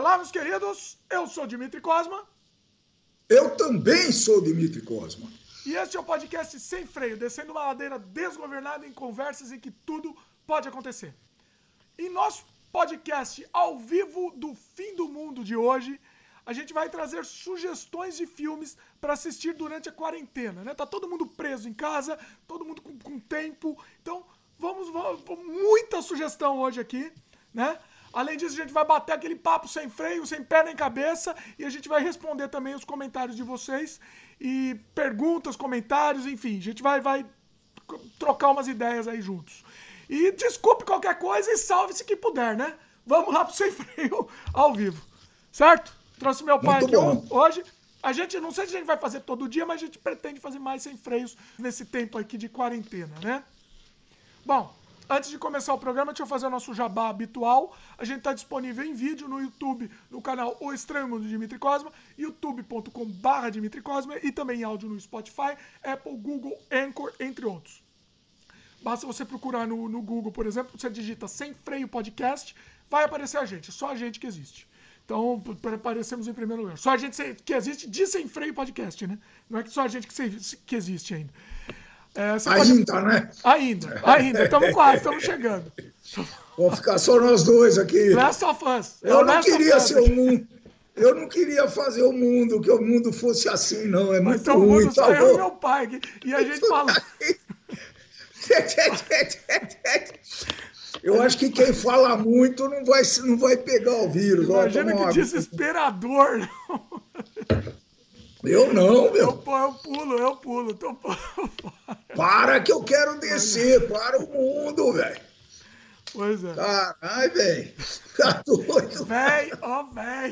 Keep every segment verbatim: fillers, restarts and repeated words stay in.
Olá, meus queridos, eu sou Dimitri Cosma. Eu também sou Dimitri Cosma. E este é o podcast Sem Freio, descendo uma ladeira desgovernada em conversas em que tudo pode acontecer. Em nosso podcast ao vivo do fim do mundo de hoje, a gente vai trazer sugestões de filmes para assistir durante a quarentena, né? Tá todo mundo preso em casa, todo mundo com, com tempo, então vamos, vamos, muita sugestão hoje aqui, né? Além disso, a gente vai bater aquele papo sem freio, sem pé nem cabeça, e a gente vai responder também os comentários de vocês, e perguntas, comentários, enfim, a gente vai, vai trocar umas ideias aí juntos. E desculpe qualquer coisa e salve-se que puder, né? Vamos lá pro Sem Freio ao vivo, certo? Trouxe meu pai aqui hoje. A gente, não sei se a gente vai fazer todo dia, mas a gente pretende fazer mais sem freios nesse tempo aqui de quarentena, né? Bom, antes de começar o programa, deixa eu fazer o nosso jabá habitual. A gente está disponível em vídeo no YouTube, no canal O Estranho Mundo de Dimitri Cosma, youtube ponto com barra Dimitri Cosma, e também em áudio no Spotify, Apple, Google, Anchor, entre outros. Basta você procurar no, no Google, por exemplo, você digita Sem Freio Podcast, vai aparecer a gente, é só a gente que existe. Então, aparecemos em primeiro lugar. Só a gente que existe de Sem Freio Podcast, né? Não é que só a gente que, que existe ainda. É, ainda, pode... né? Ainda, ainda. Estamos quase, estamos chegando. Vamos ficar só nós dois aqui. Last of Us. Eu não queria ser o mundo. Eu não queria fazer o mundo, que o mundo fosse assim, não. É muito então, ruim. Mundo, só eu e meu pai aqui. E a gente fala... Eu acho que quem fala muito não vai, não vai pegar o vírus. Imagina que desesperador. Eu não, meu. Eu, eu pulo, eu pulo. Tô... Para que eu quero descer. Para o mundo, velho. Pois é. Caralho, velho. Tá doido. Véi, ó, véi.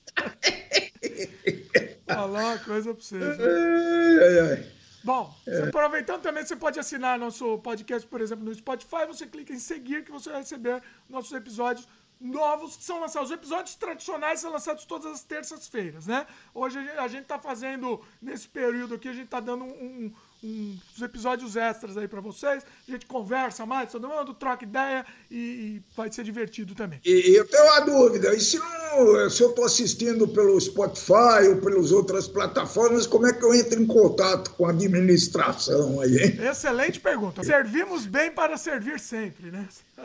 Falar uma coisa pra vocês. Ai, ai, ai. Bom, é. aproveitando também, você pode assinar nosso podcast, por exemplo, no Spotify. Você clica em seguir que você vai receber nossos episódios novos que são lançados. Os episódios tradicionais são lançados todas as terças-feiras, né? Hoje a gente tá fazendo, nesse período aqui, a gente tá dando um, um, uns episódios extras aí pra vocês. A gente conversa mais, todo mundo troca ideia e, e vai ser divertido também. E eu tenho uma dúvida, e se, não, se eu tô assistindo pelo Spotify ou pelas outras plataformas, como é que eu entro em contato com a administração aí, hein? Excelente pergunta. Servimos bem para servir sempre, né?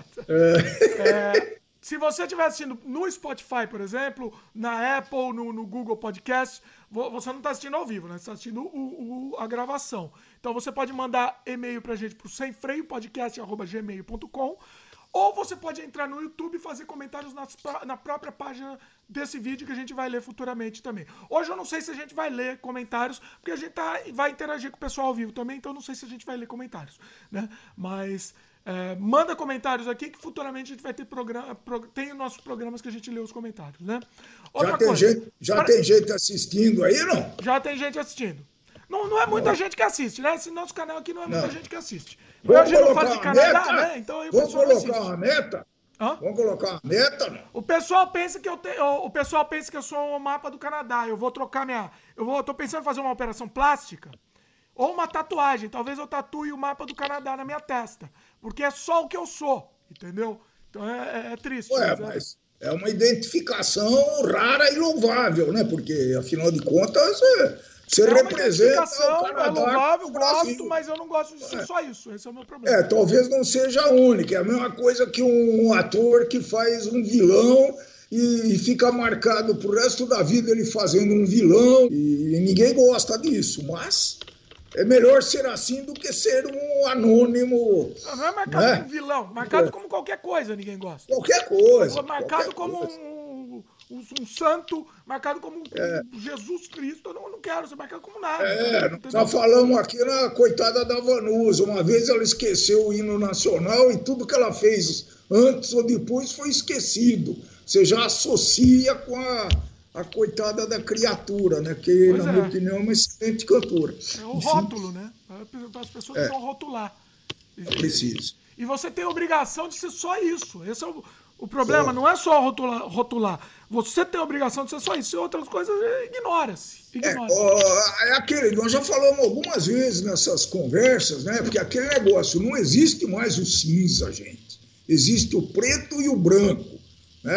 É... é... Se você estiver assistindo no Spotify, por exemplo, na Apple, no, no Google Podcast, você não está assistindo ao vivo, né? Você está assistindo o, o, a gravação. Então você pode mandar e-mail para a gente para o sem freio podcast arroba gmail ponto com, ou você pode entrar no YouTube e fazer comentários na, na própria página desse vídeo que a gente vai ler futuramente também. Hoje eu não sei se a gente vai ler comentários, porque a gente tá, vai interagir com o pessoal ao vivo também, então eu não sei se a gente vai ler comentários, né? Mas... É, manda comentários aqui que futuramente a gente vai ter programa, pro, tem os nossos programas que a gente lê os comentários, né? Outra já tem, coisa, gente, já para... tem gente assistindo aí, não? Já tem gente assistindo. Não, não é muita não. gente que assiste, né? Esse nosso canal aqui não é muita não. gente que assiste. Vamos Hoje não faz de Canadá, meta? né? Então aí o Vamos pessoal colocar uma meta? Hã? Vamos colocar uma meta? Não? O pessoal pensa que eu te... o pessoal pensa que eu sou um mapa do Canadá. Eu vou trocar minha, eu vou, eu tô pensando em fazer uma operação plástica. Ou uma tatuagem. Talvez eu tatue o mapa do Canadá na minha testa. Porque é só o que eu sou, entendeu? Então é, é, é triste. Ué, mas, mas é... é uma identificação rara e louvável, né? Porque, afinal de contas, você é representa o Canadá. É louvável, gosto, mas eu não gosto de ser é. só isso. Esse é o meu problema. É, talvez não seja a única. É a mesma coisa que um ator que faz um vilão e fica marcado pro resto da vida ele fazendo um vilão. E ninguém gosta disso, mas... É melhor ser assim do que ser um anônimo. Não, não é marcado né? como vilão, marcado é. como qualquer coisa, ninguém gosta. Qualquer coisa. Marcado qualquer como coisa. Um, um, um santo, marcado como é. um Jesus Cristo. Eu não, não quero ser marcado como nada. É, nós já falamos aqui na coitada da Vanusa. Uma vez ela esqueceu o hino nacional e tudo que ela fez antes ou depois foi esquecido. Você já associa com a. A coitada da criatura, né? Que, pois na é. minha opinião, é uma excelente cantora. É o Enfim. rótulo, né? As pessoas é. vão rotular. É preciso. E você tem a obrigação de ser só isso. Esse é o, o problema. Só. Não é só rotular, rotular. Você tem a obrigação de ser só isso. E outras coisas, ignora-se. Ignora é, é aquele, nós já falamos algumas vezes nessas conversas, né? Porque aquele negócio, não existe mais o cinza, gente. Existe o preto e o branco, né?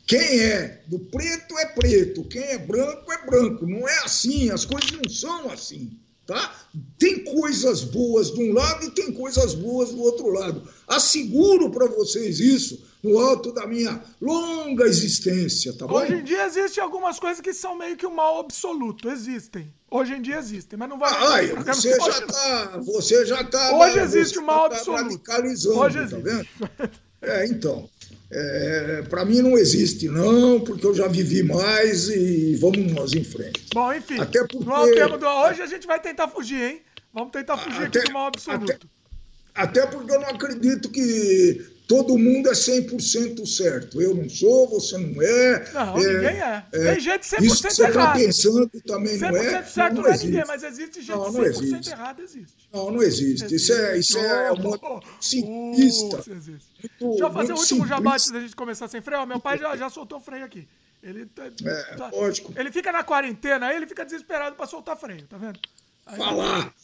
Quem é do preto é preto, quem é branco é branco. Não é assim, as coisas não são assim. Tá? Tem coisas boas de um lado e tem coisas boas do outro lado. Asseguro para vocês isso no alto da minha longa existência, tá bom? Hoje em dia existem algumas coisas que são meio que o mal absoluto, existem. Hoje em dia existem, mas não vai... Ah, ai, você, já tá, você já está... Hoje existe o mal tá absoluto. radicalizando, Hoje tá existe. vendo? É, então... É, para mim não existe não, porque eu já vivi mais e vamos nós em frente. Bom, enfim, até porque, no tema do hoje a gente vai tentar fugir, hein? Vamos tentar fugir até, aqui do mal absoluto. Até, até porque eu não acredito que todo mundo é cem por cento certo. Eu não sou, você não é. Não, é ninguém é. é Tem gente cem por cento isso que você errado. está pensando também não é. cem por cento certo não, não é existe. ninguém, mas existe gente não, não cem por cento existe. errada, existe. Não, não existe. existe. Isso é, isso é oh, uma oh, simplista. Oh, existe. Muito, Deixa eu fazer o último simplista. jabá antes da gente começar sem freio. Ó, meu pai já, já soltou o freio aqui. Ele tá, é, tá, lógico. Ele fica na quarentena, aí ele fica desesperado pra soltar freio, tá vendo? Aí, falar.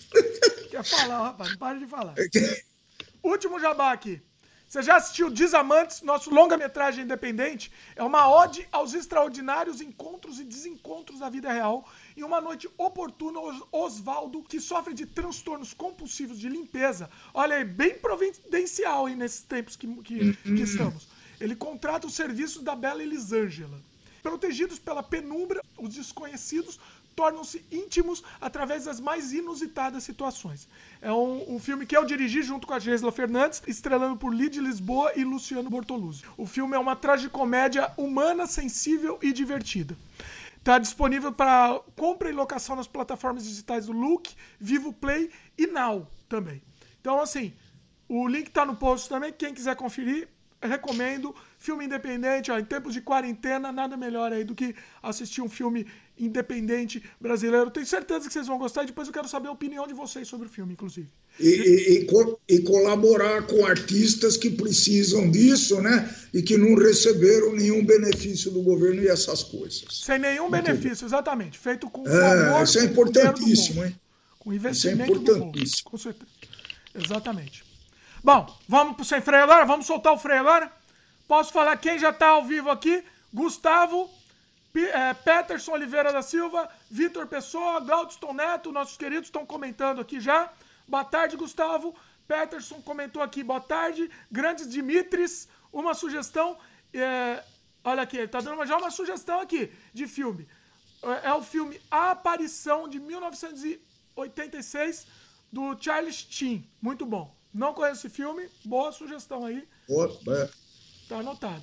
Quer falar, rapaz, não para de falar. É que... Último jabá aqui. Você já assistiu Desamantes, nosso longa-metragem independente? É uma ode aos extraordinários encontros e desencontros da vida real. Em uma noite oportuna, Osvaldo, que sofre de transtornos compulsivos de limpeza, olha aí, bem providencial hein, nesses tempos que, que, que estamos. Ele contrata os serviços da bela Elisângela. Protegidos pela penumbra, os desconhecidos tornam-se íntimos através das mais inusitadas situações. É um, um filme que eu dirigi junto com a Gisela Fernandes, estrelando por Lídia Lisboa e Luciano Bortoluzzi. O filme é uma tragicomédia humana, sensível e divertida. Está disponível para compra e locação nas plataformas digitais do Look, Vivo Play e Now também. Então, assim, o link está no post também. Quem quiser conferir, recomendo. Filme independente, ó, em tempos de quarentena, nada melhor aí do que assistir um filme independente brasileiro. Tenho certeza que vocês vão gostar e depois eu quero saber a opinião de vocês sobre o filme, inclusive. E, e, e, e colaborar com artistas que precisam disso, né? E que não receberam nenhum benefício do governo e essas coisas. Sem nenhum Muito benefício, bom. Exatamente. Feito com é, amor, isso é com importantíssimo, hein? Com investimento isso é importantíssimo. do povo. Com certeza. Exatamente. Bom, vamos pro sem freio agora? Vamos soltar o freio agora? Posso falar quem já está ao vivo aqui? Gustavo, P é, Peterson Oliveira da Silva, Vitor Pessoa, Glaudston Neto, nossos queridos estão comentando aqui já. Boa tarde, Gustavo. Peterson comentou aqui, boa tarde. Grandes Dimitris, uma sugestão. É, olha aqui, ele está dando já uma sugestão aqui de filme. É, é o filme A Aparição de mil novecentos e oitenta e seis do Charles Sheen. Muito bom. Não conheço esse filme, boa sugestão aí. Boa, é. Tá anotado.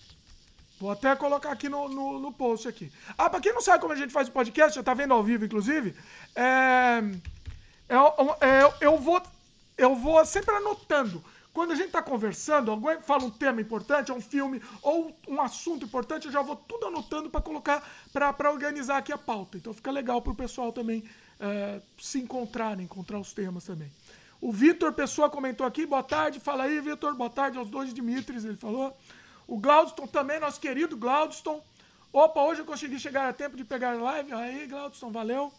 Vou até colocar aqui no, no, no post aqui. Ah, pra quem não sabe como a gente faz o podcast, já tá vendo ao vivo, inclusive, é, é, é, eu, vou, eu vou sempre anotando. Quando a gente tá conversando, alguém fala um tema importante, é um filme, ou um assunto importante, eu já vou tudo anotando pra colocar, pra, pra organizar aqui a pauta. Então fica legal pro pessoal também é, se encontrar, né, encontrar os temas também. O Vitor Pessoa comentou aqui, boa tarde, fala aí, Vitor, boa tarde aos dois Dimitris, ele falou. O Glaudston também, nosso querido Glaudston. Opa, hoje eu consegui chegar a tempo de pegar a live, aí, Glaudston, valeu.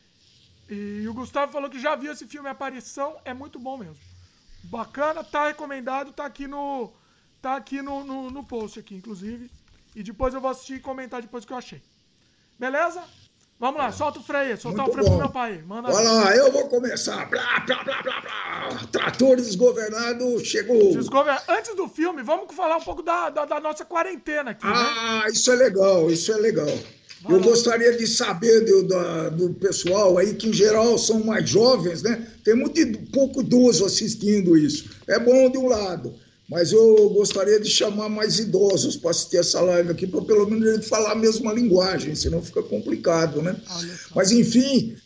E o Gustavo falou que já viu esse filme Aparição, é muito bom mesmo. Bacana, tá recomendado, tá aqui no, tá aqui no, no, no post aqui, inclusive. E depois eu vou assistir e comentar depois o que eu achei. Beleza? Vamos lá, solta o freio aí, soltar o freio pro meu pai. Manda Olha lá, eu vou começar. Blá, blá, blá, blá, blá. Trator desgovernado chegou. Desgover... Antes do filme, vamos falar um pouco da, da, da nossa quarentena aqui, ah, né? isso é legal, isso é legal. Vai eu lá. Gostaria de saber do, do, do pessoal aí, que em geral são mais jovens, né? Tem muito pouco idoso assistindo isso. É bom de um lado. Mas eu gostaria de chamar mais idosos para assistir essa live aqui, para pelo menos a gente falar a mesma linguagem, senão fica complicado, né? Mas, enfim,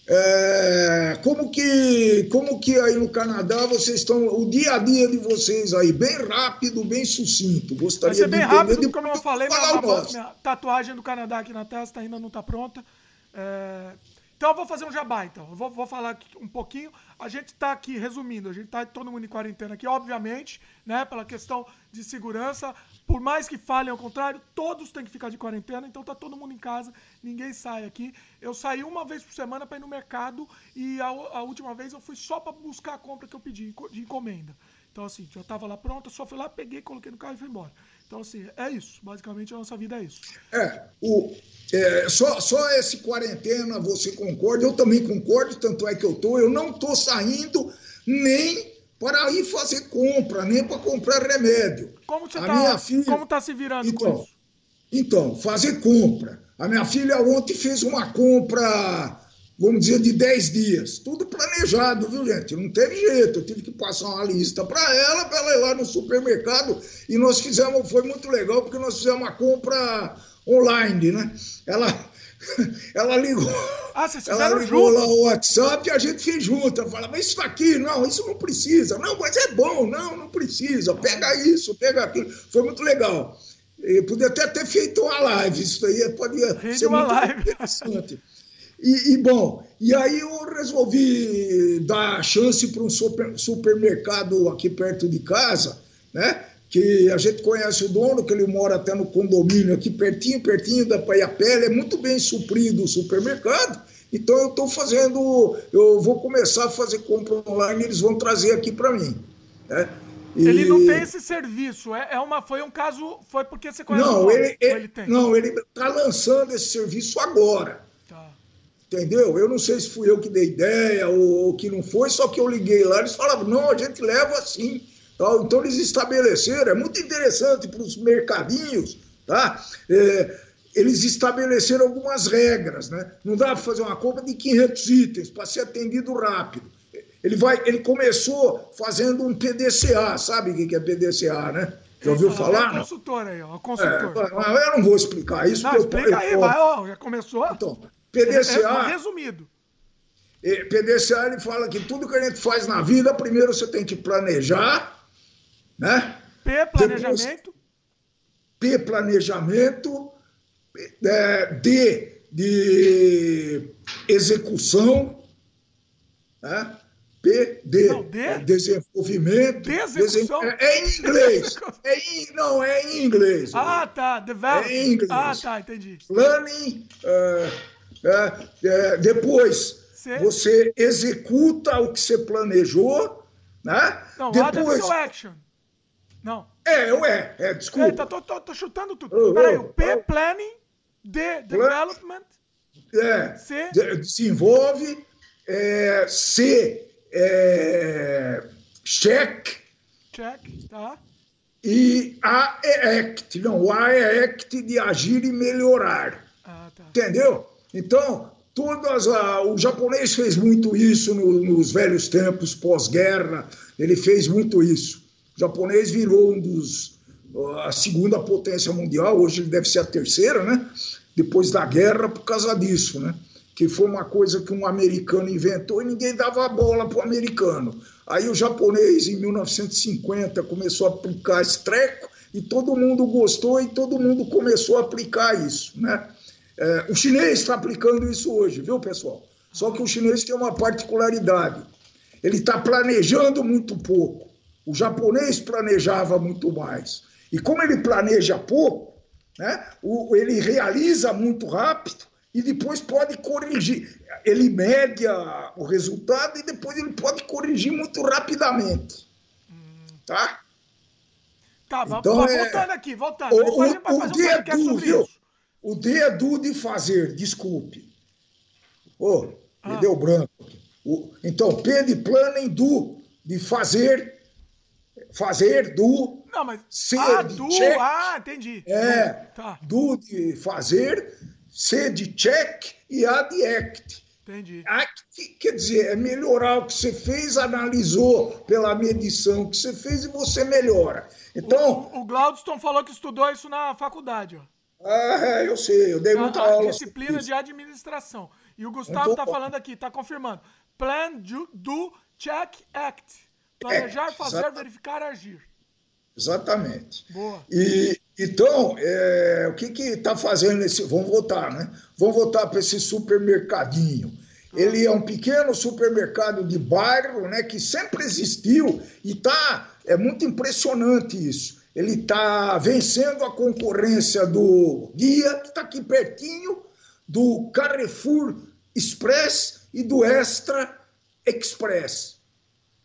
é, como, que, como que aí no Canadá vocês estão, o dia a dia de vocês aí, bem rápido, bem sucinto. Gostaria Vai ser bem de rápido, entender, como eu falei, minha, minha, minha tatuagem do Canadá aqui na testa ainda não está pronta. É... Então eu vou fazer um jabá, então. Eu vou, vou falar aqui um pouquinho. A gente está aqui, resumindo, a gente está todo mundo em quarentena aqui, obviamente, né? Pela questão de segurança. Por mais que falem ao contrário, todos têm que ficar de quarentena, então tá todo mundo em casa, ninguém sai aqui. Eu saí uma vez por semana para ir no mercado e a, a última vez eu fui só para buscar a compra que eu pedi de encomenda. Então, assim, já estava lá pronto, eu só fui lá, peguei, coloquei no carro e fui embora. Então, assim, é isso. Basicamente, a nossa vida é isso. É, o, é só, só esse quarentena, você concorda? Eu também concordo, tanto é que eu tô. Eu não tô saindo nem para ir fazer compra, nem para comprar remédio. Como você a tá, minha filha, como tá se virando então, com isso? Então, fazer compra. A minha filha ontem fez uma compra, vamos dizer, de dez dias. Tudo planejado, viu, gente? Não teve jeito. Eu tive que passar uma lista para ela, para ela ir lá no supermercado. E nós fizemos, foi muito legal, porque nós fizemos uma compra online, né? Ela, ela ligou. Ah, vocês Ela fizeram ligou junto? lá o WhatsApp e a gente fez junto. Ela fala, mas isso aqui, não, isso não precisa. Não, mas é bom, não, não precisa. Pega isso, pega aquilo. Foi muito legal. Eu podia até ter feito uma live, isso aí podia Rende ser uma muito live. interessante. E, e, bom, e aí eu resolvi dar chance para um super, supermercado aqui perto de casa, né? Que a gente conhece o dono, que ele mora até no condomínio aqui pertinho, pertinho da Paiapé, é muito bem suprido o supermercado. Então eu estou fazendo, eu vou começar a fazer compra online, eles vão trazer aqui para mim, né? E... Ele não tem esse serviço, é, é uma, foi um caso, foi porque você conhece não, o dono, ele, ele, ele tem? Não, ele está lançando esse serviço agora. Tá. Entendeu? Eu não sei se fui eu que dei ideia ou, ou que não foi, só que eu liguei lá, eles falavam, não, a gente leva assim. Tal. Então eles estabeleceram, é muito interessante para os mercadinhos, tá? É, eles estabeleceram algumas regras, né? Não dá para fazer uma compra de quinhentos itens para ser atendido rápido. Ele, vai, ele começou fazendo um P D C A, sabe o que é P D C A, né? Já ouviu falar? É o consultor aí, ó, o consultor. É, eu não vou explicar isso. Não, explica eu, aí, eu, vai, ó, já começou? Então, P D C A... É, é, resumido. P D C A, ele fala que tudo que a gente faz na vida, primeiro você tem que planejar, né? P, planejamento. Depois, P, planejamento. É, D, de execução, né? P, D, não, D? É desenvolvimento. De execução? Desen... É, é em inglês. é em... Não, é em inglês. Ah, tá. Development. É em inglês. Ah, tá, entendi. Planning. Uh, uh, uh, depois, Cê... você executa o que você planejou, né? Não, depois... deve ser o action. Não. É, ué, é, desculpa. Eita, tô, tô, tô chutando tudo. Oh, Peraí, o P, oh. Planning, D, Development. É, C, desenvolve. É, C, é, check. Check, tá. E A é act. Não, o A é act de agir e melhorar. Ah, tá. Entendeu? Então, todas a, o japonês fez muito isso no, nos velhos tempos, pós-guerra. Ele fez muito isso. O japonês virou um dos, a segunda potência mundial, hoje ele deve ser a terceira, né? Depois da guerra, por causa disso, né? Que foi uma coisa que um americano inventou e ninguém dava bola para o americano. Aí o japonês, em mil novecentos e cinquenta, começou a aplicar esse treco e todo mundo gostou e todo mundo começou a aplicar isso, né? É, o chinês está aplicando isso hoje, viu, pessoal? Só que o chinês tem uma particularidade. Ele está planejando muito pouco. O japonês planejava muito mais. E como ele planeja pouco, né, o, ele realiza muito rápido e depois pode corrigir. Ele mede a, o resultado e depois ele pode corrigir muito rapidamente. Tá? Tá, então, voltando é, aqui, voltando. O, Depois o, a gente vai fazer o D é um do, viu? isso. O D é do de fazer, desculpe. Oh, ah. me deu branco. O, então, P de planning, do de fazer, fazer, do. Não, mas. C ah, de do, check. Ah, entendi. É, tá. do de fazer, C de check e A de act. Entendi. Act quer dizer, é melhorar o que você fez, analisou pela medição que você fez e você melhora. Então. O, o, o Glaudston falou que estudou isso na faculdade, ó. Ah, eu sei, eu dei muita a, a aula. Disciplina de administração. E o Gustavo está falando aqui, está confirmando. Plan, do, do, check, act. Planejar, é, fazer, exatamente. Verificar, agir. Exatamente. Boa. E, então, é, o que está fazendo esse... Vamos voltar, né? Vamos voltar para esse supermercadinho. Ah. Ele é um pequeno supermercado de bairro, né, que sempre existiu e tá, é muito impressionante isso. Ele está vencendo a concorrência do Guia, que está aqui pertinho, do Carrefour Express e do Extra Express.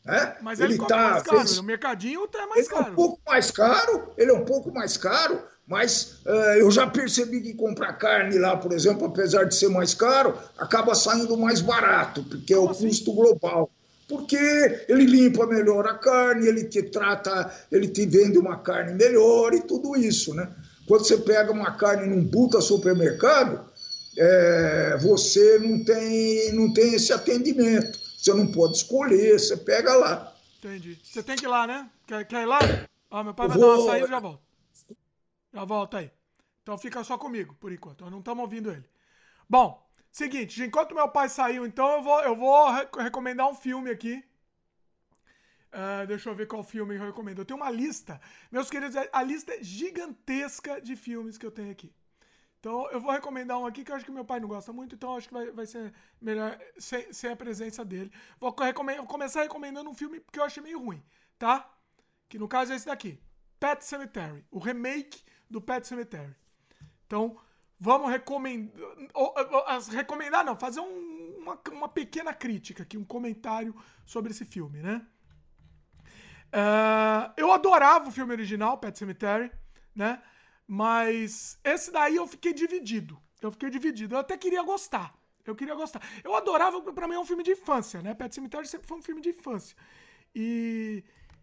Né? Mas ele, ele tá, mais caro, fez... o mercadinho é mais ele caro. É um pouco mais caro, ele é um pouco mais caro, mas uh, eu já percebi que comprar carne lá, por exemplo, apesar de ser mais caro, acaba saindo mais barato, porque Como é o assim? custo global. Porque ele limpa melhor a carne, ele te trata, ele te vende uma carne melhor e tudo isso, né? Quando você pega uma carne num puta supermercado, é, você não tem, não tem esse atendimento. Você não pode escolher, você pega lá. Entendi. Você tem que ir lá, né? Quer, quer ir lá? Ah, meu pai vai vou... dar uma saída e já volto. Já volto aí. Então fica só comigo, por enquanto. Nós não estamos ouvindo ele. Bom, seguinte, enquanto meu pai saiu, então eu vou, eu vou recomendar um filme aqui. Uh, deixa eu ver qual filme eu recomendo. Eu tenho uma lista. Meus queridos, a lista é gigantesca de filmes que eu tenho aqui. Então eu vou recomendar um aqui que eu acho que meu pai não gosta muito, então eu acho que vai, vai ser melhor sem, sem a presença dele. Vou, vou começar recomendando um filme que eu achei meio ruim, tá? Que no caso é esse daqui, Pet Sematary, o remake do Pet Sematary. Então vamos recomendar, recomendar não, fazer um, uma, uma pequena crítica aqui, um comentário sobre esse filme, né? Uh, eu adorava o filme original, Pet Sematary, né? Mas esse daí eu fiquei dividido. Eu fiquei dividido. Eu até queria gostar. Eu queria gostar. Eu adorava, pra mim é um filme de infância, né? Pet Sematary sempre foi um filme de infância. E,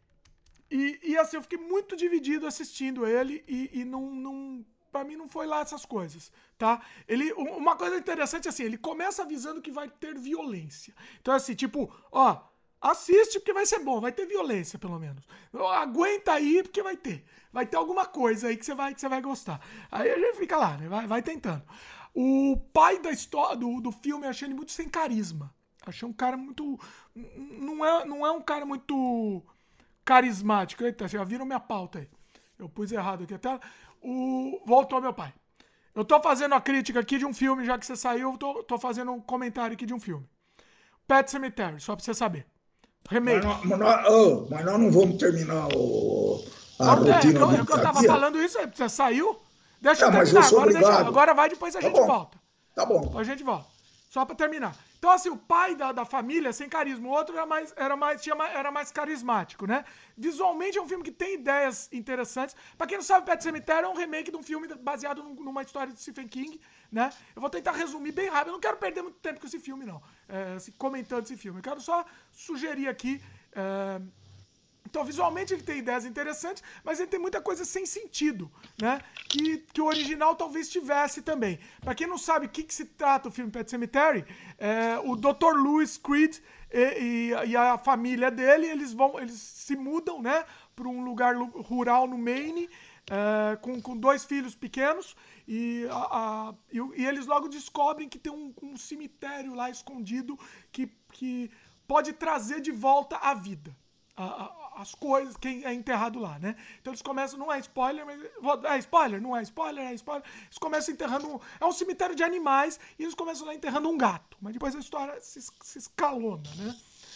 e, e assim, eu fiquei muito dividido assistindo ele e, e não, não... Pra mim não foi lá essas coisas, tá? Ele, uma coisa interessante, assim, ele começa avisando que vai ter violência. Então assim, tipo, ó... Assiste porque vai ser bom, vai ter violência pelo menos. Aguenta aí porque vai ter. Vai ter alguma coisa aí que você vai, que você vai gostar. Aí a gente fica lá, né? Vai, vai tentando. O pai da história do, do filme eu achei ele muito sem carisma. Achei um cara muito... Não é, não é um cara muito carismático. Eita, já viram minha pauta aí. Eu pus errado aqui até. O... Voltou meu pai. Eu tô fazendo a crítica aqui de um filme, já que você saiu, eu tô, tô fazendo um comentário aqui de um filme. Pet Sematary, só pra você saber. Mas nós, mas, nós, oh, mas nós não vamos terminar o, a não, rotina é, é, é que eu tava falando isso aí, você saiu? Deixa é, eu terminar, eu agora, deixa, agora vai, depois a tá gente bom. volta. Tá bom. Depois a gente volta. Só pra terminar. Então, assim, o pai da, da família, sem carisma, o outro era mais, era, mais, tinha mais, era mais carismático, né? Visualmente é um filme que tem ideias interessantes. Pra quem não sabe, Pet Sematary é um remake de um filme baseado numa história de Stephen King, né? Eu vou tentar resumir bem rápido. Eu não quero perder muito tempo com esse filme, não. É, comentando esse filme. Eu quero só sugerir aqui... É... Então, visualmente ele tem ideias interessantes, mas ele tem muita coisa sem sentido, né? Que, que o original talvez tivesse também. Pra quem não sabe o que, que se trata o filme Pet Sematary, é, o doutor Lewis Creed e, e, e a família dele, eles vão, eles se mudam, né? Para um lugar rural no Maine, é, com, com dois filhos pequenos, e, a, a, e, e eles logo descobrem que tem um, um cemitério lá escondido que, que pode trazer de volta a vida. A, a, as coisas, quem é enterrado lá, né? Então eles começam, não é spoiler, mas... É spoiler? Não é spoiler? É spoiler. Eles começam enterrando... É um cemitério de animais e eles começam lá enterrando um gato. Mas depois a história se, se escalona, né?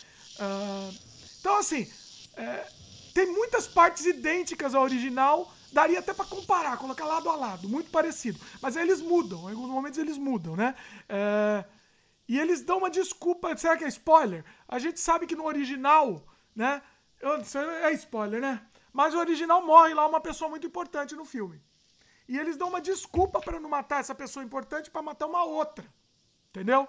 Uh, então, assim... É, tem muitas partes idênticas ao original. Daria até pra comparar, colocar lado a lado. Muito parecido. Mas aí eles mudam. Em alguns momentos eles mudam, né? É, e eles dão uma desculpa. Será que é spoiler? A gente sabe que no original... Né? Isso é spoiler, né? Mas o original morre lá uma pessoa muito importante no filme. E eles dão uma desculpa para não matar essa pessoa importante para matar uma outra. Entendeu?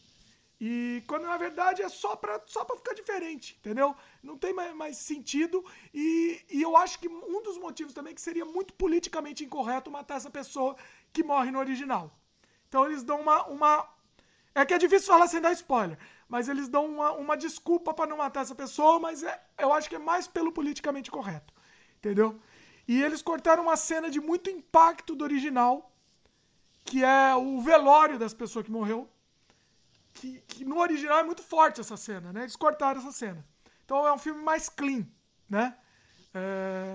E quando na verdade é só pra, só pra ficar diferente, entendeu? Não tem mais, mais sentido. E, e eu acho que um dos motivos também é que seria muito politicamente incorreto matar essa pessoa que morre no original. Então eles dão uma... uma é que é difícil falar sem dar spoiler. Mas eles dão uma, uma desculpa para não matar essa pessoa, mas é, eu acho que é mais pelo politicamente correto. Entendeu? E eles cortaram uma cena de muito impacto do original, que é o velório das pessoas que morreu. Que, que no original é muito forte essa cena, né? Eles cortaram essa cena. Então é um filme mais clean, né? É...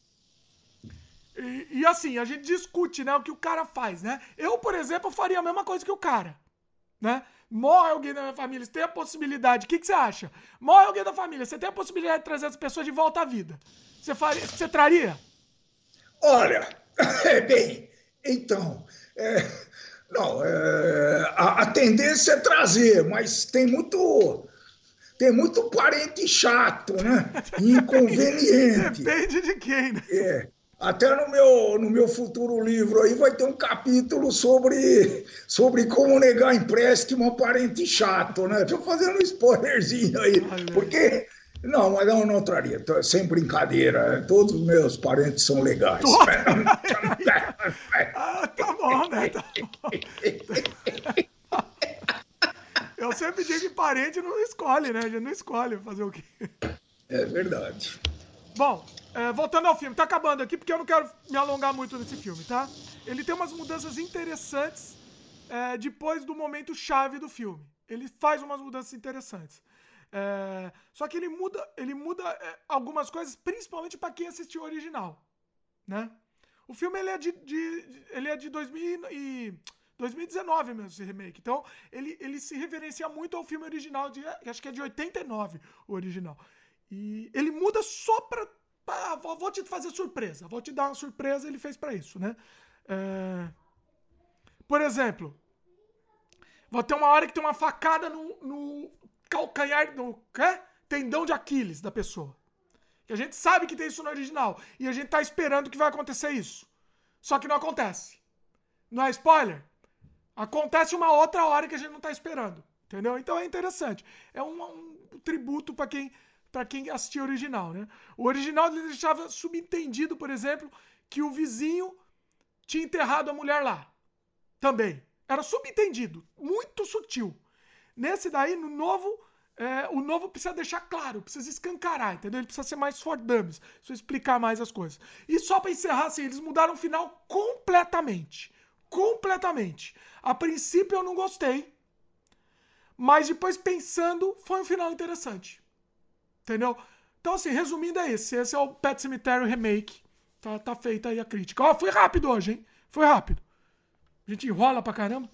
E, e assim, a gente discute, né, o que o cara faz, né? Eu, por exemplo, faria a mesma coisa que o cara, né? Morre alguém da minha família, você tem a possibilidade, o que, que você acha? Morre alguém da família, você tem a possibilidade de trazer as pessoas de volta à vida. Você, faria, você traria? Olha, bem, então, é, não, é, a, a tendência é trazer, mas tem muito, tem muito parente chato, né? Inconveniente. Depende de quem, né? É. Até no meu, no meu futuro livro aí vai ter um capítulo sobre, sobre como negar empréstimo a parente chato, né? Estou fazendo um spoilerzinho aí, porque... Não, mas não, não traria, sem brincadeira, todos os meus parentes são legais. Ah, tá bom, né? Tá bom. Eu sempre digo que parente não escolhe, né? A gente não escolhe fazer o quê. É verdade. Bom, é, voltando ao filme, tá acabando aqui porque eu não quero me alongar muito nesse filme, tá? Ele tem umas mudanças interessantes é, depois do momento chave do filme. Ele faz umas mudanças interessantes. É, só que ele muda, ele muda é, algumas coisas, principalmente para quem assistiu o original, né? O filme ele é de, de, ele é de dois mil e dezenove mesmo, esse remake. Então, ele, ele se referencia muito ao filme original, de, acho que é de oitenta e nove, o original. E ele muda só pra... pra vou te fazer surpresa. Vou te dar uma surpresa, ele fez pra isso, né? É... Por exemplo, vou ter uma hora que tem uma facada no, no calcanhar, no quê? Tendão de Aquiles da pessoa. Que a gente sabe que tem isso no original. E a gente tá esperando que vai acontecer isso. Só que não acontece. Não é spoiler? Acontece uma outra hora que a gente não tá esperando. Entendeu? Então é interessante. É um, um tributo pra quem... para quem assistiu o original, né? O original ele deixava subentendido, por exemplo, que o vizinho tinha enterrado a mulher lá. Também. Era subentendido. Muito sutil. Nesse daí, no novo, é, o novo precisa deixar claro, precisa escancarar, entendeu? Ele precisa ser mais for dummies, precisa explicar mais as coisas. E só para encerrar, assim, eles mudaram o final completamente. Completamente. A princípio eu não gostei, mas depois pensando, foi um final interessante. Entendeu? Então, assim, resumindo é esse. Esse é o Pet Sematary Remake. Tá, tá feita aí a crítica. Ó, foi rápido hoje, hein? Foi rápido. A gente enrola pra caramba.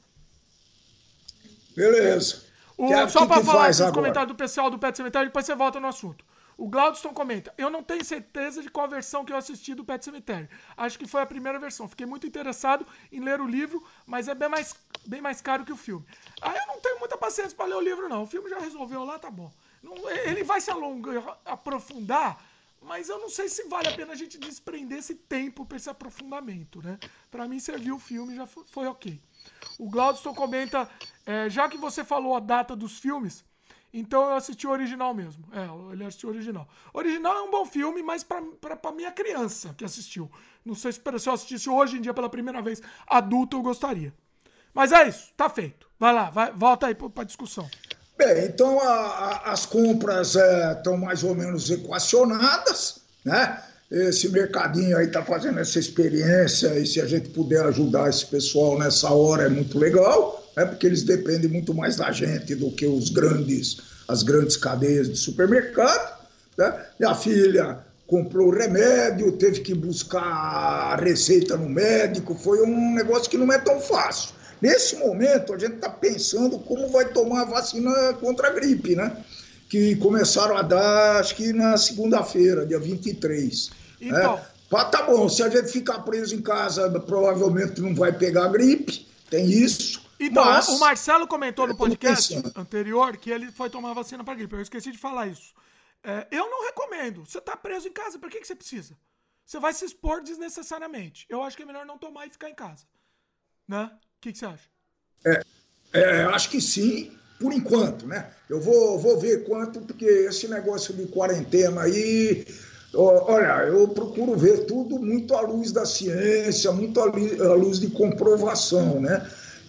Beleza. O, que, só que pra que falar faz os agora? comentários do pessoal do Pet Sematary, depois você volta no assunto. O Glaudston comenta: eu não tenho certeza de qual versão que eu assisti do Pet Sematary. Acho que foi a primeira versão. Fiquei muito interessado em ler o livro, mas é bem mais, bem mais caro que o filme. Aí eu não tenho muita paciência pra ler o livro, não. O filme já resolveu lá, tá bom. Não, ele vai se alongar, aprofundar, mas eu não sei se vale a pena a gente desprender esse tempo para esse aprofundamento, né? Para mim serviu o filme, já foi, foi ok. O Glaudston comenta, é, já que você falou a data dos filmes, então eu assisti o original mesmo. É, ele assistiu o original. O original é um bom filme, mas para minha criança que assistiu. Não sei se, se eu assistisse hoje em dia pela primeira vez adulto eu gostaria. Mas é isso, tá feito. Vai lá, vai, volta aí para discussão. Bem, então a, a, as compras estão é, mais ou menos equacionadas, né? Esse mercadinho aí está fazendo essa experiência e se a gente puder ajudar esse pessoal nessa hora é muito legal, né? Porque eles dependem muito mais da gente do que os grandes, as grandes cadeias de supermercado, né? Minha filha comprou remédio, teve que buscar a receita no médico, foi um negócio que não é tão fácil. Nesse momento, a gente está pensando como vai tomar a vacina contra a gripe, né? Que começaram a dar, acho que na segunda-feira, dia vinte e três. Então... Né? Tá bom, se a gente ficar preso em casa, provavelmente não vai pegar gripe, tem isso. Então, mas... o Marcelo comentou no podcast anterior que ele foi tomar vacina para gripe. Eu esqueci de falar isso. É, eu não recomendo. Você tá preso em casa, para que, que você precisa? Você vai se expor desnecessariamente. Eu acho que é melhor não tomar e ficar em casa. Né? O que, que você acha? É, é, acho que sim, por enquanto, né? Eu vou, vou ver quanto, porque esse negócio de quarentena aí, olha, eu procuro ver tudo muito à luz da ciência, muito à luz de comprovação, né?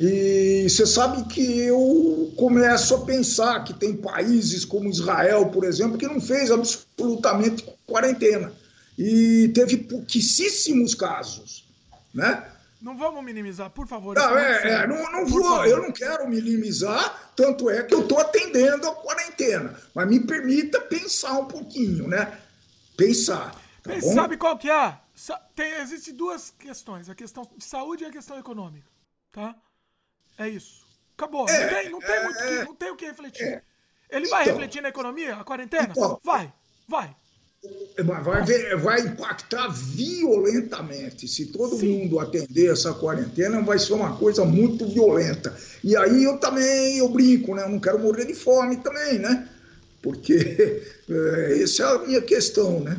E você sabe que eu começo a pensar que tem países como Israel, por exemplo, que não fez absolutamente quarentena. E teve pouquíssimos casos, né? Não vamos minimizar, por favor. Não, é, é, não, não vou, eu não quero minimizar, tanto é que eu estou atendendo a quarentena. Mas me permita pensar um pouquinho, né? Pensar. Tá bom? Sabe qual que é? Tem, existem duas questões, a questão de saúde e a questão econômica. Tá? É isso. Acabou. É, não, tem, não, tem muito é, que, não tem o que refletir. É. Ele vai então, refletir na economia, a quarentena? Então, vai, vai. Vai, vai impactar violentamente. Se todo Sim. mundo atender essa quarentena, vai ser uma coisa muito violenta. E aí eu também eu brinco, né? Eu não quero morrer de fome também, né? porque é, essa é a minha questão, né?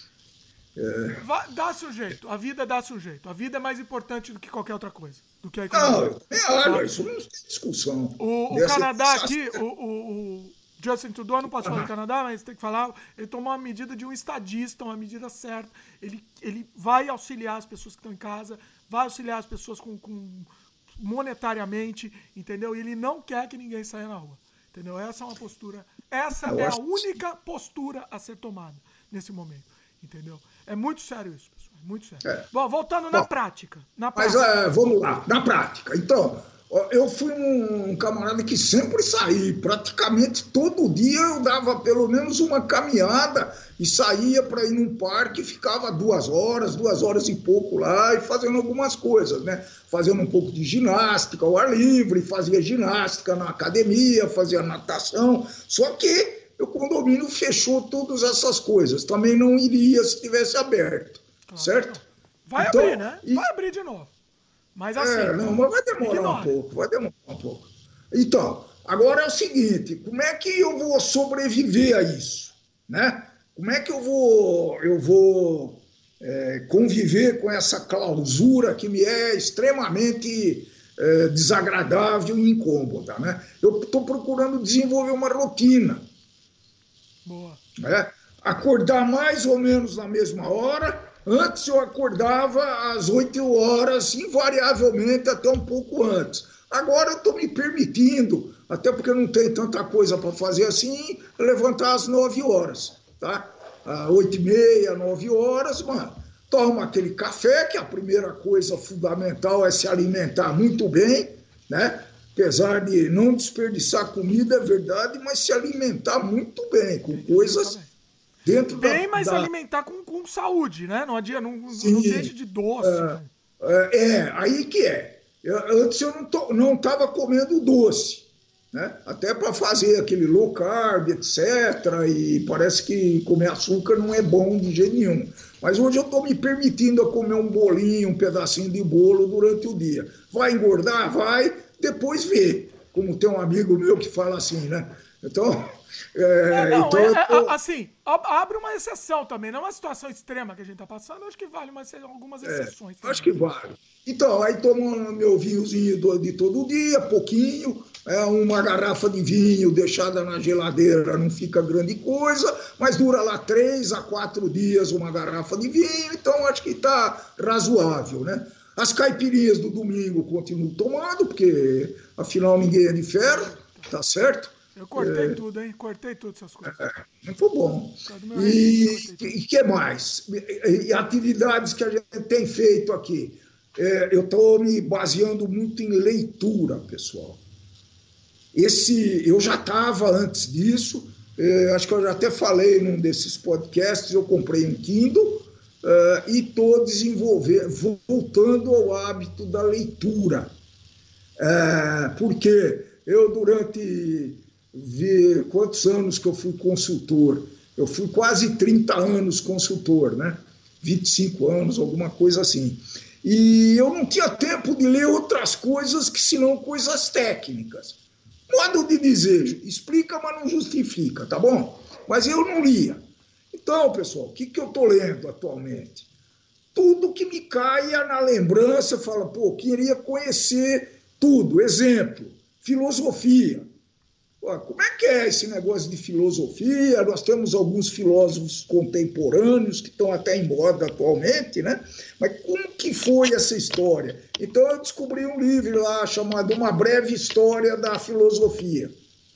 É... Dá-se um jeito, a vida dá-se um jeito. A vida é mais importante do que qualquer outra coisa. Do que a não, é, olha, isso não tem discussão. O, o Canadá aqui, o, o, o Justin Trudeau, não posso falar do Canadá, mas tem que falar, ele tomou uma medida de um estadista, uma medida certa. Ele, ele vai auxiliar as pessoas que estão em casa, vai auxiliar as pessoas com, com monetariamente, entendeu? E ele não quer que ninguém saia na rua, entendeu? Essa é uma postura, essa Eu é a única que... postura a ser tomada nesse momento, entendeu? É muito sério isso, pessoal, é muito sério. É. Bom, voltando Bom, na prática. Na prática. Mas é, vamos lá, na prática. Então, eu fui um camarada que sempre saí, praticamente todo dia eu dava pelo menos uma caminhada e saía para ir num parque, ficava duas horas, duas horas e pouco lá e fazendo algumas coisas, né? Fazendo um pouco de ginástica ao ar livre, fazia ginástica na academia, fazia natação, só que o condomínio fechou todas essas coisas, também não iria se tivesse aberto, claro, certo? Vai então, abrir, né? Vai e... abrir de novo. Mas assim, é, não, mas vai demorar ignora. um pouco, vai demorar um pouco. Então, agora é o seguinte, como é que eu vou sobreviver a isso, né? Como é que eu vou, eu vou é, conviver com essa clausura que me é extremamente é, desagradável e incômoda, né? Eu estou procurando desenvolver uma rotina. Boa. Né? Acordar mais ou menos na mesma hora. Antes eu acordava às oito horas, invariavelmente até um pouco antes. Agora eu estou me permitindo, até porque não tem tanta coisa para fazer assim, levantar às nove horas, tá? Às oito e meia, nove horas, mano. Toma aquele café, que a primeira coisa fundamental é se alimentar muito bem, né? Apesar de não desperdiçar comida, é verdade, mas se alimentar muito bem, com coisas... Dentro bem, da, mas da... alimentar com, com saúde, né? Não adianta, não, não deixe de doce. É, é, é, aí que é. Eu, antes eu não estava comendo doce, né? Até para fazer aquele low carb, etcétera. E parece que comer açúcar não é bom de jeito nenhum. Mas hoje eu estou me permitindo a comer um bolinho, um pedacinho de bolo durante o dia. Vai engordar? Vai, depois vê. Como tem um amigo meu que fala assim, né? Então... É, não, então é, tô... assim, abre uma exceção também, não é uma situação extrema que a gente está passando, acho que vale mas algumas exceções. É, acho que vale. Então, aí tomo meu vinhozinho de todo dia, pouquinho, é, uma garrafa de vinho deixada na geladeira não fica grande coisa, mas dura lá três a quatro dias uma garrafa de vinho, então acho que está razoável, né? As caipirinhas do domingo continuo tomando, porque afinal ninguém é de ferro, tá certo? Eu cortei é, tudo, hein? Cortei tudo essas coisas. É, muito bom. E o que mais? E, e atividades que a gente tem feito aqui. É, eu estou me baseando muito em leitura, pessoal. Esse, eu já estava antes disso, é, acho que eu já até falei num desses podcasts, eu comprei um Kindle é, e estou desenvolvendo, voltando ao hábito da leitura. É, porque eu, durante... Vi quantos anos que eu fui consultor. Eu fui quase trinta anos consultor, né? vinte e cinco anos, alguma coisa assim. E eu não tinha tempo de ler outras coisas que senão coisas técnicas. Modo de dizer, explica, mas não justifica, tá bom? Mas eu não lia. Então, pessoal, o que, que eu estou lendo atualmente? Tudo que me caia na lembrança, fala, pô, queria conhecer tudo. Exemplo, filosofia. Como é que é esse negócio de filosofia? Nós temos alguns filósofos contemporâneos que estão até em moda atualmente, né? Mas como que foi essa história? Então eu descobri um livro lá chamado Uma Breve História da Filosofia.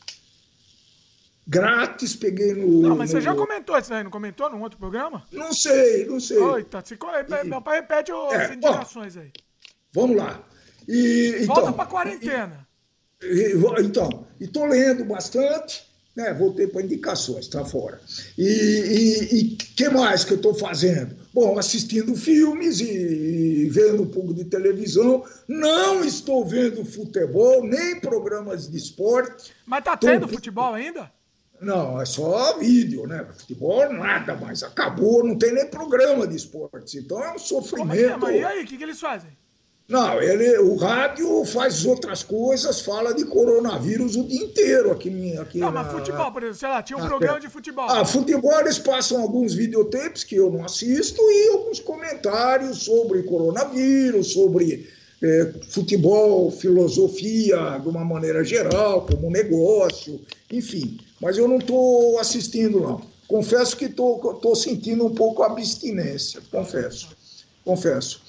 Grátis, peguei no... Não, mas no... você já comentou isso aí, não comentou num outro programa? Não sei, não sei. Oi, tá, se... e... Meu pai repete as é, indicações ó, aí. Vamos lá. E, Volta então, pra quarentena. E... Então, estou lendo bastante, né? Voltei para indicações, está fora. E o que mais que eu estou fazendo? Bom, assistindo filmes e, e vendo um pouco de televisão. Não estou vendo futebol, nem programas de esporte. Mas tá tendo tô... futebol ainda? Não, é só vídeo, né? Futebol, nada mais. Acabou, não tem nem programa de esportes. Então é um sofrimento. Mas e aí, o que, que eles fazem? Não, ele, o rádio faz outras coisas, fala de coronavírus o dia inteiro aqui, aqui Não, na, mas futebol, por exemplo, sei lá, tinha um na programa terra. de futebol. Ah, futebol eles passam alguns videotapes que eu não assisto e alguns comentários sobre coronavírus, sobre é, futebol, filosofia de uma maneira geral, como negócio, enfim. Mas eu não estou assistindo, não. Confesso que estou sentindo um pouco abstinência, confesso, confesso.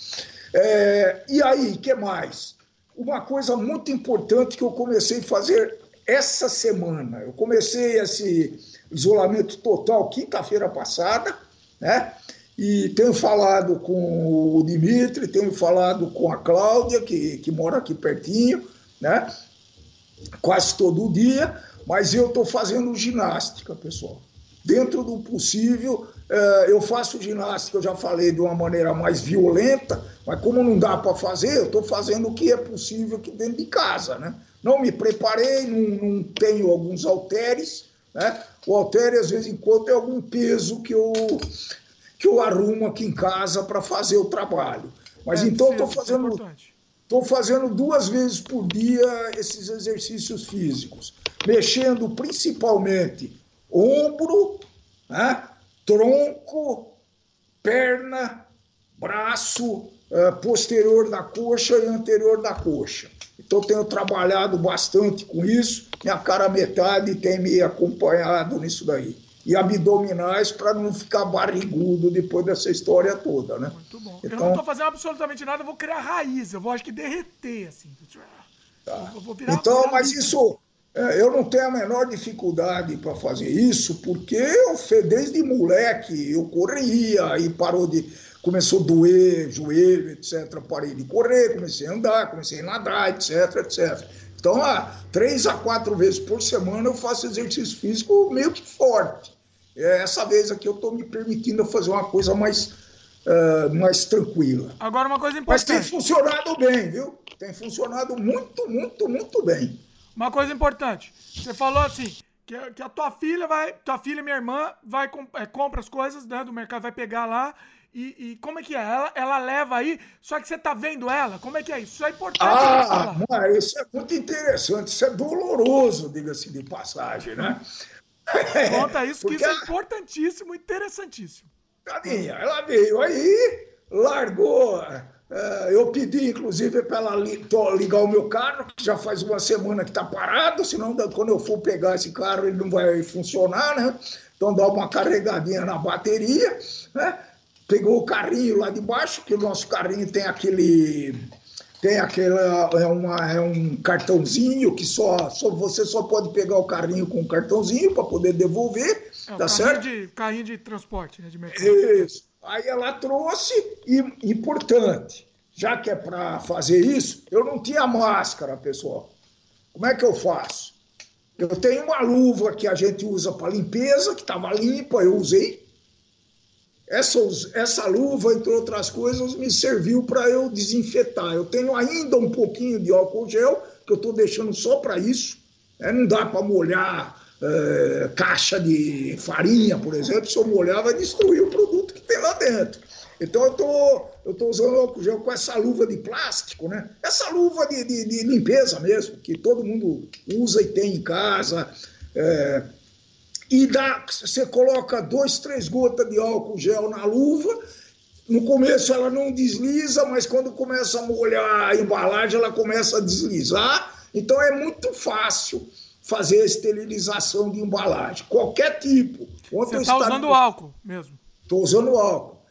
É, e aí, o que mais? Uma coisa muito importante que eu comecei a fazer essa semana. Eu comecei esse isolamento total quinta-feira passada, né? E tenho falado com o Dimitri, tenho falado com a Cláudia, que, que mora aqui pertinho, né? Quase todo dia, mas eu estou fazendo ginástica, pessoal. Dentro do possível, eu faço ginástica, eu já falei, de uma maneira mais violenta, mas como não dá para fazer, eu estou fazendo o que é possível aqui dentro de casa, né? Não me preparei, não, não tenho alguns halteres, né? O haltere, às vezes, em quando, é algum peso que eu, que eu arrumo aqui em casa para fazer o trabalho. Mas É, então, estou sim, fazendo, isso é estou fazendo duas vezes por dia esses exercícios físicos, mexendo principalmente ombro, né? Tronco, perna, braço, uh, posterior da coxa e anterior da coxa. Então, tenho trabalhado bastante com isso. Minha cara metade tem me acompanhado nisso daí. E abdominais para não ficar barrigudo depois dessa história toda, né? muito bom. Então, eu não estou fazendo absolutamente nada, eu vou criar raiz, eu vou acho que derreter, assim. Tá. Eu vou virar, então, virar mas líquido. isso... Eu não tenho a menor dificuldade para fazer isso, porque eu, desde moleque, eu corria e parou de... Começou a doer, joelho, etcétera. Parei de correr, comecei a andar, comecei a nadar, etc, etcétera. Então, ah, três a quatro vezes por semana eu faço exercício físico meio que forte. Essa vez aqui eu estou me permitindo fazer uma coisa mais, uh, mais tranquila. Agora, uma coisa importante. Mas tem funcionado bem, viu? Tem funcionado muito, muito, muito bem. Uma coisa importante, você falou assim, que, que a tua filha vai, tua filha, minha irmã, vai é, compra as coisas, né, do mercado, vai pegar lá, e, e como é que é? Ela, ela leva aí, só que você tá vendo ela? Como é que é isso? Isso é importante. Ah, mas isso é muito interessante, isso é doloroso, diga-se de passagem, né? Conta isso, Porque que isso é importantíssimo, interessantíssimo. Tadinha, ela veio aí, largou... Eu pedi, inclusive, para ela ligar o meu carro, que já faz uma semana que está parado, senão quando eu for pegar esse carro ele não vai funcionar, né? Então dá uma carregadinha na bateria, né? Pegou o carrinho lá de baixo, que o nosso carrinho tem aquele... Tem aquela... É, uma, é um cartãozinho que só, só... Você só pode pegar o carrinho com o cartãozinho para poder devolver, é, tá certo? De, carrinho de transporte, né? De mercado. Isso. Aí ela trouxe, e importante, já que é para fazer isso, eu não tinha máscara, pessoal. Como é que eu faço? Eu tenho uma luva que a gente usa para limpeza, que estava limpa, eu usei. Essa, essa luva, entre outras coisas, me serviu para eu desinfetar. Eu tenho ainda um pouquinho de álcool gel, que eu estou deixando só para isso. É, não dá para molhar é, caixa de farinha, por exemplo. Se eu molhar, vai destruir o produto que tem lá dentro. Então, eu tô, eu tô usando álcool gel com essa luva de plástico, né? Essa luva de, de, de limpeza mesmo, que todo mundo usa e tem em casa. É, e dá, você coloca dois, três gotas de álcool gel na luva. No começo ela não desliza, mas quando começa a molhar a embalagem, ela começa a deslizar. Então, é muito fácil fazer a esterilização de embalagem, qualquer tipo. Ontem você está usando no... álcool mesmo? Estou usando álcool.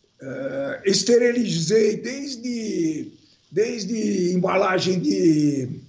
Uh, esterilizei desde, desde embalagem de,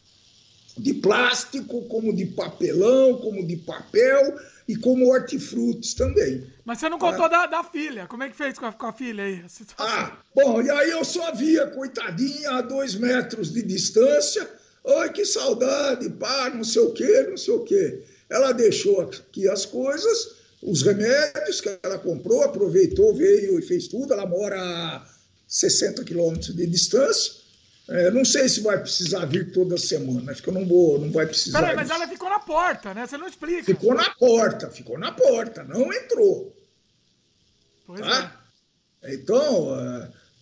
de plástico, como de papelão, como de papel e como hortifrutis também. Mas você não contou ah. da, da filha. Como é que fez com a, com a filha aí? Ah, bom, e aí eu só via, coitadinha, a dois metros de distância. Ai, que saudade, pá, não sei o quê, não sei o quê. Ela deixou aqui as coisas, os remédios que ela comprou, aproveitou, veio e fez tudo. Ela mora a sessenta quilômetros de distância. É, não sei se vai precisar vir toda semana, acho que eu não vou, não vai precisar. Peraí, mas ela ficou na porta, né? Você não explica. Ficou na porta, ficou na porta, não entrou. Pois tá? É. Então,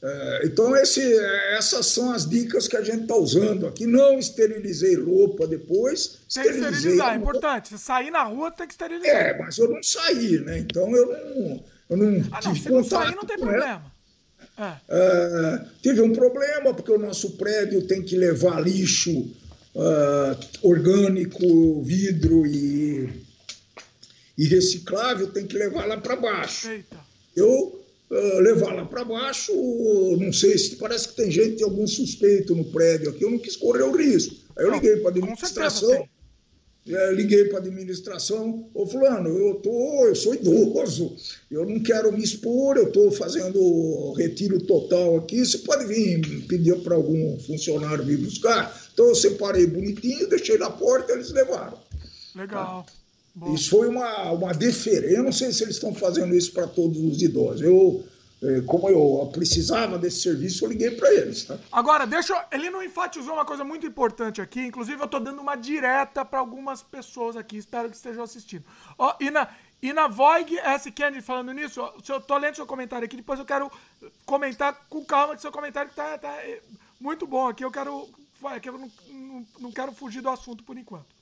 É, então, esse, essas são as dicas que a gente está usando aqui. Não esterilizei roupa depois, Tem que esterilizei esterilizar, a é mão. importante. Se sair na rua, tem que esterilizar. É, mas eu não saí, né? Então eu não, eu não Ah, não, tive se não sair, não contato tem com ela. problema. É. Uh, tive um problema, porque o nosso prédio tem que levar lixo uh, orgânico, vidro e, e reciclável, tem que levar lá para baixo. Eita. Eu uh, levar lá para baixo, não sei se parece que tem gente, tem algum suspeito no prédio aqui, eu não quis correr o risco. Aí eu Não, liguei para a com certeza administração. tem. É, liguei para a administração, ô fulano, eu, tô, eu sou idoso, eu não quero me expor, eu estou fazendo retiro total aqui, você pode vir pedir para algum funcionário vir buscar? Então eu separei bonitinho, deixei na porta, eles levaram. Legal. Tá? Isso foi uma, uma deferência, eu não sei se eles estão fazendo isso para todos os idosos, eu... Como eu precisava desse serviço, eu liguei para eles. Tá? Agora, deixa eu... Ele não enfatizou uma coisa muito importante aqui. Inclusive, eu tô dando uma direta para algumas pessoas aqui. Espero que estejam assistindo. Ó, e na, e na Voig S. Kennedy falando nisso, ó, eu tô lendo seu comentário aqui. Depois eu quero comentar com calma que seu comentário tá, tá muito bom aqui. Eu quero... Aqui eu não, não, não quero fugir do assunto por enquanto.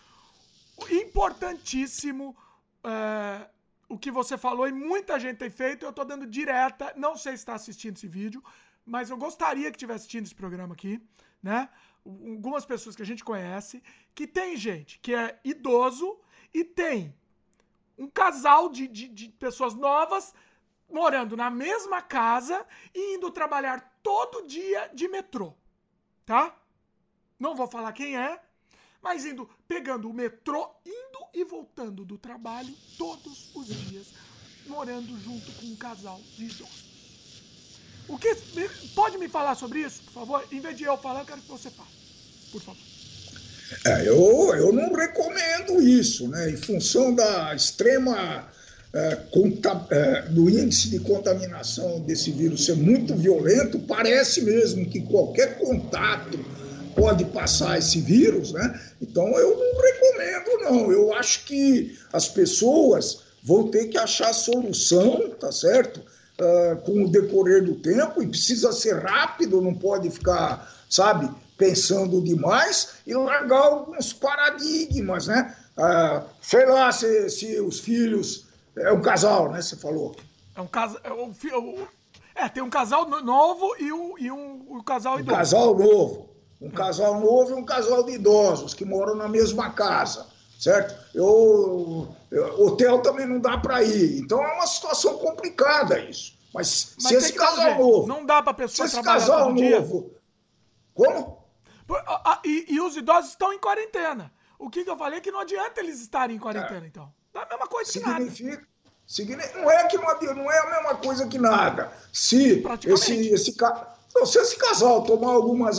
Importantíssimo... É... O que você falou e muita gente tem feito, eu tô dando direta, não sei se está assistindo esse vídeo, mas eu gostaria que tivesse assistindo esse programa aqui, né? Algumas pessoas que a gente conhece, que tem gente que é idoso e tem um casal de, de, de pessoas novas morando na mesma casa e indo trabalhar todo dia de metrô, tá? Não vou falar quem é, mas indo, pegando o metrô, indo e voltando do trabalho todos os dias, morando junto com um casal de idosos. O que, pode me falar sobre isso, por favor? Em vez de eu falar, eu quero que você fale, por favor. É, eu, eu não recomendo isso, né? Em função da extrema... É, conta, é, do índice de contaminação desse vírus ser muito violento, parece mesmo que qualquer contato pode passar esse vírus, né? Então eu não recomendo, não. Eu acho que as pessoas vão ter que achar solução, tá certo? Uh, com o decorrer do tempo, e precisa ser rápido, não pode ficar, sabe, pensando demais e largar alguns paradigmas, né? Uh, sei lá se, se os filhos... É um casal, né? Você falou. É um casal... É, um, é, tem um casal novo e um, e um, um casal idoso. Um casal novo. Um casal novo e um casal de idosos que moram na mesma casa, certo? Eu, eu, hotel também não dá para ir. Então é uma situação complicada isso. Mas, Mas se esse casal novo... Não dá para a pessoa se esse trabalhar casal todo dia. novo... Como? E, e os idosos estão em quarentena. O que, que eu falei é que não adianta eles estarem em quarentena, é. então. É a mesma coisa Significa... que nada. Significa, não é que não, não é a mesma coisa que nada. Se esse, esse, não, se esse casal tomar algumas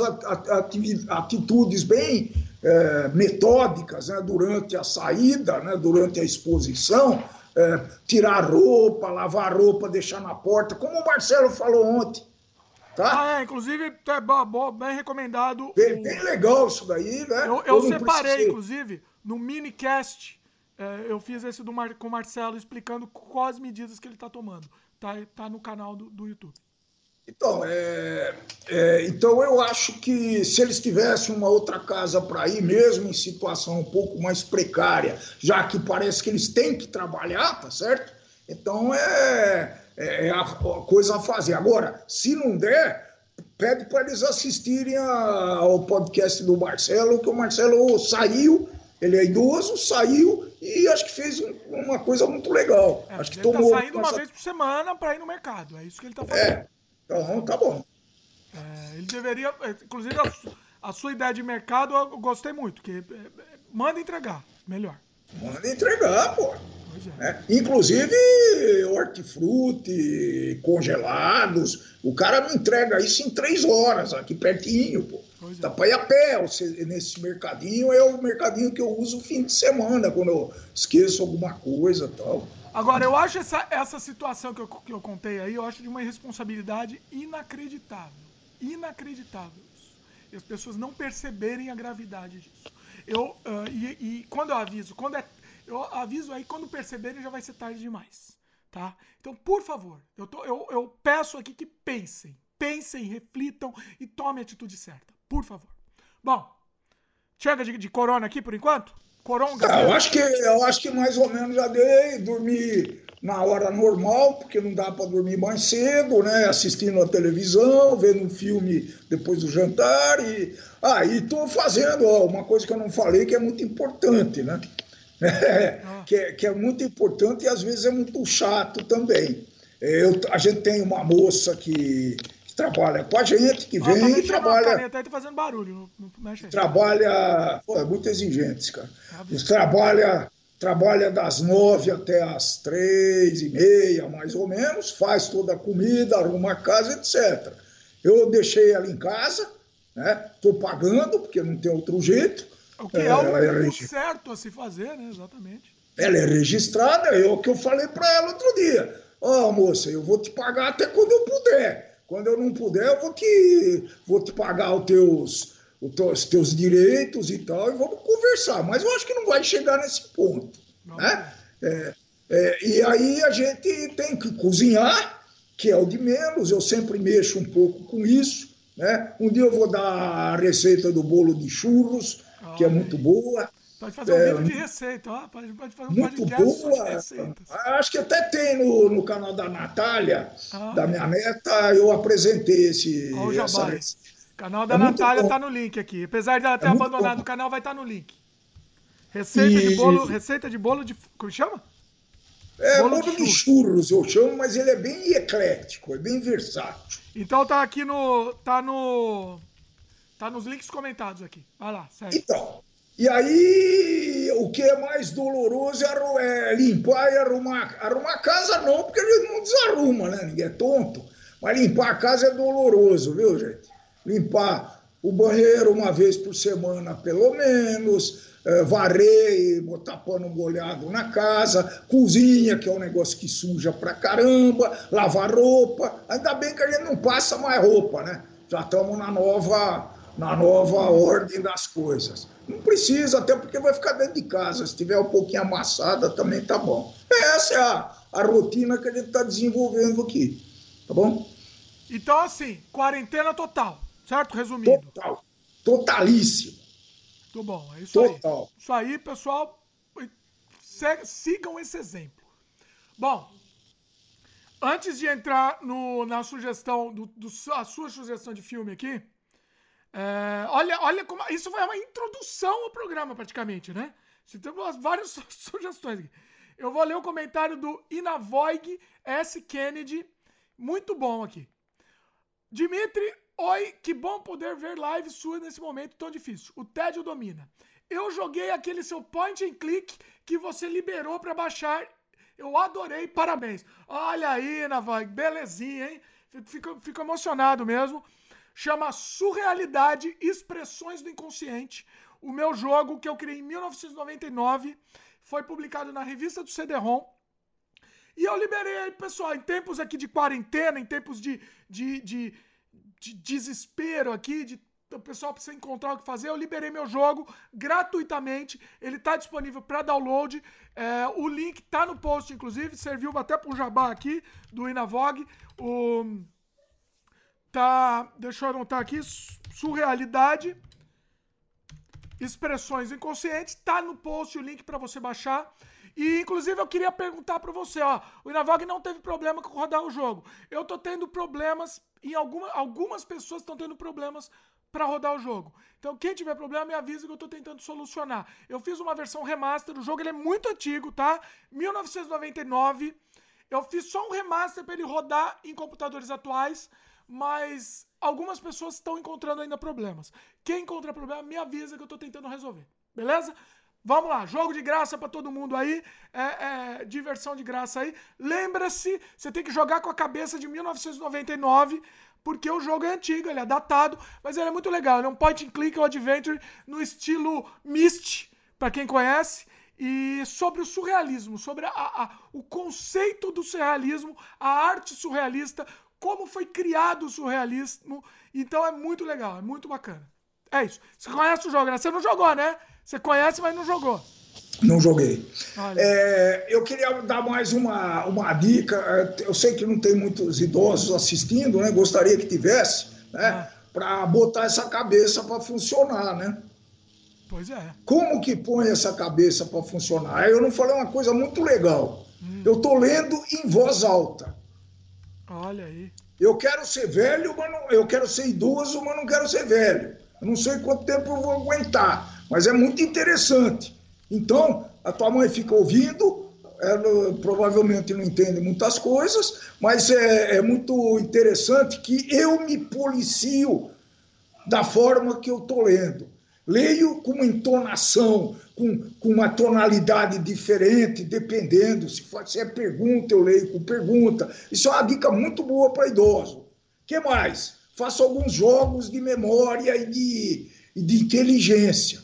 atitudes bem é, metódicas, né, durante a saída, né, durante a exposição, é, tirar roupa, lavar roupa, deixar na porta, como o Marcelo falou ontem. Tá? Ah, é, inclusive, é bom, bem recomendado. Bem, bem legal isso daí, né? Eu, eu, eu separei, precisei. inclusive, no minicast. É, eu fiz esse do Mar, com o Marcelo explicando quais medidas que ele está tomando. Tá, tá no canal do, do YouTube. Então, é, é, então, eu acho que se eles tivessem uma outra casa para ir, mesmo em situação um pouco mais precária, já que parece que eles têm que trabalhar, tá certo? Então é, é a, a coisa a fazer. Agora, se não der, pede para eles assistirem a, ao podcast do Marcelo, que o Marcelo saiu. Ele é idoso, saiu e acho que fez um, uma coisa muito legal. É, acho que ele tomou tá saindo essa... uma vez por semana para ir no mercado. É isso que ele tá fazendo. É, então tá bom. É, ele deveria... Inclusive, a, a sua ideia de mercado eu gostei muito. Que, é, manda entregar, melhor. Manda entregar, pô. Pois é. É, inclusive, hortifruti, congelados. O cara me entrega isso em três horas, aqui pertinho, pô. Pois Dá é. para ir a pé. Nesse mercadinho é o mercadinho que eu uso fim de semana, quando eu esqueço alguma coisa e tal. Agora, eu acho essa, essa situação que eu, que eu contei aí, eu acho de uma irresponsabilidade inacreditável. Inacreditável isso. E as pessoas não perceberem a gravidade disso. Eu, uh, e, e quando eu aviso, quando é, eu aviso aí, quando perceberem já vai ser tarde demais. Tá? Então, por favor, eu, tô, eu, eu peço aqui que pensem. pensem, reflitam e tomem a atitude certa. Por favor. Bom, chega de, de corona aqui por enquanto? Coronga. Ah, eu acho que eu acho que mais ou menos já dei, dormi na hora normal, porque não dá para dormir mais cedo, né? Assistindo a televisão, vendo um filme depois do jantar e aí ah, estou fazendo ó, uma coisa que eu não falei que é muito importante, né? É, ah. que, é, que é muito importante e às vezes é muito chato também. Eu, a gente tem uma moça que trabalha com a gente, que vem ah, e trabalha... A caneta aí tá fazendo barulho, não, não mexe aí. Trabalha... Pô, é muito exigente, cara. Ah, trabalha, trabalha das nove até as três e meia, mais ou menos, faz toda a comida, arruma a casa, etcétera. Eu deixei ela em casa, né? Tô pagando, porque não tem outro jeito. O que é, é o é certo a se fazer, né? Exatamente. Ela é registrada, é o que eu falei para ela outro dia. Ó, oh, moça, eu vou te pagar até quando eu puder. Quando eu não puder, eu vou te, vou te pagar os teus, os teus direitos e tal, e vamos conversar. Mas eu acho que não vai chegar nesse ponto. Não. Né? É, é, e aí a gente tem que cozinhar, que é o de menos, eu sempre mexo um pouco com isso. Né? Um dia eu vou dar a receita do bolo de churros, ah, que é muito boa. Pode fazer um é, vídeo de receita, ó. Pode, pode fazer um muito podcast boa. de receitas. Acho que até tem no, no canal da Natália, ah, da minha neta, eu apresentei esse, ó, essa receita. O canal da é Natália tá no link aqui. Apesar de ela ter é abandonado o canal, vai estar tá no link. Receita e... de bolo, receita de bolo de... Como chama? É, bolo, bolo de, churros. de churros, eu chamo, mas ele é bem eclético, é bem versátil. Então tá aqui no... Tá no... Tá nos links comentados aqui. Vai lá, segue. Então... E aí, o que é mais doloroso é, é limpar e arrumar. Arrumar a casa não, porque ele não desarruma, né? Ninguém é tonto. Mas limpar a casa é doloroso, viu, gente? Limpar o banheiro uma vez por semana, pelo menos. É, varrer e botar pano molhado na casa. Cozinha, que é um negócio que suja pra caramba. Lavar roupa. Ainda bem que a gente não passa mais roupa, né? Já estamos na nova... na nova ordem das coisas. Não precisa, até porque vai ficar dentro de casa. Se tiver um pouquinho amassada, também tá bom. Essa é a, a rotina que a gente está desenvolvendo aqui. Tá bom? Então, assim, quarentena total, certo? Resumindo. Total. Totalíssimo. Muito bom, é isso total. aí. Isso aí, pessoal. Sigam esse exemplo. Bom, antes de entrar no, na sugestão, do, do, a sua sugestão de filme aqui, É, olha, olha como. Isso foi uma introdução ao programa, praticamente, né? Temos várias sugestões aqui. Eu vou ler o comentário do Inavoig S. Kennedy. Muito bom aqui. Dimitri, oi, que bom poder ver live sua nesse momento tão difícil. O tédio domina. Eu joguei aquele seu point and click que você liberou para baixar. Eu adorei, parabéns. Olha aí, Inavoig, belezinha, hein? Fico, fico emocionado mesmo. Chama Surrealidade, Expressões do Inconsciente. O meu jogo, que eu criei em mil novecentos e noventa e nove, foi publicado na revista do C D-ROM. E eu liberei aí, pessoal, em tempos aqui de quarentena, em tempos de, de, de, de desespero aqui, de o pessoal precisa encontrar o que fazer, eu liberei meu jogo gratuitamente. Ele está disponível para download. É, o link tá no post, inclusive, serviu até para o jabá aqui do Inavoig. O... Tá, deixa eu anotar aqui, Surrealidade, Expressões Inconscientes, tá no post o link para você baixar. E inclusive eu queria perguntar para você, ó, o Inavoig não teve problema com rodar o jogo. Eu tô tendo problemas, em alguma, algumas pessoas estão tendo problemas para rodar o jogo. Então quem tiver problema me avisa que eu tô tentando solucionar. Eu fiz uma versão remaster, o jogo ele é muito antigo, tá? mil novecentos e noventa e nove. Eu fiz só um remaster para ele rodar em computadores atuais. Mas algumas pessoas estão encontrando ainda problemas. Quem encontra problema, me avisa que eu estou tentando resolver. Beleza? Vamos lá, jogo de graça para todo mundo aí. É, é, diversão de graça aí. Lembra-se, você tem que jogar com a cabeça de mil novecentos e noventa e nove, porque o jogo é antigo, ele é datado, mas ele é muito legal. Ele é um point and click, um adventure no estilo Myst, para quem conhece. E sobre o surrealismo, sobre a, a, o conceito do surrealismo, a arte surrealista, como foi criado o surrealismo. Então é muito legal, é muito bacana. É isso. Você conhece o jogo, né? Você não jogou, né? Você conhece, mas não jogou. Não joguei. É, eu queria dar mais uma, uma dica. Eu sei que não tem muitos idosos assistindo, né? Gostaria que tivesse, né? Ah. Para botar essa cabeça para funcionar, né? Pois é. Como que põe essa cabeça para funcionar? Eu não falei uma coisa muito legal. Hum. Eu estou lendo em voz alta. Olha aí. Eu quero ser velho, mas não, eu quero ser idoso, mas não quero ser velho. Eu não sei quanto tempo eu vou aguentar, mas é muito interessante. Então, a tua mãe fica ouvindo, ela provavelmente não entende muitas coisas, mas é, é muito interessante que eu me policio da forma que eu estou lendo. Leio com uma entonação, com, com uma tonalidade diferente, dependendo. Se, for, se é pergunta, eu leio com pergunta. Isso é uma dica muito boa para idoso. O que mais? Faço alguns jogos de memória e de, e de inteligência.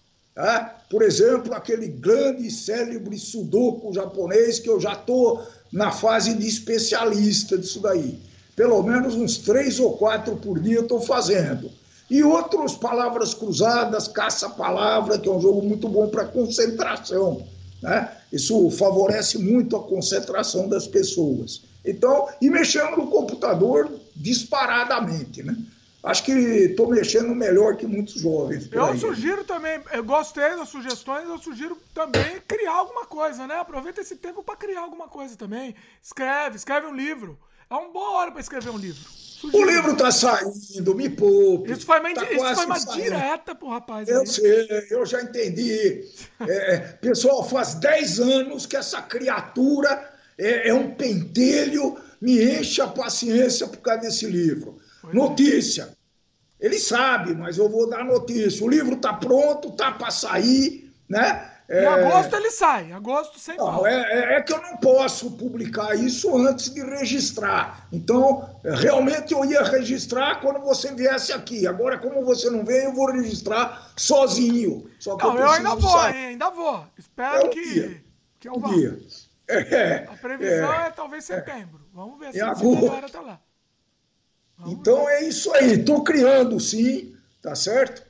Tá? Por exemplo, aquele grande e célebre sudoku japonês, que eu já estou na fase de especialista disso daí. Pelo menos uns três ou quatro por dia eu estou fazendo. E outros palavras cruzadas, caça-palavra, que é um jogo muito bom para concentração. Né? Isso favorece muito a concentração das pessoas. Então, e mexendo no computador disparadamente, né? Acho que estou mexendo melhor que muitos jovens. Eu aí. Sugiro também, eu gostei das sugestões, eu sugiro também criar alguma coisa, né? Aproveita esse tempo para criar alguma coisa também. Escreve, escreve um livro. É uma boa hora para escrever um livro. Sugiro. O livro está saindo, me poupe. Isso foi, tá isso foi uma saindo. direta pro rapaz. Eu aí. sei, eu já entendi. É, pessoal, faz dez anos que essa criatura é, é um pentelho, me enche a paciência por causa desse livro. Foi notícia. É. Ele sabe, mas eu vou dar notícia. O livro está pronto, está para sair, né? É... Em agosto ele sai, agosto sem não, é, é que eu não posso publicar isso antes de registrar. Então, realmente eu ia registrar quando você viesse aqui. Agora, como você não veio, eu vou registrar sozinho. Só que não, eu, eu ainda vou, hein, ainda vou. Espero é que, dia. que eu um vá. Dia. É, a previsão é, é talvez setembro. É. Vamos ver se é se melhora até lá. Vamos então ver. É isso aí. Estou criando, sim, tá certo?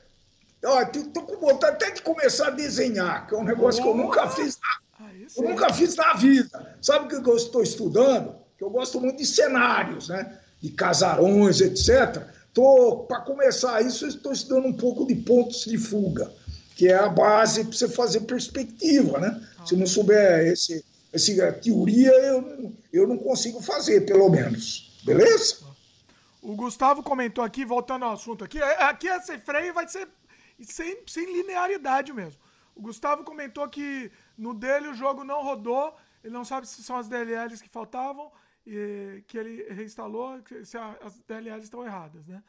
Estou com vontade até de começar a desenhar, que é um negócio oh, que eu nunca fiz na, eu nunca fiz na vida. Sabe o que eu estou estudando? Que eu gosto muito de cenários, né? De casarões, etcétera. Tô, para começar isso, eu estou estudando um pouco de pontos de fuga, que é a base para você fazer perspectiva, né? Ah. Se não souber esse, essa teoria, eu, eu não consigo fazer, pelo menos. Beleza? O Gustavo comentou aqui, voltando ao assunto aqui, aqui é sem freio, vai ser sem, sem linearidade mesmo. O Gustavo comentou que no dele o jogo não rodou, ele não sabe se são as D L Ls que faltavam, e que ele reinstalou, se as D L Ls estão erradas, né?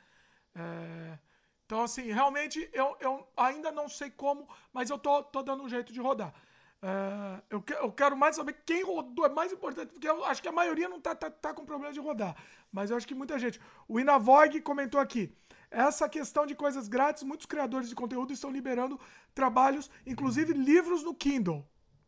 É, então, assim, realmente eu, eu ainda não sei como, mas eu tô, tô dando um jeito de rodar. É, eu, que, eu quero mais saber quem rodou, é mais importante, porque eu acho que a maioria não tá, tá, tá com problema de rodar, mas eu acho que muita gente. O Inavoig comentou aqui, essa questão de coisas grátis, muitos criadores de conteúdo estão liberando trabalhos, inclusive livros no Kindle.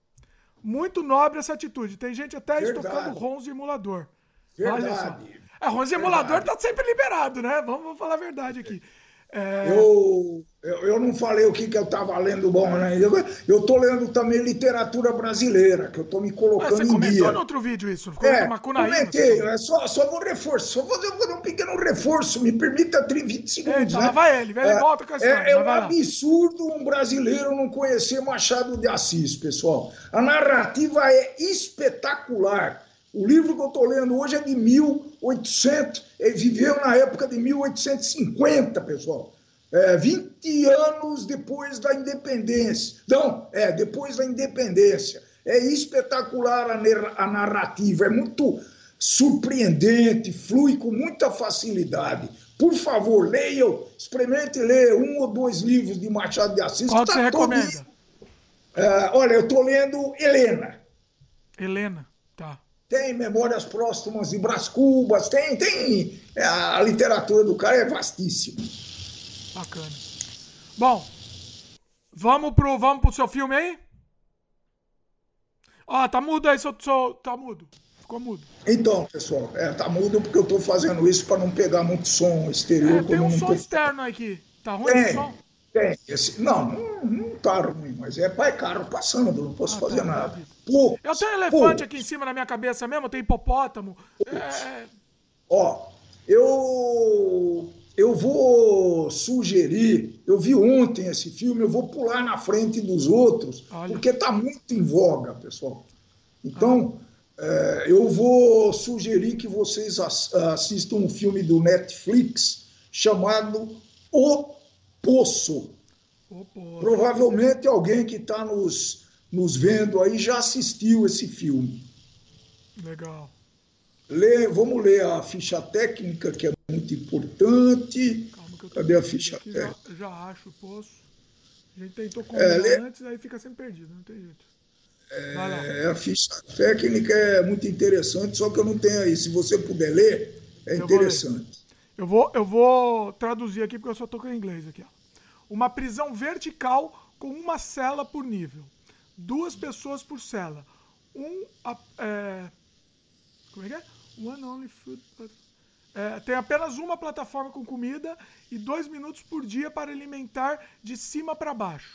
Muito nobre essa atitude. Tem gente até Verdade. estocando ROMs de emulador. Verdade. Olha só. É, ROMs de emulador tá sempre liberado, né? Vamos, vamos falar a verdade aqui. É... Eu, eu, eu não falei o que, que eu estava lendo bom, né? Eu estou lendo também literatura brasileira, que eu estou me colocando Mas em dia. Você comentou no outro vídeo isso? É, comentei, é só, só vou reforço, só vou fazer um pequeno reforço, me permita vinte segundos. Então, né? lá vai ele, ele volta com a história. É, é um absurdo um brasileiro não conhecer Machado de Assis, pessoal. A narrativa é espetacular. O livro que eu estou lendo hoje é de mil e oitocentos, ele viveu na época de mil oitocentos e cinquenta, pessoal. É, vinte anos depois da independência. Não, é, depois da independência. É espetacular a, a narrativa, é muito surpreendente, flui com muita facilidade. Por favor, leiam, experimente ler um ou dois livros de Machado de Assis. Qual que você recomenda? Todo... É, olha, eu estou lendo Helena. Helena, tá. Tem Memórias Póstumas de Brás Cubas, tem, tem. A literatura do cara é vastíssima. Bacana. Bom, vamos pro, vamos pro seu filme aí? Ó, tá mudo aí, seu, seu, tá mudo. Ficou mudo. Então, pessoal, é, tá mudo porque eu tô fazendo isso para não pegar muito som exterior. É, tem um não som tô... externo aqui. Tá ruim tem, esse som? Tem. Esse... Não, não, não tá ruim. mas é pai carro passando, não posso ah, fazer tá, nada. Pô, eu tenho um elefante pô. aqui em cima na minha cabeça mesmo, eu tenho hipopótamo. É... Ó, eu, eu vou sugerir, eu vi ontem esse filme, eu vou pular na frente dos outros, Olha. porque está muito em voga, pessoal. Então, ah. é, eu vou sugerir que vocês assistam um filme do Netflix chamado O Poço. Provavelmente alguém que está nos, nos vendo aí já assistiu esse filme. Legal. Lê, vamos ler a ficha técnica, que é muito importante. Calma que eu tô Cadê a ficha técnica? Já, já acho o poço. A gente tentou combinar é, lê... antes, aí fica sempre perdido, não tem jeito. É, a ficha técnica é muito interessante, só que eu não tenho aí. Se você puder ler, é eu interessante. Vou eu, vou, eu vou traduzir aqui, porque eu só estou com o inglês aqui, ó. Uma prisão vertical com uma cela por nível. Duas pessoas por cela. Um... É, como é que é? One only food... É, tem apenas uma plataforma com comida e dois minutos por dia para alimentar de cima para baixo.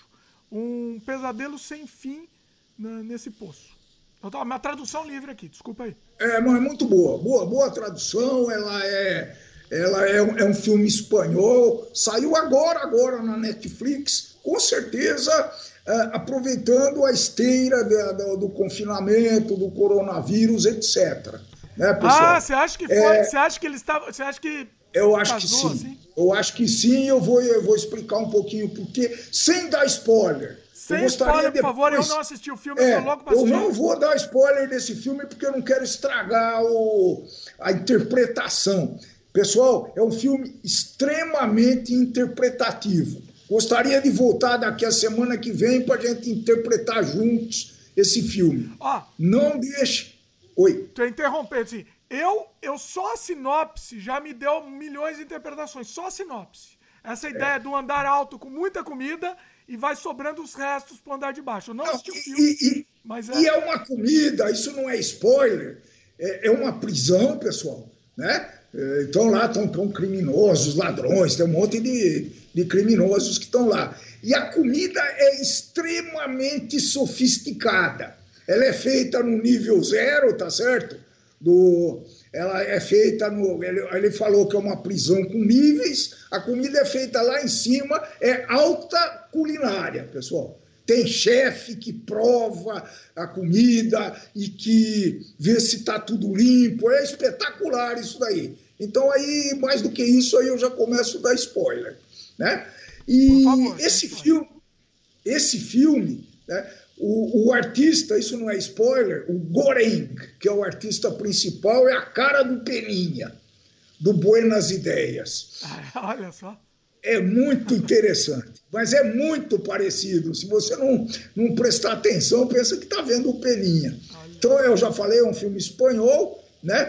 Um pesadelo sem fim na, nesse poço. Então, tá, uma tradução livre aqui, desculpa aí. É, mas é muito boa. Boa, boa tradução, ela é... Ela é um, é um filme espanhol, saiu agora, agora na Netflix, com certeza é, aproveitando a esteira de, de, do confinamento, do coronavírus, etcétera. Né, pessoal? Ah, você acha que foi? É, você acha que ele estava? Você acha que eu acho que sim. Assim? Eu acho que sim. Eu vou, eu vou explicar um pouquinho porque, sem dar spoiler. Sem eu spoiler, por favor, eu não assisti o filme, é, eu tô louco pra eu assistir. não vou dar spoiler desse filme porque eu não quero estragar o, a interpretação. Pessoal, é um filme extremamente interpretativo. Gostaria de voltar daqui a semana que vem para a gente interpretar juntos esse filme. Ó, não deixe... Oi. Tô interrompendo, assim. Eu, eu só a sinopse já me deu milhões de interpretações. Só a sinopse. Essa ideia é. do andar alto com muita comida e vai sobrando os restos pro andar de baixo. Eu não, não assisti o filme, e, e, mas é... E é uma comida, isso não é spoiler. É, é uma prisão, pessoal, né? Então lá estão criminosos, ladrões, tem um monte de, de criminosos que estão lá. E a comida é extremamente sofisticada. Ela é feita no nível zero, tá certo? Do, ela é feita no... Ele, ele falou que é uma prisão com níveis, a comida é feita lá em cima, é alta culinária, pessoal. Tem chefe que prova a comida e que vê se está tudo limpo. É espetacular isso daí. Então, aí, mais do que isso, aí eu já começo a dar spoiler. Né? E favor, esse, filme, esse filme, né, o, o artista, isso não é spoiler, o Goreng, que é o artista principal, é a cara do Peninha, do Buenas Ideias. Ah, olha só. É muito interessante, mas é muito parecido. Se você não, não prestar atenção, pensa que está vendo o Peninha. Então, eu já falei, é um filme espanhol, né?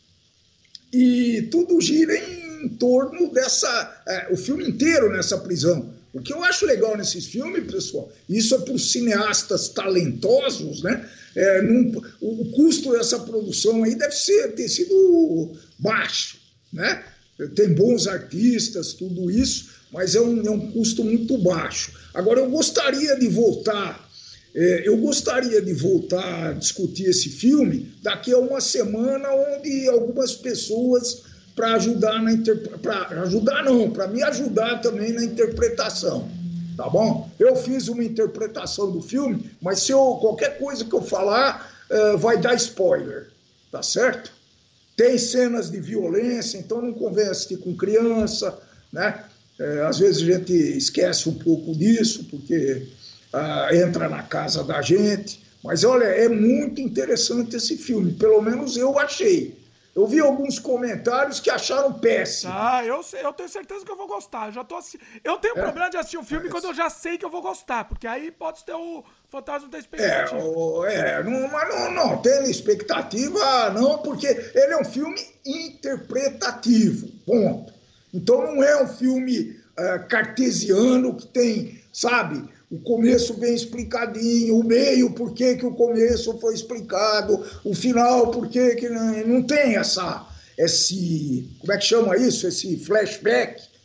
E tudo gira em torno dessa... É, o filme inteiro nessa prisão. O que eu acho legal nesses filmes, pessoal, isso é para os cineastas talentosos, né? É, num, o custo dessa produção aí deve ser, ter sido baixo, né? Tem bons artistas, tudo isso, mas é um, é um custo muito baixo. Agora, eu gostaria de voltar, é, eu gostaria de voltar a discutir esse filme daqui a uma semana, onde algumas pessoas, para ajudar na para ajudar não, para me ajudar também na interpretação, tá bom? Eu fiz uma interpretação do filme, mas se eu, qualquer coisa que eu falar é, vai dar spoiler, tá certo? Tem cenas de violência, então não convém assistir com criança, né? É, às vezes a gente esquece um pouco disso, porque ah, entra na casa da gente. Mas, olha, é muito interessante esse filme, pelo menos eu achei. Eu vi alguns comentários que acharam péssimo. Ah, eu, sei, eu tenho certeza que eu vou gostar. Eu, já tô assi... eu tenho é. problema de assistir um filme é. quando eu já sei que eu vou gostar, porque aí pode ter o fantasma da expectativa. É, o, é não, mas não, não tem expectativa, não, porque ele é um filme interpretativo, ponto. Então não é um filme uh, cartesiano que tem, sabe, o começo bem explicadinho, o meio, por que que o começo foi explicado, o final, por que que não, não tem essa, esse, como é que chama isso? Esse flashback,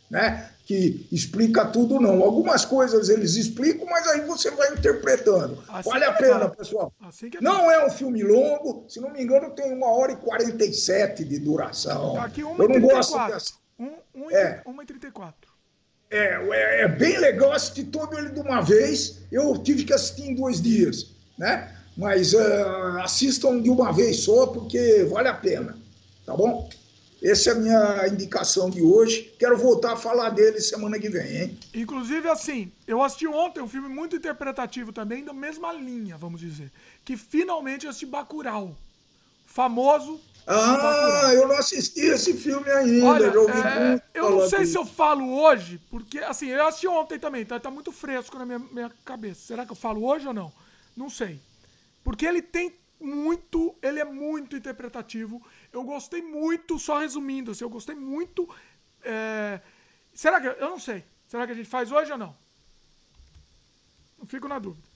né, que explica tudo, não. Algumas coisas eles explicam, mas aí você vai interpretando. Assim vale a pena, legal. Pessoal. Assim é não é um filme longo, se não me engano, tem uma hora e quarenta e sete de duração. Tá aqui uma Eu não gosto dessa. uma e trinta e quatro. É, é, é bem legal assistir todo ele de uma vez. Eu tive que assistir em dois dias, né? Mas uh, assistam de uma vez só, porque vale a pena, tá bom? Essa é a minha indicação de hoje. Quero voltar a falar dele semana que vem, hein? Inclusive, assim, eu assisti ontem um filme muito interpretativo também, da mesma linha, vamos dizer. Que finalmente eu assisti Bacurau. Famoso. Ah, Bacurau. Eu não assisti esse filme ainda. Olha, já ouvi é, muito eu não sei disso. se eu falo hoje, porque, assim, eu assisti ontem também, tá, tá muito fresco na minha, minha cabeça. Será que eu falo hoje ou não? Não sei. Porque ele tem muito, ele é muito interpretativo. Eu gostei muito, só resumindo, assim, eu gostei muito. É... Será que, eu não sei, será que a gente faz hoje ou não? Não fico na dúvida.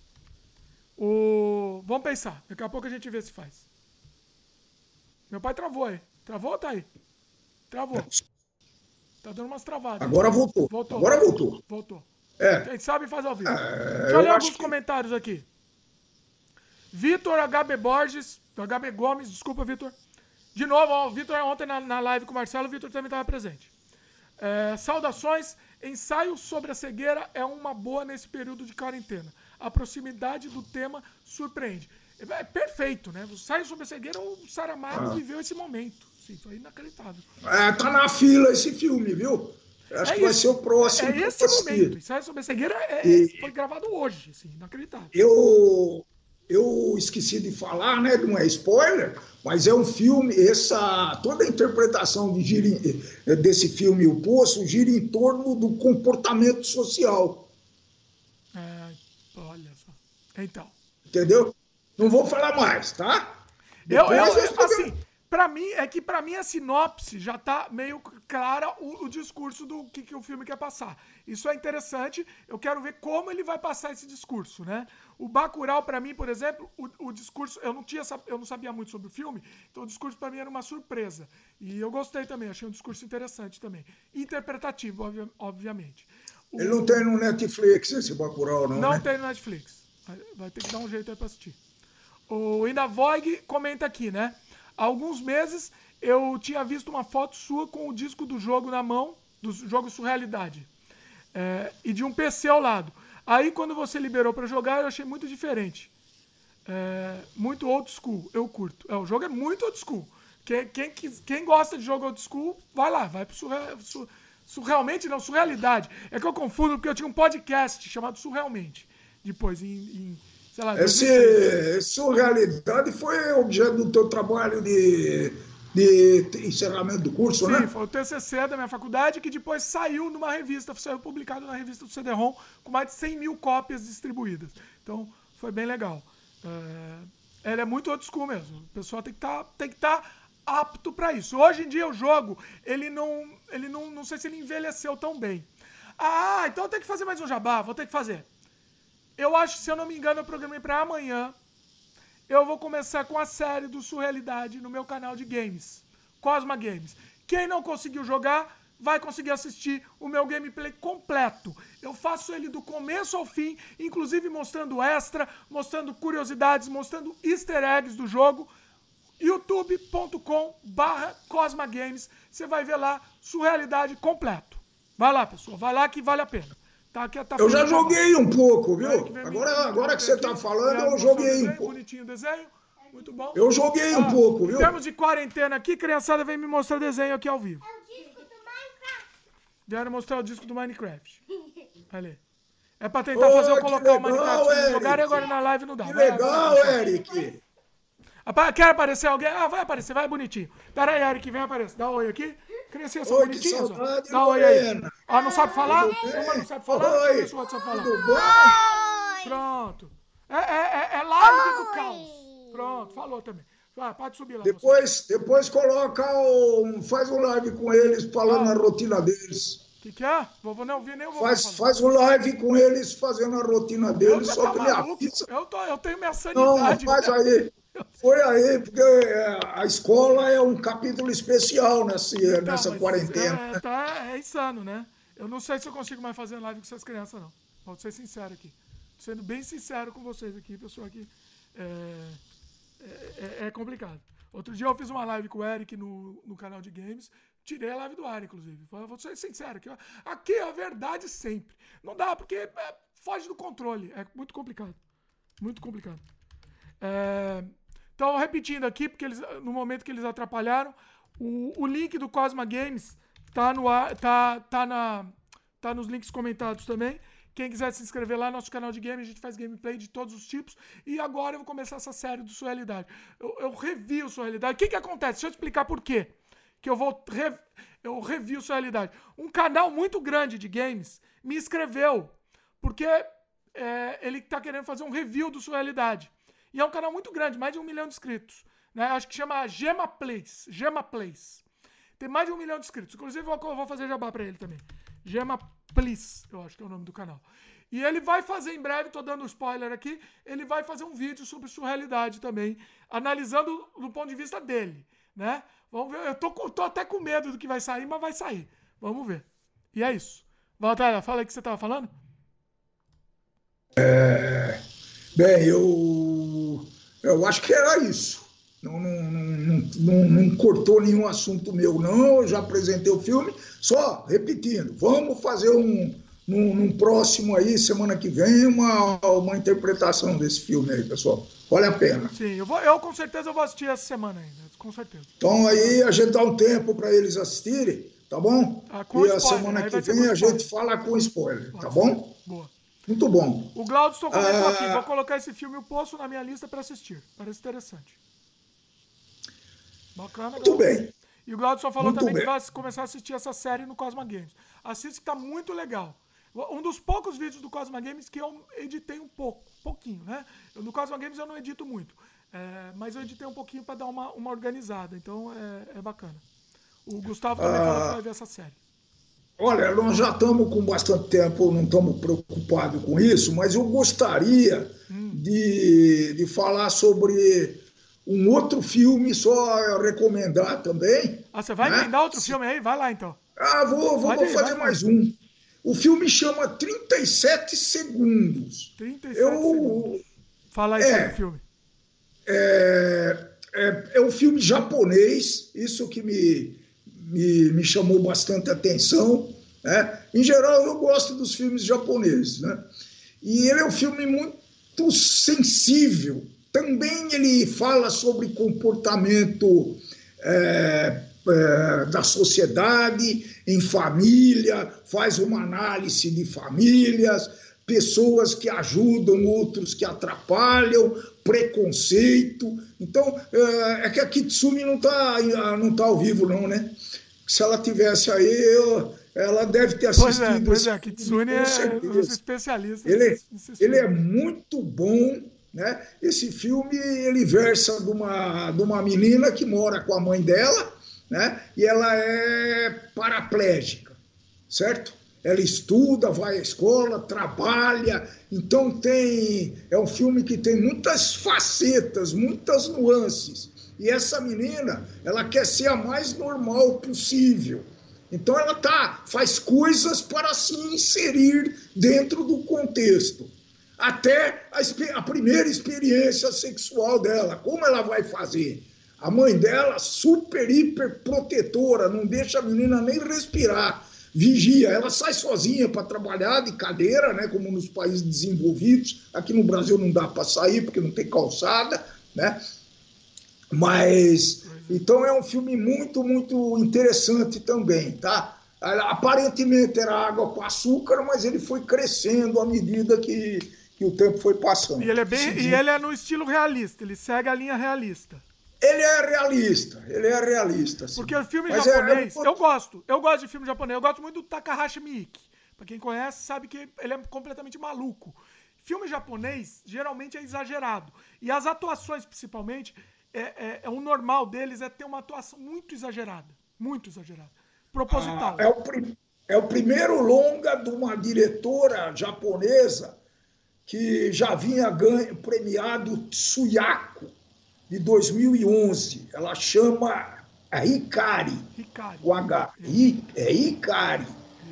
O... Vamos pensar, daqui a pouco a gente vê se faz. Meu pai travou aí, travou ou tá aí? Travou. Tá dando umas travadas. Agora voltou. voltou. Agora voltou. Voltou. É. Quem sabe faz ao vivo. É, Deixa eu ler alguns que... comentários aqui. Vitor H B Borges, H B Gomes, desculpa, Vitor. De novo, ó, o Vitor ontem na, na live com o Marcelo, o Vitor também estava presente. É, saudações, ensaio sobre a cegueira é uma boa nesse período de quarentena. A proximidade do tema surpreende. É perfeito, né? O ensaio sobre a cegueira, o Saramago ah. viveu esse momento. Sim, foi inacreditável. É, tá na fila esse filme, viu? Acho é que vai ser o próximo. É, é esse momento. Ensaio sobre a cegueira é, e... foi gravado hoje, assim, inacreditável. Eu... Eu esqueci de falar, né? Não é spoiler, mas é um filme. Essa toda a interpretação de gira, desse filme, O Poço, gira em torno do comportamento social. É, olha só. Então. Entendeu? Não vou falar mais, tá? Eu, eu, eu assim, para mim é que para mim a sinopse já tá meio clara o, o discurso do que, que o filme quer passar. Isso é interessante. Eu quero ver como ele vai passar esse discurso, né? O Bacurau, para mim, por exemplo, o, o discurso... Eu não, tinha, eu não sabia muito sobre o filme, então o discurso para mim era uma surpresa. E eu gostei também, achei um discurso interessante também. Interpretativo, obvi obviamente. O... Ele não tem no Netflix esse Bacurau, não, Não né? tem no Netflix. Vai ter que dar um jeito aí pra assistir. O Indavoig comenta aqui, né? Há alguns meses eu tinha visto uma foto sua com o disco do jogo na mão, do jogo Surrealidade. É, e de um P C ao lado. Aí, quando você liberou para jogar, eu achei muito diferente. É, muito old school, eu curto. É, o jogo é muito old school. Quem, quem, quem gosta de jogo old school, vai lá, vai pro surreal, sur, Surrealmente, não, Surrealidade. É que eu confundo porque eu tinha um podcast chamado Surrealmente. Depois, em, em sei lá... Esse Surrealidade foi objeto do teu trabalho de... de encerramento do curso, Sim, né? Sim, foi o T C C da minha faculdade, que depois saiu numa revista, saiu publicado na revista do C D-ROM, com mais de cem mil cópias distribuídas. Então, foi bem legal. É, ele é muito old school mesmo. O pessoal tem que tá, tem que estar tá apto para isso. Hoje em dia, o jogo, ele não, ele não, não sei se ele envelheceu tão bem. Ah, então eu tenho que fazer mais um jabá, vou ter que fazer. Eu acho, se eu não me engano, eu programei para amanhã. Eu vou começar com a série do Surrealidade no meu canal de games, Cosma Games. Quem não conseguiu jogar, vai conseguir assistir o meu gameplay completo. Eu faço ele do começo ao fim, inclusive mostrando extra, mostrando curiosidades, mostrando easter eggs do jogo. youtube ponto com barra Cosma Games. Você vai ver lá, Surrealidade completo. Vai lá, pessoal, vai lá que vale a pena. Tá, aqui, tá eu já joguei um pouco, viu? Que agora me, agora que você está falando, eu joguei desenho, um pouco. Bonitinho o desenho, muito bom. Eu joguei ah, um pouco, viu? Em termos de quarentena aqui, criançada vem me mostrar desenho aqui ao vivo. É o disco do Minecraft. Vieram mostrar o disco do Minecraft. Ali. É pra tentar oh, fazer eu colocar legal, o Minecraft no jogar e agora na live não dá. Que vai, legal, vai, Eric. Quer aparecer alguém? Ah, vai aparecer, vai bonitinho. Pera aí, Eric, vem aparecer. Dá um oi aqui. Criança oi, bonitinho. Saudade, dá um oi aí. Ah, não sabe falar? Uma não sabe falar? Oi. Deixa o outro sabe falar. Tudo bom? Pronto. É, é, é live oi. do caos. Pronto, falou também. Vai, pode subir lá. Depois, depois coloca um, faz um live com eles falando ah. a rotina deles. O que, que é? Vovô não vi nem o vovô. Faz, faz um live com eles fazendo a rotina deles, só tá que me avisa. Eu, tô, eu tenho minha sanidade. Não, faz aí. Foi aí, porque a escola é um capítulo especial nessa, Então, nessa mas quarentena. é, tá, é insano, né? Eu não sei se eu consigo mais fazer live com essas crianças, não. Vou ser sincero aqui. Tô sendo bem sincero com vocês aqui, pessoal aqui. É, é, é complicado. Outro dia eu fiz uma live com o Eric no, no canal de games. Tirei a live do ar, inclusive. Vou ser sincero aqui. Aqui é a verdade sempre. Não dá, porque é, foge do controle. É muito complicado. Muito complicado. É, então, repetindo aqui, porque eles, no momento que eles atrapalharam, o, o link do Cosma Games tá, no ar, tá, tá, na, tá nos links comentados também. Quem quiser se inscrever lá no nosso canal de game, a gente faz gameplay de todos os tipos. E agora eu vou começar essa série do Sua Realidade. Eu, eu revi o Sua Realidade. O que, que acontece? Deixa eu explicar por quê. Que eu vou re, eu revi o Sua Realidade. Um canal muito grande de games me escreveu. Porque é, ele tá querendo fazer um review do Sua Realidade. E é um canal muito grande, mais de um milhão de inscritos. Né? Acho que chama Gema Plays. Gema Plays. Tem mais de um milhão de inscritos. Inclusive, eu vou fazer jabá pra ele também. Gema Please, eu acho que é o nome do canal. E ele vai fazer em breve, tô dando spoiler aqui, ele vai fazer um vídeo sobre surrealidade também, analisando do ponto de vista dele, né? Vamos ver, eu tô, tô até com medo do que vai sair, mas vai sair. Vamos ver. E é isso. Valtéria, fala aí o que você tava falando. É, bem, eu, eu acho que era isso. Não, não, não, não, não cortou nenhum assunto meu, não. Eu já apresentei o filme. Só repetindo, vamos fazer um, num, num próximo aí, semana que vem, uma, uma interpretação desse filme aí, pessoal. Vale a pena. Sim, eu, vou, eu com certeza eu vou assistir essa semana ainda, com certeza. Então aí a gente dá um tempo para eles assistirem, tá bom? Ah, com e a spoiler, semana aí que vai ser vem com a spoiler. gente fala com spoiler, Pode tá ser. bom? Boa. Muito bom. O Glaudson comentou Ah, aqui, vou colocar esse filme, o Poço, na minha lista para assistir. Parece interessante. Bacana, Muito Glaudson. bem, E o Glaudson falou muito também que bem. vai começar a assistir essa série no Cosma Games. Assiste que tá muito legal. Um dos poucos vídeos do Cosma Games que eu editei um pouco, pouquinho, né? Eu, no Cosma Games eu não edito muito, é, mas eu editei um pouquinho para dar uma, uma organizada, então é, é bacana. O Gustavo também falou que vai ver essa série. Olha, nós já estamos com bastante tempo, não estamos preocupados com isso, mas eu gostaria Hum. de, de falar sobre um outro filme, só recomendar também. Ah, você vai né? emendar outro filme aí? Vai lá então. Ah, vou, vou, Pode vou ir, fazer vai, mais um. O filme chama trinta e sete segundos. trinta e sete eu, segundos. Fala aí é, sobre o filme. É, é, é um filme japonês, isso que me, me, me chamou bastante atenção. Né? Em geral, eu gosto dos filmes japoneses. Né? E ele é um filme muito sensível. Também ele fala sobre comportamento é, é, da sociedade, em família, faz uma análise de famílias, pessoas que ajudam, outros que atrapalham, preconceito. Então, é que a Kitsune não está não tá ao vivo, não, né? Se ela tivesse aí, eu, ela deve ter assistido. Pois é, pois é, a Kitsune é um dos especialistas. Ele, ele é muito bom, né? Esse filme, ele versa de uma, de uma menina que mora com a mãe dela, né? E ela é paraplégica, certo? Ela estuda, vai à escola, trabalha, então tem é um filme que tem muitas facetas, muitas nuances. E essa menina, ela quer ser a mais normal possível. Então ela tá, faz coisas para se inserir dentro do contexto. Até a, a primeira experiência sexual dela, como ela vai fazer? A mãe dela, super, hiper protetora, não deixa a menina nem respirar. Vigia, ela sai sozinha para trabalhar de cadeira, né, como nos países desenvolvidos. Aqui no Brasil não dá para sair porque não tem calçada, né? Mas então é um filme muito, muito interessante também, tá? Aparentemente era água com açúcar, mas ele foi crescendo à medida que, que o tempo foi passando. E ele é bem, e ele é no estilo realista, ele segue a linha realista. Ele é realista, ele é realista. Sim. Porque o filme Mas japonês, é, é... eu gosto, eu gosto de filme japonês, eu gosto muito do Takahashi Miike. Pra quem conhece, sabe que ele é completamente maluco. Filme japonês, geralmente é exagerado. E as atuações, principalmente, é, é, é o normal deles é ter uma atuação muito exagerada. Muito exagerada. Proposital. Ah, é, o prim... é o primeiro longa de uma diretora japonesa que já vinha ganho, premiado Tsuyako. de dois mil e onze. Ela chama Hikari. Hikari. Com H. I, é Hikari.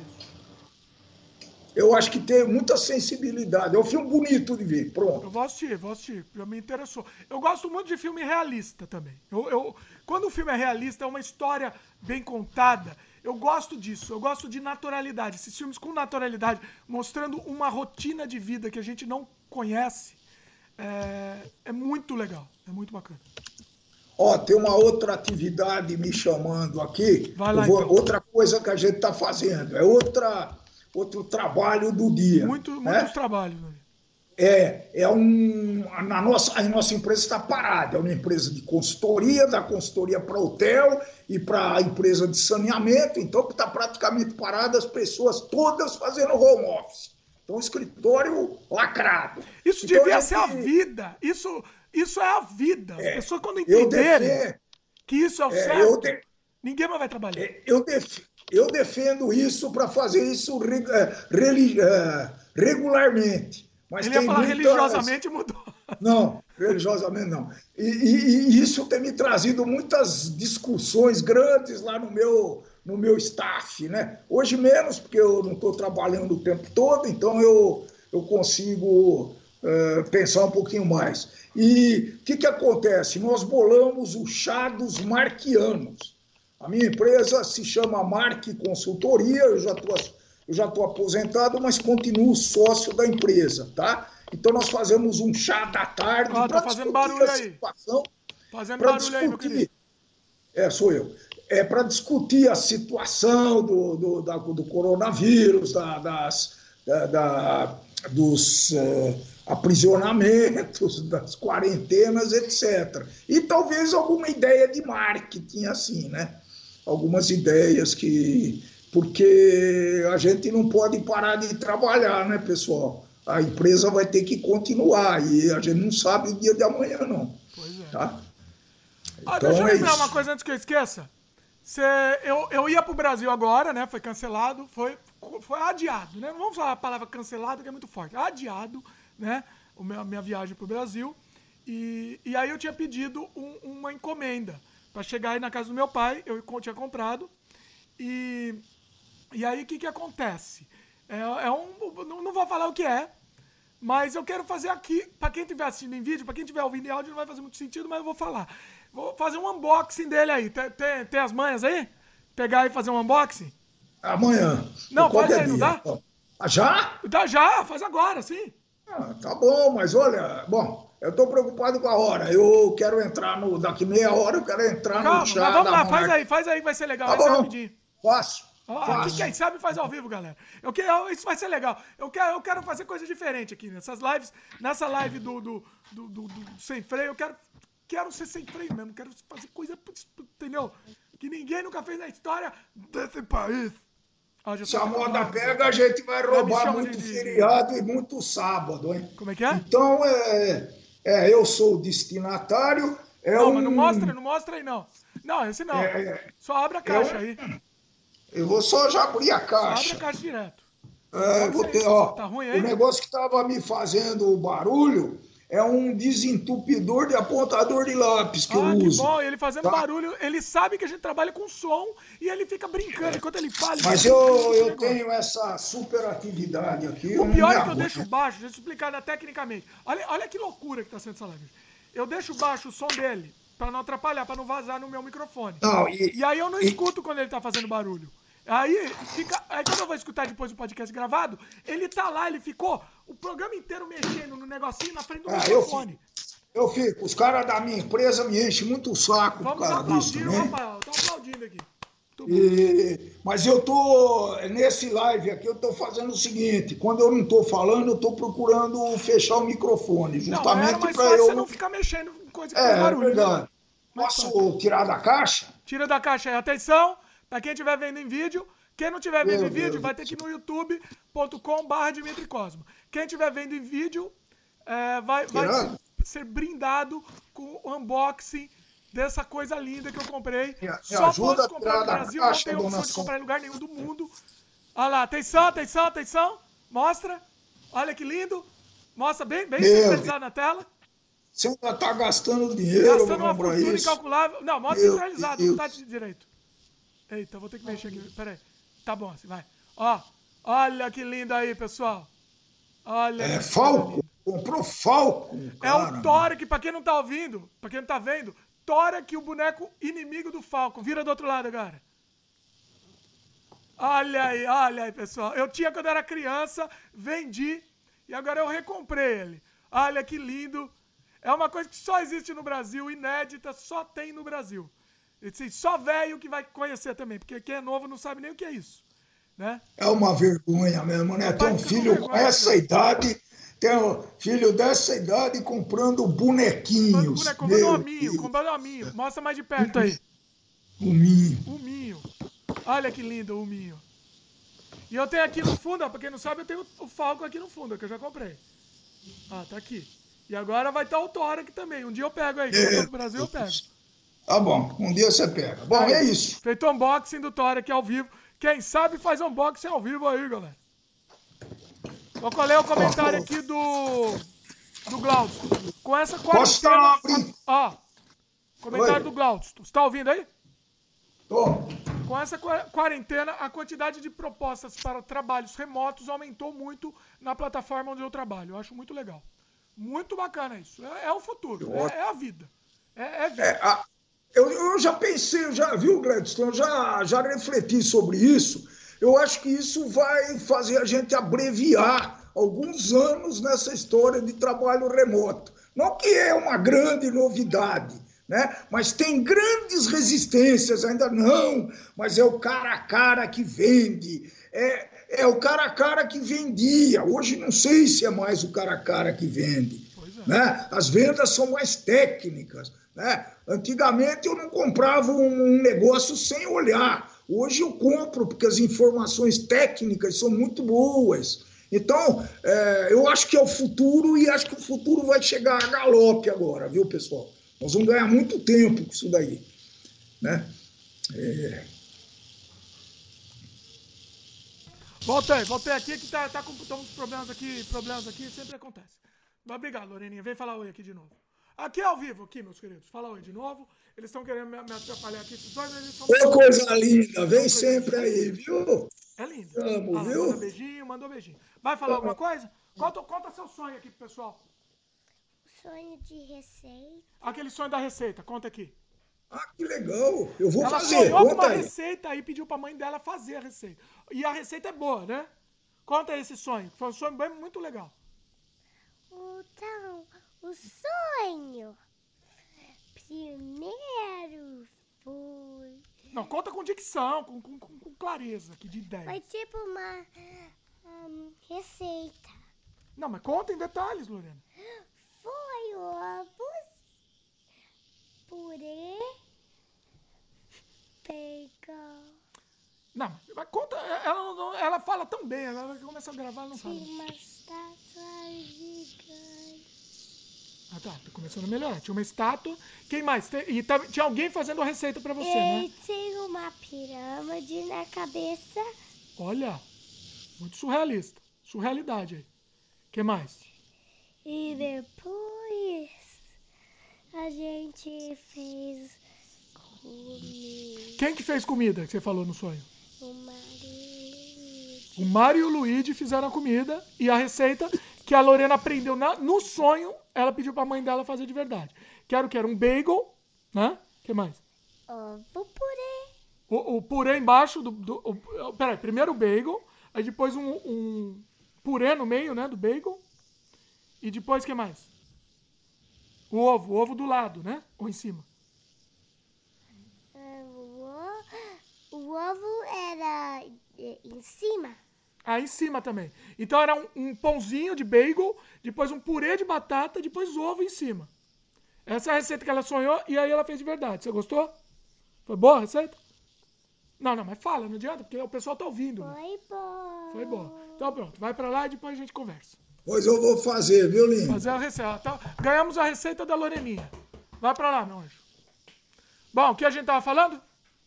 Eu acho que tem muita sensibilidade. É um filme bonito de ver, pronto. Eu vou assistir, vou assistir. Já me interessou. Eu gosto muito de filme realista também. Eu, eu, quando o filme é realista, é uma história bem contada, eu gosto disso. Eu gosto de naturalidade. Esses filmes com naturalidade, mostrando uma rotina de vida que a gente não conhece, é, é muito legal. É muito bacana. Ó, tem uma outra atividade me chamando aqui. Vai lá, vou, então. Outra coisa que a gente está fazendo. É outra... outro trabalho do dia. Muito, né? Muitos trabalhos. Né? É, é um, a, nossa, a nossa empresa está parada, é uma empresa de consultoria, da consultoria para hotel e para a empresa de saneamento, então está praticamente parada, as pessoas todas fazendo home office. Então, escritório lacrado. Isso então, devia a gente, ser a vida, isso, isso é a vida. É, as pessoas quando entenderem defendo, que isso é o é, certo, de, ninguém mais vai trabalhar. É, eu defendo. Eu defendo isso para fazer isso regularmente. Mas Ele ia falar muitas... religiosamente mudou. Não, religiosamente não. E, e, e isso tem me trazido muitas discussões grandes lá no meu, no meu staff. Né? Hoje menos, porque eu não estou trabalhando o tempo todo, então eu, eu consigo uh, pensar um pouquinho mais. E o que, que acontece? Nós bolamos o chá dos marquianos. A minha empresa se chama Marque Consultoria, eu já estou eu já estou aposentado, mas continuo sócio da empresa, tá? Então nós fazemos um chá da tarde ah, para discutir barulho a situação. Fazendo barulho discutir, aí, meu querido. É, sou eu. É para discutir a situação do, do, da, do coronavírus, da, das, da, da, dos uh, aprisionamentos, das quarentenas, etcétera. E talvez alguma ideia de marketing assim, né? Algumas ideias que... Porque a gente não pode parar de trabalhar, né, pessoal? A empresa vai ter que continuar e a gente não sabe o dia de amanhã, não. Pois é. Tá? Ah, então, deixa eu lembrar é uma coisa antes que eu esqueça. Cê, eu, eu ia pro Brasil agora, né? Foi cancelado, foi, foi adiado, né? Não vamos falar a palavra cancelado, que é muito forte. Adiado, né? A minha, minha viagem pro Brasil. E, e aí eu tinha pedido um, uma encomenda para chegar aí na casa do meu pai, eu tinha comprado, e, e aí o que que acontece? É, é um, não, não vou falar o que é, mas eu quero fazer aqui, para quem estiver assistindo em vídeo, para quem estiver ouvindo em áudio não vai fazer muito sentido, mas eu vou falar. Vou fazer um unboxing dele aí, tem, tem, tem as manhas aí? Pegar e fazer um unboxing? Amanhã. Não, pode aí, não dá? Ah, já? Dá já, faz agora, sim. Ah, tá bom, mas olha, bom... Eu estou preocupado com a hora. Eu quero entrar no. Daqui meia hora eu quero entrar Calma, no chat. Mas vamos lá, faz aí, faz aí, vai ser legal. Tá vai bom. Ser rapidinho. Faço. Ah, aqui quem sabe faz ao vivo, galera. Eu quero, isso vai ser legal. Eu quero, eu quero fazer coisa diferente aqui nessas lives. Nessa live do, do, do, do, do Sem Freio, eu quero, quero ser sem freio mesmo. Quero fazer coisa, entendeu? Que ninguém nunca fez na história desse país. Ah, Se a moda pega, a gente vai roubar muito de... feriado e muito sábado, hein? Como é que é? Então, é. É, eu sou o destinatário. É não, um... mas não mostra, não mostra aí, não. Não, esse não. É, só abre a caixa é um... aí. Eu vou só já abrir a caixa. Só abre a caixa direto. É, vou ter, ó, tá ruim aí? O negócio que estava me fazendo barulho é um desentupidor de apontador de lápis que ah, eu que uso. Bom, ele fazendo tá? barulho, ele sabe que a gente trabalha com som e ele fica brincando enquanto ele fala. Mas ele eu, eu tenho essa super atividade aqui. O pior é que eu deixo baixo, deixa eu explicar tecnicamente. Olha, olha que loucura que está sendo essa live. Eu deixo baixo o som dele para não atrapalhar, para não vazar no meu microfone. Não, e, e aí eu não e... escuto quando ele tá fazendo barulho. Aí, fica, aí quando eu vou escutar depois do podcast gravado, ele tá lá, ele ficou o programa inteiro mexendo no negocinho na frente do ah, microfone. Eu fico, eu fico. Os caras da minha empresa me enchem muito o saco Vamos por causa disso. Vamos aplaudir, Rafael. Estão aplaudindo aqui. E, mas eu tô, nesse live aqui, eu tô fazendo o seguinte, quando eu não tô falando, eu tô procurando fechar o microfone, justamente para eu... você não ficar mexendo com coisa que é, tem barulho. É verdade. Né? Posso tirar da caixa? Tira da caixa aí. Atenção, para quem estiver vendo em vídeo, quem não estiver vendo Meu em vídeo, Deus vai ter que ir no youtube ponto com barra Dimitri Cosmo. Quem estiver vendo em vídeo, é, vai, vai ser brindado com o unboxing dessa coisa linda que eu comprei. Me, me Só ajuda posso comprar no Brasil, não tem opção de comprar em lugar nenhum do mundo. Olha lá, atenção, atenção, atenção. Mostra. Olha que lindo. Mostra bem, bem centralizado na tela. Você ainda está gastando dinheiro Gastando para uma comprar fortuna isso? incalculável. Não, modo Meu centralizado, não Deus. tá de direito. Eita, vou ter que mexer aqui. Pera aí. Tá bom, assim, vai. Ó, olha que lindo aí, pessoal. Olha É que coisa Falcon? linda. Comprou Falcon, É o cara. Thor, pra quem não tá ouvindo, pra quem não tá vendo, Thor é que o boneco inimigo do Falcon. Vira do outro lado agora. Olha aí, olha aí, pessoal. Eu tinha quando era criança, vendi e agora eu recomprei ele. Olha que lindo. É uma coisa que só existe no Brasil, inédita, só tem no Brasil. E, assim, só velho que vai conhecer também, porque quem é novo não sabe nem o que é isso, né? É uma vergonha mesmo, né? O Ter pai um fica com filho com vergonha, essa filho. idade, ter um filho dessa idade comprando Comprando bonequinhos. boneco, comprando Meu hominho, Deus. comprando hominho. Mostra mais de perto aí. O minho. O Minho. Olha que lindo o Minho. E eu tenho aqui no fundo, ó, pra quem não sabe, eu tenho o Falcon aqui no fundo, que eu já comprei. Ah, tá aqui. E agora vai estar o Thor aqui também. Um dia eu pego aí. Quando eu for pro Brasil, eu pego. Tá bom, um dia você pega. Bom, Aí, é isso. feito unboxing do Thor aqui ao vivo. Quem sabe faz unboxing ao vivo aí, galera. Vou ler o comentário aqui do. Do Glaucio. Com essa Posso quarentena. dar uma brin- Ó. Comentário Oi. do Glaucio. Você tá ouvindo aí? Tô. Com essa qua- quarentena, a quantidade de propostas para trabalhos remotos aumentou muito na plataforma onde eu trabalho. Eu acho muito legal. Muito bacana isso. É, é o futuro. É, é a vida. É, é vida. É, a- eu, eu já pensei, eu já viu, Gladstone, eu já, já refleti sobre isso. Eu acho que isso vai fazer a gente abreviar alguns anos nessa história de trabalho remoto. Não que é uma grande novidade, né? Mas tem grandes resistências ainda não, mas é o cara a cara que vende, é, é o cara a cara que vendia. Hoje não sei se é mais o cara a cara que vende. Pois é. Né? As vendas são mais técnicas. Né? Antigamente eu não comprava um negócio sem olhar. Hoje eu compro porque as informações técnicas são muito boas. Então, é, eu acho que é o futuro e acho que o futuro vai chegar a galope agora, viu, pessoal? Nós vamos ganhar muito tempo com isso daí. Né? É... Voltei, voltei aqui que tá, tá com tá uns problemas aqui, problemas aqui, sempre acontece. Mas obrigado, Loreninha. Vem falar oi aqui de novo. Aqui ao vivo, aqui, meus queridos. Fala oi de novo. Eles estão querendo me, me atrapalhar aqui, esses dois, mas eles são. Ô, coisa linda, vem Coisa sempre linda. aí, viu? É linda. Amo, Ah lá, viu? manda beijinho, mandou beijinho. Vai falar alguma coisa? Conta, conta seu sonho aqui pro pessoal. Sonho de receita. Aquele sonho da receita, conta aqui. Ah, que legal. Eu vou Ela fazer, sonhou com conta uma aí. receita e pediu pra mãe dela fazer a receita. E a receita é boa, né? Conta aí esse sonho. Foi um sonho bem, muito legal. Então, o sonho primeiro foi... Não, conta com dicção, com, com, com- com clareza aqui de ideia. Foi tipo uma hum, receita. Não, mas conta em detalhes, Lorena. Foi ovos, purê, bacon, Não, mas conta, ela, não- ela fala tão bem, ela começa a gravar, ela não fala. tinha uma estátua gigante. Ah tá, tá começando a melhorar. Tinha uma estátua. Quem mais? Tem- e tá- tinha alguém fazendo a receita pra você, Ele né? tinha uma pirâmide na cabeça. Olha, muito surrealista. Surrealidade aí. Que mais? E depois a gente fez comida. Quem que fez comida que você falou no sonho? O marido. O Mário e o Luigi fizeram a comida e a receita que a Lorena aprendeu na- no sonho, ela pediu pra mãe dela fazer de verdade. Que era o que? Era um bagel, né? Que mais? Ovo purê. O, o purê embaixo do... do o, peraí, primeiro o bagel, aí depois um, um purê no meio, né, do bagel. E depois o que mais? O ovo, o ovo do lado, né? Ou em cima. Ah, O, o- o ovo era eh, em cima. Ah, em cima também. Então era um, um pãozinho de bagel, depois um purê de batata, depois ovo em cima. Essa é a receita que ela sonhou e aí ela fez de verdade. Você gostou? Foi boa a receita? Não, não, mas fala, não adianta, porque o pessoal tá ouvindo. né? Foi bom. Foi boa. Então pronto, vai pra lá e depois a gente conversa. Pois eu vou fazer, viu, lindo? Fazer a receita. Tá- ganhamos a receita da Loreninha. Vai pra lá, meu anjo. Bom, o que a gente tava falando?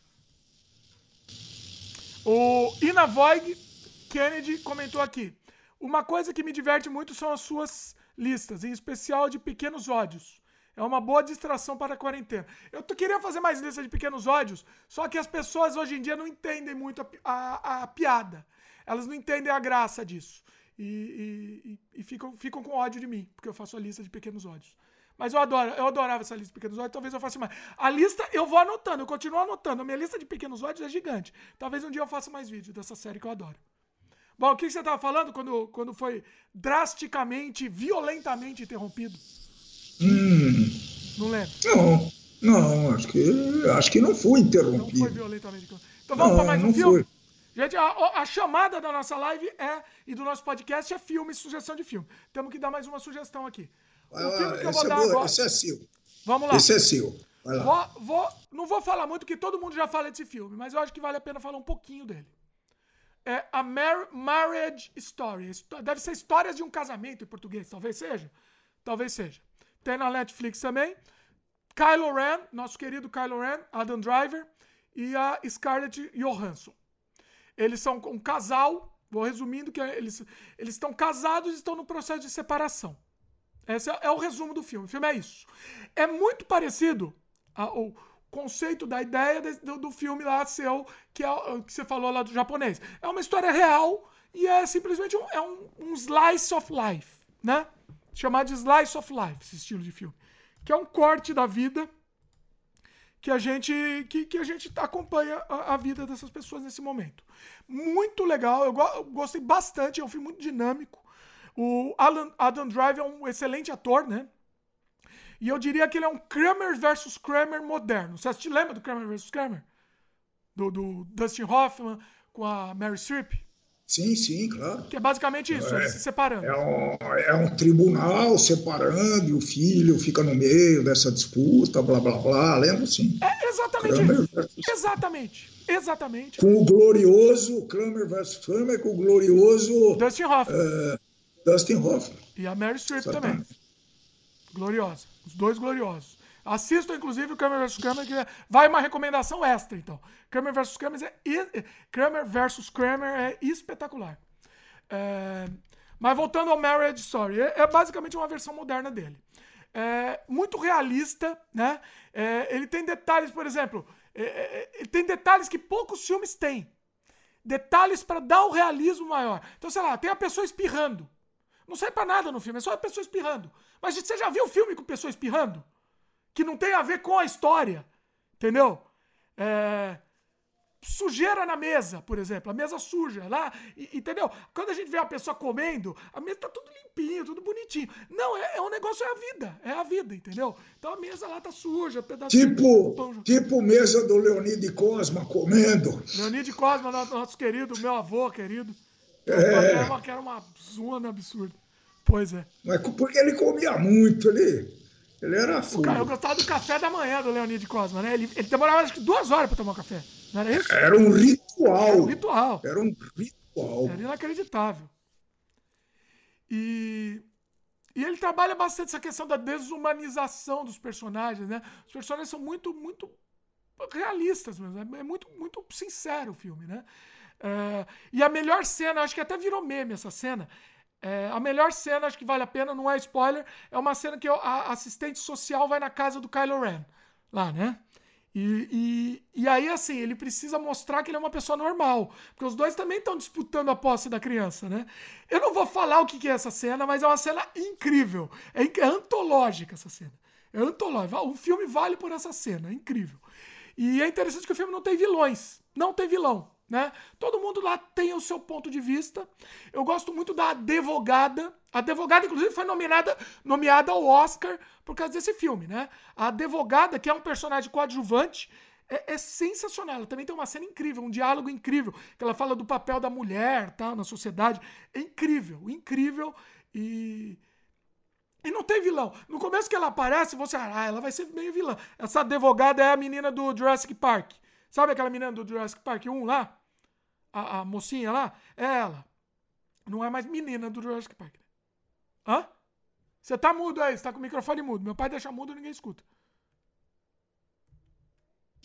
O Inavoig Kennedy comentou aqui. Uma coisa que me diverte muito são as suas listas, em especial de pequenos ódios. É uma boa distração para a quarentena. Eu t- queria fazer mais listas de pequenos ódios, só que as pessoas hoje em dia não entendem muito a, pi- a- a piada. Elas não entendem a graça disso. E, e- e- e ficam, ficam com ódio de mim, porque eu faço a lista de pequenos ódios. Mas eu adoro, eu adorava essa lista de pequenos ódios, talvez eu faça mais. A lista eu vou anotando, eu continuo anotando. A minha lista de pequenos ódios é gigante. Talvez um dia eu faça mais vídeos dessa série que eu adoro. Bom, o que você estava falando quando, quando foi drasticamente, violentamente interrompido? Hum, Não lembro. não, não, acho que, acho que não foi Não foi interrompido. violentamente interrompido. Então vamos para Não, mais um não filme? foi. Gente, a, a chamada da nossa live é, e do nosso podcast é filme, sugestão de filme. Temos que dar mais uma sugestão aqui. Vai O filme lá, que eu esse vou é dar boa, agora... esse é seu. Vamos lá. Esse é seu. Vai lá. Vou, vou, não vou falar muito, que todo mundo já fala desse filme, mas eu acho que vale a pena falar um pouquinho dele. É a Mar- Marriage Story. Histó- Deve ser Histórias de um Casamento em português, talvez seja. Talvez seja. Tem na Netflix também. Kylo Ren, nosso querido Kylo Ren, Adam Driver e a Scarlett Johansson. Eles são um casal, vou resumindo, que eles, eles estão casados e estão no processo de separação. Esse é, é o resumo do filme. O filme é isso. É muito parecido ao conceito da ideia de, do, do filme lá seu, que é o que você falou lá do japonês. É uma história real e é simplesmente um, é um, um slice of life, né? Chamado de slice of life, esse estilo de filme. Que é um corte da vida que a gente, que, que a gente acompanha a, a vida dessas pessoas nesse momento. Muito legal, eu, go, eu gostei bastante, é um filme muito dinâmico. O Alan, Adam Driver é um excelente ator, né? E eu diria que ele é um Kramer versus Kramer moderno. Você te lembra do Kramer versus Kramer? Do, do Dustin Hoffman com a Mary Streep? Sim, sim, claro. Que é basicamente isso, É, eles se separando. É um, é um tribunal separando e o filho fica no meio dessa disputa, blá, blá, blá. Lembro, sim. É exatamente Kramer isso. versus... Exatamente. Exatamente. Com o glorioso, Kramer versus Kramer, com o glorioso... Dustin Hoffman. Uh, Dustin Hoffman. E a Mary Streep Exatamente. também. Gloriosa. Os dois gloriosos. Assistam, inclusive, o Kramer versus. Kramer, que vai uma recomendação extra, então. Kramer versus. Kramer é, Kramer versus. Kramer é espetacular. É... Mas voltando ao Marriage Story, é, é basicamente uma versão moderna dele. É muito realista, né? É, ele tem detalhes, por exemplo, é, é, ele tem detalhes que poucos filmes têm. Detalhes para dar o realismo maior. Então, sei lá, tem a pessoa espirrando. Não serve pra nada no filme, é só a pessoa espirrando. Mas você já viu filme com pessoa espirrando? Que não tem a ver com a história. Entendeu? É... Sujeira na mesa, por exemplo. A mesa suja lá. E, entendeu? Quando a gente vê a pessoa comendo, a mesa tá tudo limpinho, tudo bonitinho. Não, é, é um negócio, é a vida. É a vida, entendeu? Então a mesa lá tá suja. Tipo, tipo mesa do Leonide Cosma comendo. Leonide Cosma, nosso querido, meu avô querido. É. Era uma, era uma zona absurda. Pois é. Mas porque ele comia muito, ele, ele era full. Eu gostava do café da manhã do Leonide Cosma, né? Ele, ele demorava acho que duas horas para tomar um café. Não era isso? Era um ritual. Era um ritual. Era um ritual. Era inacreditável. E, e ele trabalha bastante essa questão da desumanização dos personagens, né? Os personagens são muito, muito realistas mesmo. É muito, muito sincero o filme, né? É, e a melhor cena, acho que até virou meme essa cena. É, a melhor cena, acho que vale a pena, não é spoiler, é uma cena que a assistente social vai na casa do Kylo Ren, lá, né? E, e, e aí, assim, ele precisa mostrar que ele é uma pessoa normal, porque os dois também estão disputando a posse da criança, né? Eu não vou falar o que é essa cena, mas é uma cena incrível, é, é antológica essa cena, é antológica, o filme vale por essa cena, é incrível. E é interessante que o filme não tem vilões, não tem vilão. Né? Todo mundo lá tem o seu ponto de vista. Eu gosto muito da advogada. A advogada, inclusive, foi nominada, nomeada ao Oscar por causa desse filme. Né? A advogada, que é um personagem coadjuvante, é, é sensacional. Ela também tem uma cena incrível, um diálogo incrível, que ela fala do papel da mulher, tá, na sociedade. É incrível, incrível. E... E não tem vilão. No começo que ela aparece, você, ah, ela vai ser meio vilã. Essa advogada é a menina do Jurassic Park. Sabe aquela menina do Jurassic Park um lá? A, a mocinha lá? É ela. Não é mais menina do Jurassic Park. Hã? Você tá mudo aí, você tá com o microfone mudo. Meu pai deixa mudo e ninguém escuta.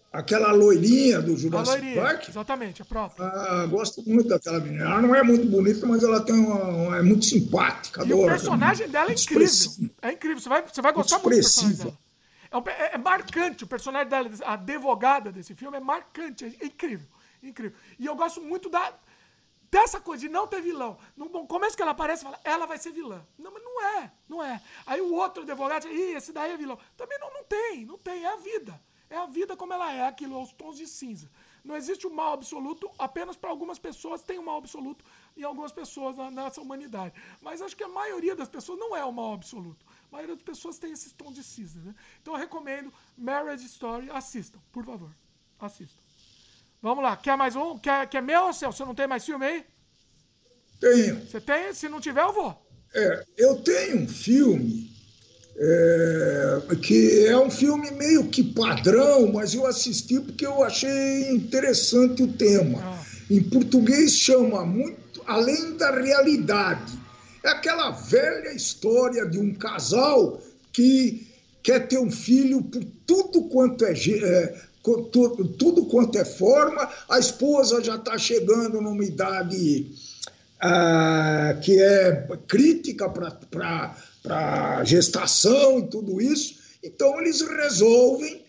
aquela loirinha do A Jurassic loirinha, Park. exatamente, a própria. Ah, gosto muito daquela menina. Ela não é muito bonita, mas ela tem uma, uma- é muito simpática. E o Adoro. personagem dela é incrível. É incrível, você vai, você vai gostar muito do personagem Expressiva. dela. É, um pe- é- é marcante, o personagem dela, a advogada desse filme é marcante, é incrível, incrível. E eu gosto muito da, dessa coisa de não ter vilão. No começo que ela aparece, fala, ela vai ser vilã. Não, mas não é, não é. Aí o outro advogado, ih, esse daí é vilão. Também não, não tem, não tem, é a vida. É a vida como ela é, aquilo, aos tons de cinza. Não existe o mal absoluto, apenas para algumas pessoas tem o mal absoluto e algumas pessoas na, nessa humanidade. Mas acho que a maioria das pessoas não é o mal absoluto. A maioria das pessoas tem esses tons de cinza, né? Então eu recomendo Marriage Story, assistam, por favor. Assistam. Vamos lá, quer mais um? Quer, quer meu ou seu? Você não tem mais filme aí? Tenho. Você tem? Se não tiver, eu vou. É, eu tenho um filme é, que é um filme meio que padrão, mas eu assisti porque eu achei interessante o tema. Ah. Em português chama Muito Além da Realidade. É aquela velha história de um casal que quer ter um filho por tudo quanto é, é tudo, tudo quanto é forma. A esposa já está chegando numa idade ah, que é crítica para gestação e tudo isso. Então eles resolvem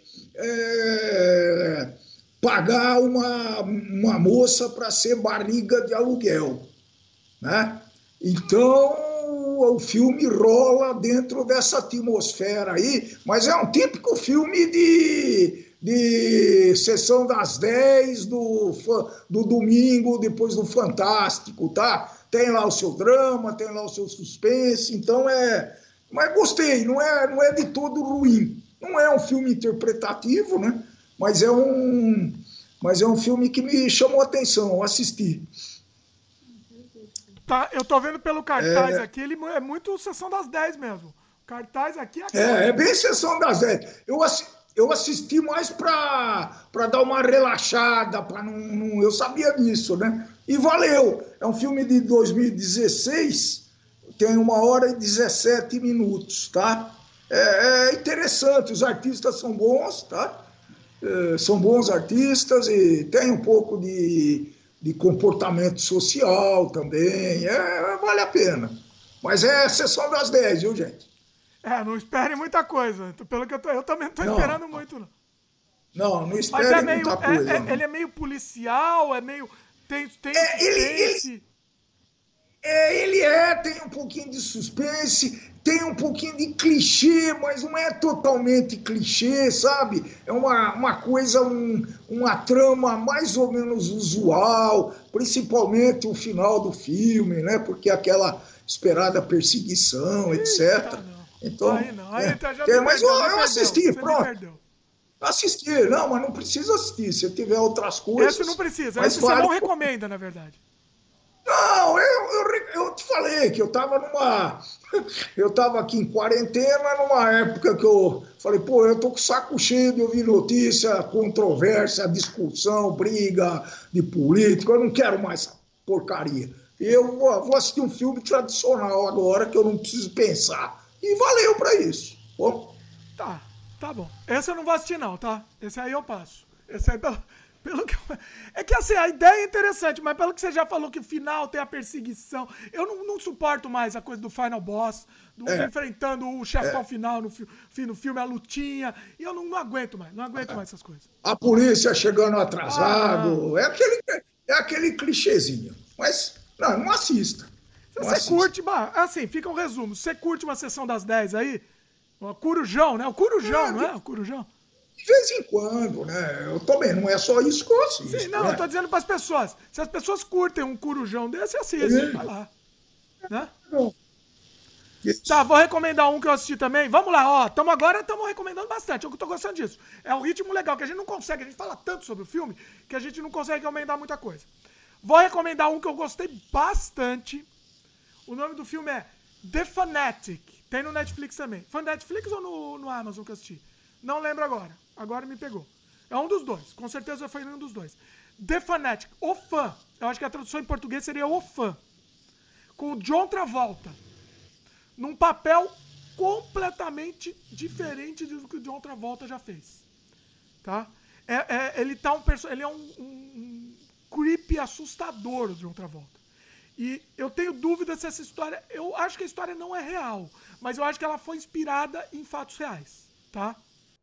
é, pagar uma, uma moça para ser barriga de aluguel, né? Então o filme rola dentro dessa atmosfera aí, mas é um típico filme de, de sessão das dez do, do domingo, depois do Fantástico, tá? Tem lá o seu drama, tem lá o seu suspense, então é... Mas gostei, não é, não é de todo ruim. Não é um filme interpretativo, né? Mas é um, mas é um filme que me chamou a atenção, eu assisti. Tá, eu tô vendo pelo cartaz é... aqui, ele é muito Sessão das dez mesmo. O cartaz aqui é... É, é bem Sessão das dez. Eu, assi eu assisti mais pra, pra dar uma relaxada, pra não, não... Eu sabia disso, né? E valeu. É um filme de dois mil e dezesseis, tem uma hora e dezessete minutos, tá? É, é interessante, os artistas são bons, tá? É, são bons artistas e tem um pouco de... de comportamento social também, é, vale a pena. Mas é a sessão das dez, viu, gente? É, não espere muita coisa. Pelo que eu tô, eu também não tô não, esperando muito, não. Não, não espere é meio, muita coisa. É, é, ele é meio policial, é meio... Tem, tem é, ele, ele, é, ele é, tem um pouquinho de suspense, tem um pouquinho de clichê, mas não é totalmente clichê, sabe? É uma, uma coisa, um, uma trama mais ou menos usual, principalmente o final do filme, né? Porque aquela esperada perseguição, Eita, etcétera. Não. Então, aí não, aí é, tá, já é, mas perdeu, eu, eu assisti, perdeu, pronto. Assisti, não, mas não precisa assistir. Se tiver outras coisas. Esse não precisa, mas esse vale... você não recomenda, na verdade. Não, eu, eu, eu te falei que eu estava numa. Eu estava aqui em quarentena, numa época que eu falei, pô, eu tô com o saco cheio de ouvir notícia, controvérsia, discussão, briga de político, eu não quero mais essa porcaria. Eu vou, vou assistir um filme tradicional agora, que eu não preciso pensar. E valeu para isso. Bom? Tá, tá bom. Esse eu não vou assistir, não, tá? Esse aí eu passo. Esse aí, pelo, pelo que eu... É que assim, a ideia é interessante, mas pelo que você já falou que o final tem a perseguição, eu não, não suporto mais a coisa do final boss, do, é. enfrentando o chefão é. final no, fi, no filme, a lutinha, e eu não, não aguento mais, não aguento é. mais essas coisas. A polícia chegando atrasado, ah, é, aquele, é aquele clichêzinho, mas não, não assista. Se você curte, bah, assim, fica um resumo, você curte uma sessão das dez aí, o Corujão, né? O Corujão, é, não é? O Corujão. De vez em quando, né? Eu também, não é só isso que eu assisto. Sim, não, né? eu tô dizendo pras pessoas. Se as pessoas curtem um Corujão desse, assiste, é. vai lá. Né? Não. Tá, vou recomendar um que eu assisti também. Vamos lá, ó. Tamo agora estamos recomendando bastante. Eu tô gostando disso. É um ritmo legal, que a gente não consegue. A gente fala tanto sobre o filme que a gente não consegue recomendar muita coisa. Vou recomendar um que eu gostei bastante. O nome do filme é The Fanatic. Tem no Netflix também. Foi no Netflix ou no, no Amazon que eu assisti? Não lembro agora. Agora me pegou. É um dos dois. Com certeza foi um dos dois. The Fanatic. O Fã. Eu acho que a tradução em português seria O Fã. Com o John Travolta. Num papel completamente diferente do que o John Travolta já fez. Tá? é, é, ele, tá um perso- ele é um, um, um creepy assustador, o John Travolta. E eu tenho dúvidas se essa história... Eu acho que a história não é real, mas eu acho que ela foi inspirada em fatos reais, tá?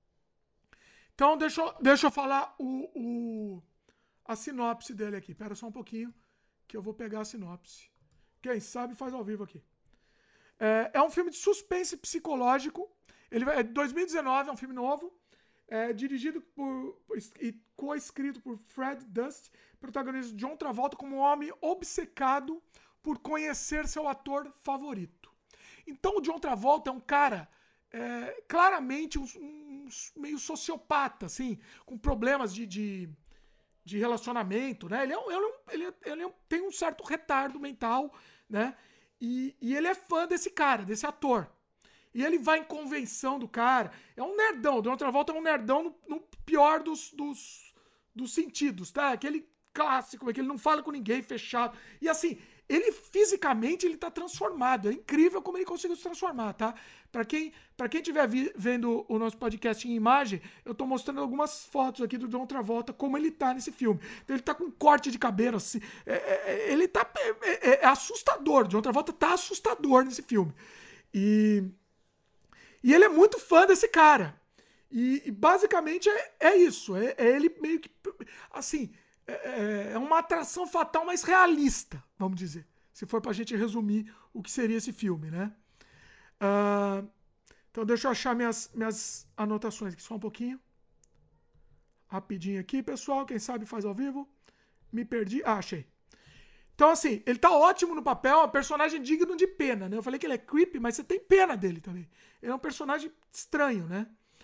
Então, deixa eu, deixa eu falar o, o, a sinopse dele aqui. Espera só um pouquinho, que eu vou pegar a sinopse. Quem sabe faz ao vivo aqui. É, é um filme de suspense psicológico. Ele é de dois mil e dezenove, é um filme novo. É, dirigido por, e co-escrito por Fred Dust. Protagonista John Travolta como um homem obcecado por conhecer seu ator favorito. Então, o John Travolta é um cara... É, claramente um, um meio sociopata, assim, com problemas de, de, de relacionamento, né? Ele, é um, ele, é um, ele, é, ele é um, tem um certo retardo mental, né? E, e ele é fã desse cara, desse ator. E ele vai em convenção do cara. É um nerdão. O John Travolta é um nerdão no, no pior dos, dos, dos sentidos, tá? Aquele clássico, é que ele não fala com ninguém, fechado. E assim... Ele fisicamente ele tá transformado. É incrível como ele conseguiu se transformar, tá? Para quem para quem estiver vendo o nosso podcast em imagem, eu tô mostrando algumas fotos aqui do John Travolta, como ele tá nesse filme. Então, ele tá com um corte de cabelo, assim. É, é, ele tá é, é, é assustador. O John Travolta tá assustador nesse filme. E, e ele é muito fã desse cara. E, e basicamente é, é isso. É, é ele meio que... Assim... É, é uma atração fatal mais realista, vamos dizer. Se for pra gente resumir o que seria esse filme, né? Uh, então deixa eu achar minhas, minhas anotações aqui só um pouquinho. Rapidinho aqui, pessoal. Quem sabe faz ao vivo. Me perdi. Ah, achei. Então, assim, ele tá ótimo no papel. É um personagem digno de pena, né? Eu falei que ele é creepy, mas você tem pena dele também. Ele é um personagem estranho, né?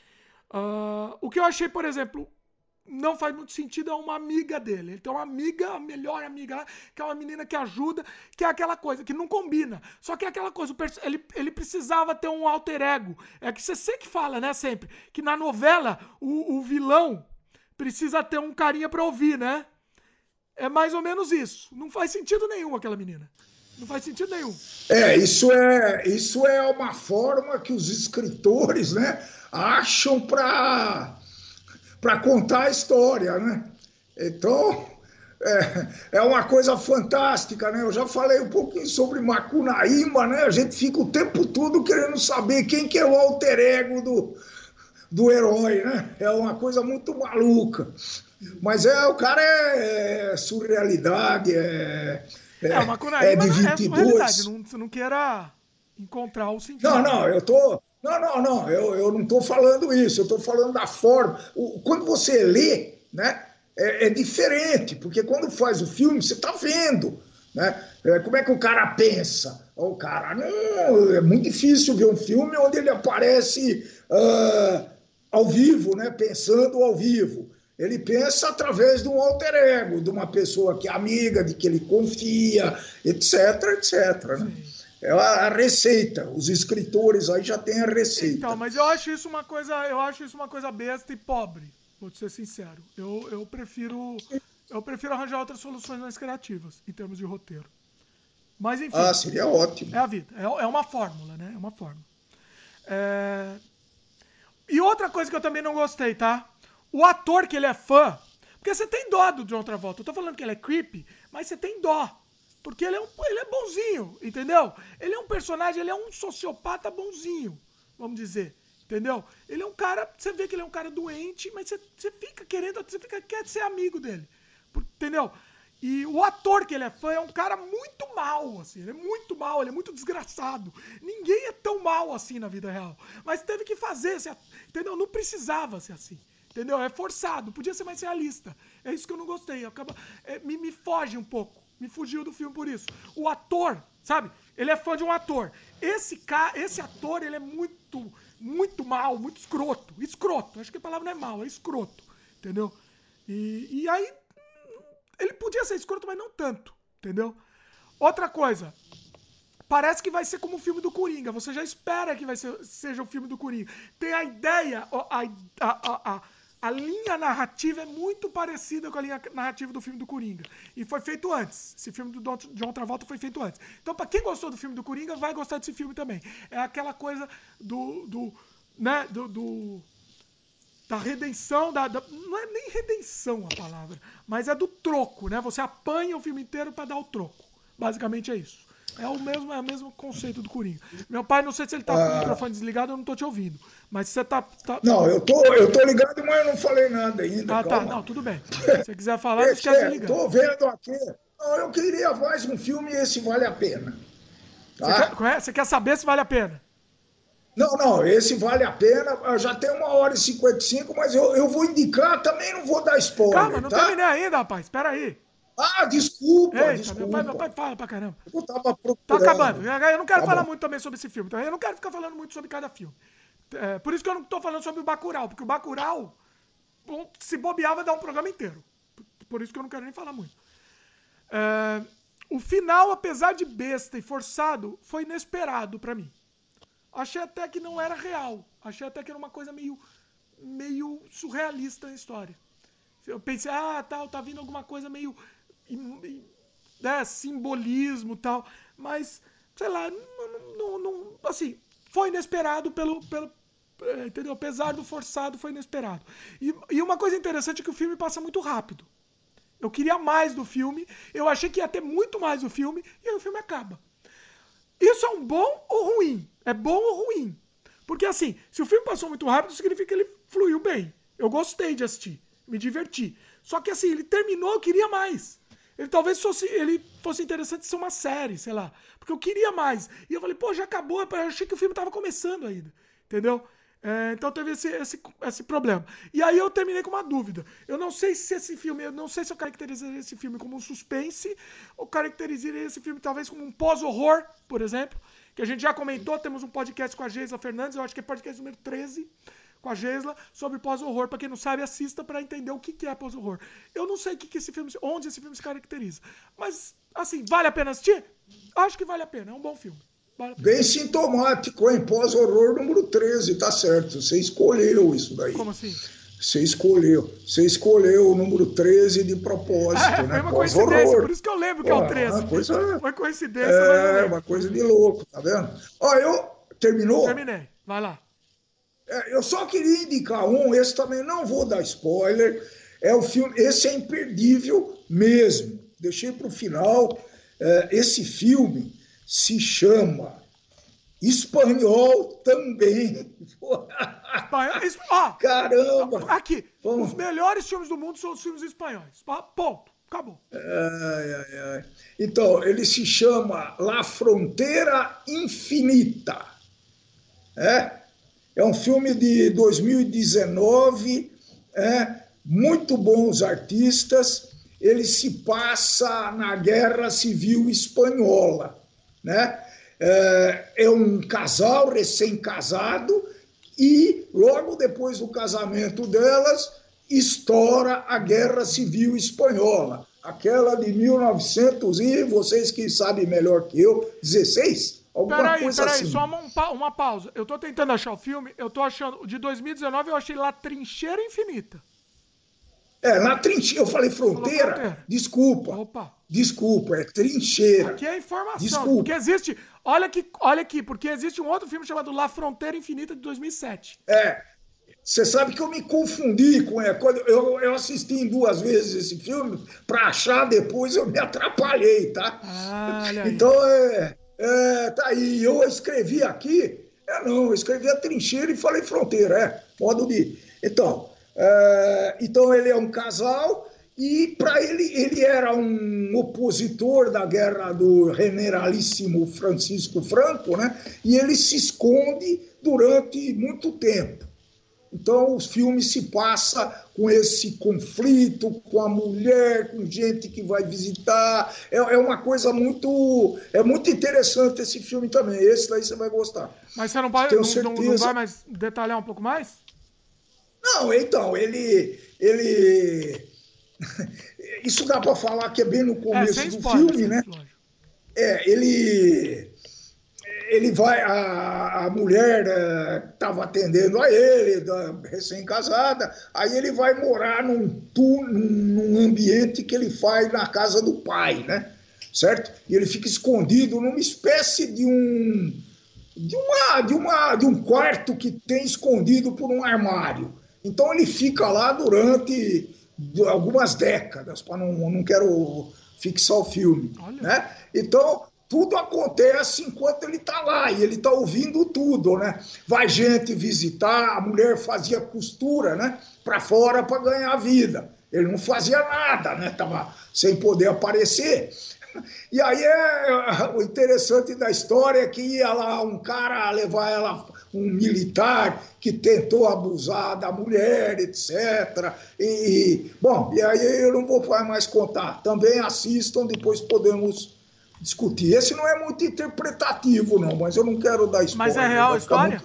Uh, o que eu achei, por exemplo... não faz muito sentido, é uma amiga dele. Ele tem uma amiga, a melhor amiga, que é uma menina que ajuda, que é aquela coisa, que não combina. Só que é aquela coisa, ele, ele precisava ter um alter ego. É que você sempre fala, né, sempre, que na novela o, o vilão precisa ter um carinha pra ouvir, né? É mais ou menos isso. Não faz sentido nenhum aquela menina. Não faz sentido nenhum. É, isso é, isso é uma forma que os escritores, né, acham para... para contar a história, né? Então, é, é uma coisa fantástica, né? Eu já falei um pouquinho sobre Macunaíma, né? A gente fica o tempo todo querendo saber quem que é o alter ego do, do herói, né? É uma coisa muito maluca. Mas é, o cara é, é surrealidade, é, é, é, o Macunaíma é de vinte e dois. É surrealidade, não, você não queira encontrar o sentido. Não, não, eu tô... Não, não, não, eu, eu não estou falando isso, eu estou falando da forma. O, quando você lê, né, é, é diferente, porque quando faz o filme, você está vendo, né? É, como é que o cara pensa? O cara, não, é muito difícil ver um filme onde ele aparece uh, ao vivo, né, pensando ao vivo. Ele pensa através de um alter ego, de uma pessoa que é amiga, de que ele confia, etc, etc, né? É a receita. Os escritores aí já têm a receita. Então, mas eu acho isso uma coisa, eu acho isso uma coisa besta e pobre, vou ser sincero. Eu, eu prefiro eu prefiro arranjar outras soluções mais criativas em termos de roteiro. Mas enfim. Ah, seria ótimo. É a vida. É, é uma fórmula, né? É uma fórmula. É... E outra coisa que eu também não gostei, tá? O ator que ele é fã, porque você tem dó do John Travolta. Eu tô falando que ele é creepy, mas você tem dó. Porque ele é, um, ele é bonzinho, entendeu? Ele é um personagem, ele é um sociopata bonzinho, vamos dizer, entendeu? Ele é um cara, você vê que ele é um cara doente, mas você, você fica querendo, você fica, quer ser amigo dele, entendeu? E o ator que ele é fã é um cara muito mal, assim, ele é muito mal, ele é muito desgraçado. Ninguém é tão mal assim na vida real, mas teve que fazer, entendeu? Não precisava ser assim. Entendeu? É forçado, podia ser mais realista. É isso que eu não gostei. Acaba, é, me, me foge um pouco. Me fugiu do filme por isso. O ator, sabe? Ele é fã de um ator. Esse cara, esse ator, ele é muito, muito mal, muito escroto. Escroto. Acho que a palavra não é mal, é escroto. Entendeu? E, e aí, ele podia ser escroto, mas não tanto. Entendeu? Outra coisa. Parece que vai ser como o filme do Coringa. Você já espera que vai ser, seja o filme do Coringa. Tem a ideia, a, a, a, a A linha narrativa é muito parecida com a linha narrativa do filme do Coringa. E foi feito antes. Esse filme do John Travolta foi feito antes. Então, pra quem gostou do filme do Coringa, vai gostar desse filme também. É aquela coisa do... do né, do, do da redenção, da, da, não é nem redenção a palavra, mas é do troco, né? Você apanha o filme inteiro para dar o troco. Basicamente é isso. É o mesmo, é o mesmo conceito do Coringa. Meu pai, não sei se ele tá ah. com o microfone desligado, eu não tô te ouvindo. Mas você tá, tá... Não, eu tô, eu tô ligado, mas eu não falei nada ainda. Ah, calma. Tá, não, tudo bem. Se você quiser falar, não esquece de ligar. Tô vendo aqui. Não, eu queria mais um filme e esse vale a pena. Tá? Você, quer, você quer saber se vale a pena? Não, não, esse vale a pena. Já tem uma hora e cinquenta e cinco, mas eu, eu vou indicar, também não vou dar spoiler. Calma, não tá? terminei ainda, rapaz. Espera aí. Ah, desculpa, Eita, desculpa. Meu pai, meu pai fala pra caramba. Eu tava procurando. Tá acabando. Eu não quero tá falar bom. muito também sobre esse filme. Eu não quero ficar falando muito sobre cada filme. É, por isso que eu não tô falando sobre o Bacurau. Porque o Bacurau, se bobear, vai dar um programa inteiro. Por isso que eu não quero nem falar muito. É, o final, apesar de besta e forçado, foi inesperado pra mim. Achei até que não era real. Achei até que era uma coisa meio, meio surrealista na história. Eu pensei, ah, tal, tá vindo alguma coisa meio... né, simbolismo e tal. Mas, sei lá, não, não, não, assim, foi inesperado pelo... pelo entendeu? Apesar do forçado, foi inesperado. E, e uma coisa interessante é que o filme passa muito rápido. Eu queria mais do filme, eu achei que ia ter muito mais do filme, e aí o filme acaba. Isso é um bom ou ruim? É bom ou ruim? Porque assim, se o filme passou muito rápido, significa que ele fluiu bem. Eu gostei de assistir, me diverti. Só que assim, ele terminou, eu queria mais. Ele talvez fosse, ele fosse interessante ser uma série, sei lá. Porque eu queria mais. E eu falei, pô, já acabou, eu achei que o filme tava começando ainda. Entendeu? É, então teve esse, esse, esse problema. E aí eu terminei com uma dúvida. Eu não sei se esse filme, eu não sei se eu caracterizaria esse filme como um suspense, ou caracterizaria esse filme talvez como um pós-horror, por exemplo, que a gente já comentou, temos um podcast com a Geisla Fernandes, eu acho que é podcast número treze, com a Geisla, sobre pós-horror. Pra quem não sabe, assista pra entender o que é pós-horror. Eu não sei o que que esse filme, onde esse filme se caracteriza. Mas, assim, vale a pena assistir? Acho que vale a pena, é um bom filme. Bem sintomático, hein? Pós-horror número treze, tá certo. Você escolheu isso daí. Como assim? Você escolheu. Você escolheu o número treze de propósito, é, né? Foi uma coincidência, por isso que eu lembro que é o treze. Uma coisa, foi coincidência, é, mas É, uma coisa de louco, tá vendo? Ó, eu... Terminou? Terminei, vai lá. É, eu só queria indicar um, esse também não vou dar spoiler. É o filme, esse é imperdível mesmo. Deixei pro final. É, esse filme se chama Espanhol também. Espanhol, ó, caramba! Aqui, Vamos. Os melhores filmes do mundo são os filmes espanhóis. Ponto. Acabou. Ai, ai, ai. Então, ele se chama La Fronteira Infinita. É, é um filme de dois mil e dezenove, é, muito bons artistas. Ele se passa na Guerra Civil Espanhola, né? É, é um casal recém-casado e logo depois do casamento delas estoura a Guerra Civil Espanhola, aquela de mil e novecentos e vocês que sabem melhor que eu, dezesseis? Alguma peraí, coisa peraí, assim. só uma, uma pausa. Eu tô tentando achar o filme, eu tô achando, o de dois mil e dezenove eu achei lá Trincheira Infinita. É, na trincheira, eu falei fronteira, fronteira. Desculpa. Opa. Desculpa, é trincheira. Aqui é informação. Desculpa. Porque existe, olha aqui, olha aqui, porque existe um outro filme chamado La Fronteira Infinita de dois mil e sete. É, você sabe que eu me confundi com ele. Quando eu, eu assisti em duas vezes esse filme, para achar depois eu me atrapalhei, tá? Ah, olha aí. Então, é, é, tá aí, eu escrevi aqui, é, não, eu escrevi a trincheira e falei fronteira, é, modo de... Então... Uh, então ele é um casal e para ele ele era um opositor da guerra do generalíssimo Francisco Franco, né? E ele se esconde durante muito tempo. Então o filme se passa com esse conflito, com a mulher, com gente que vai visitar. É, é uma coisa muito é muito interessante esse filme também. Esse daí você vai gostar. Mas você não vai, não, não, não vai mais detalhar um pouco mais? Não, então, ele, ele... Isso dá para falar que é bem no começo é, do spoiler, filme, né? Spoiler. É, ele... Ele vai... A, a mulher estava atendendo a ele, recém-casada, aí ele vai morar num, num ambiente que ele faz na casa do pai, né? Certo? E ele fica escondido numa espécie de um... De, uma, de, uma, de um quarto que tem escondido por um armário. Então ele fica lá durante algumas décadas, para não, não quero fixar o filme. Né? Então, tudo acontece enquanto ele está lá, e ele está ouvindo tudo. Né? Vai gente visitar, a mulher fazia costura, né, para fora para ganhar vida. Ele não fazia nada, né? Estava sem poder aparecer. E aí é, o interessante da história é que ia lá um cara levar ela, um militar que tentou abusar da mulher, etcétera. E, bom, e aí eu não vou mais contar. Também assistam, depois podemos discutir. Esse não é muito interpretativo, não, mas eu não quero dar spoiler. Mas é real a história?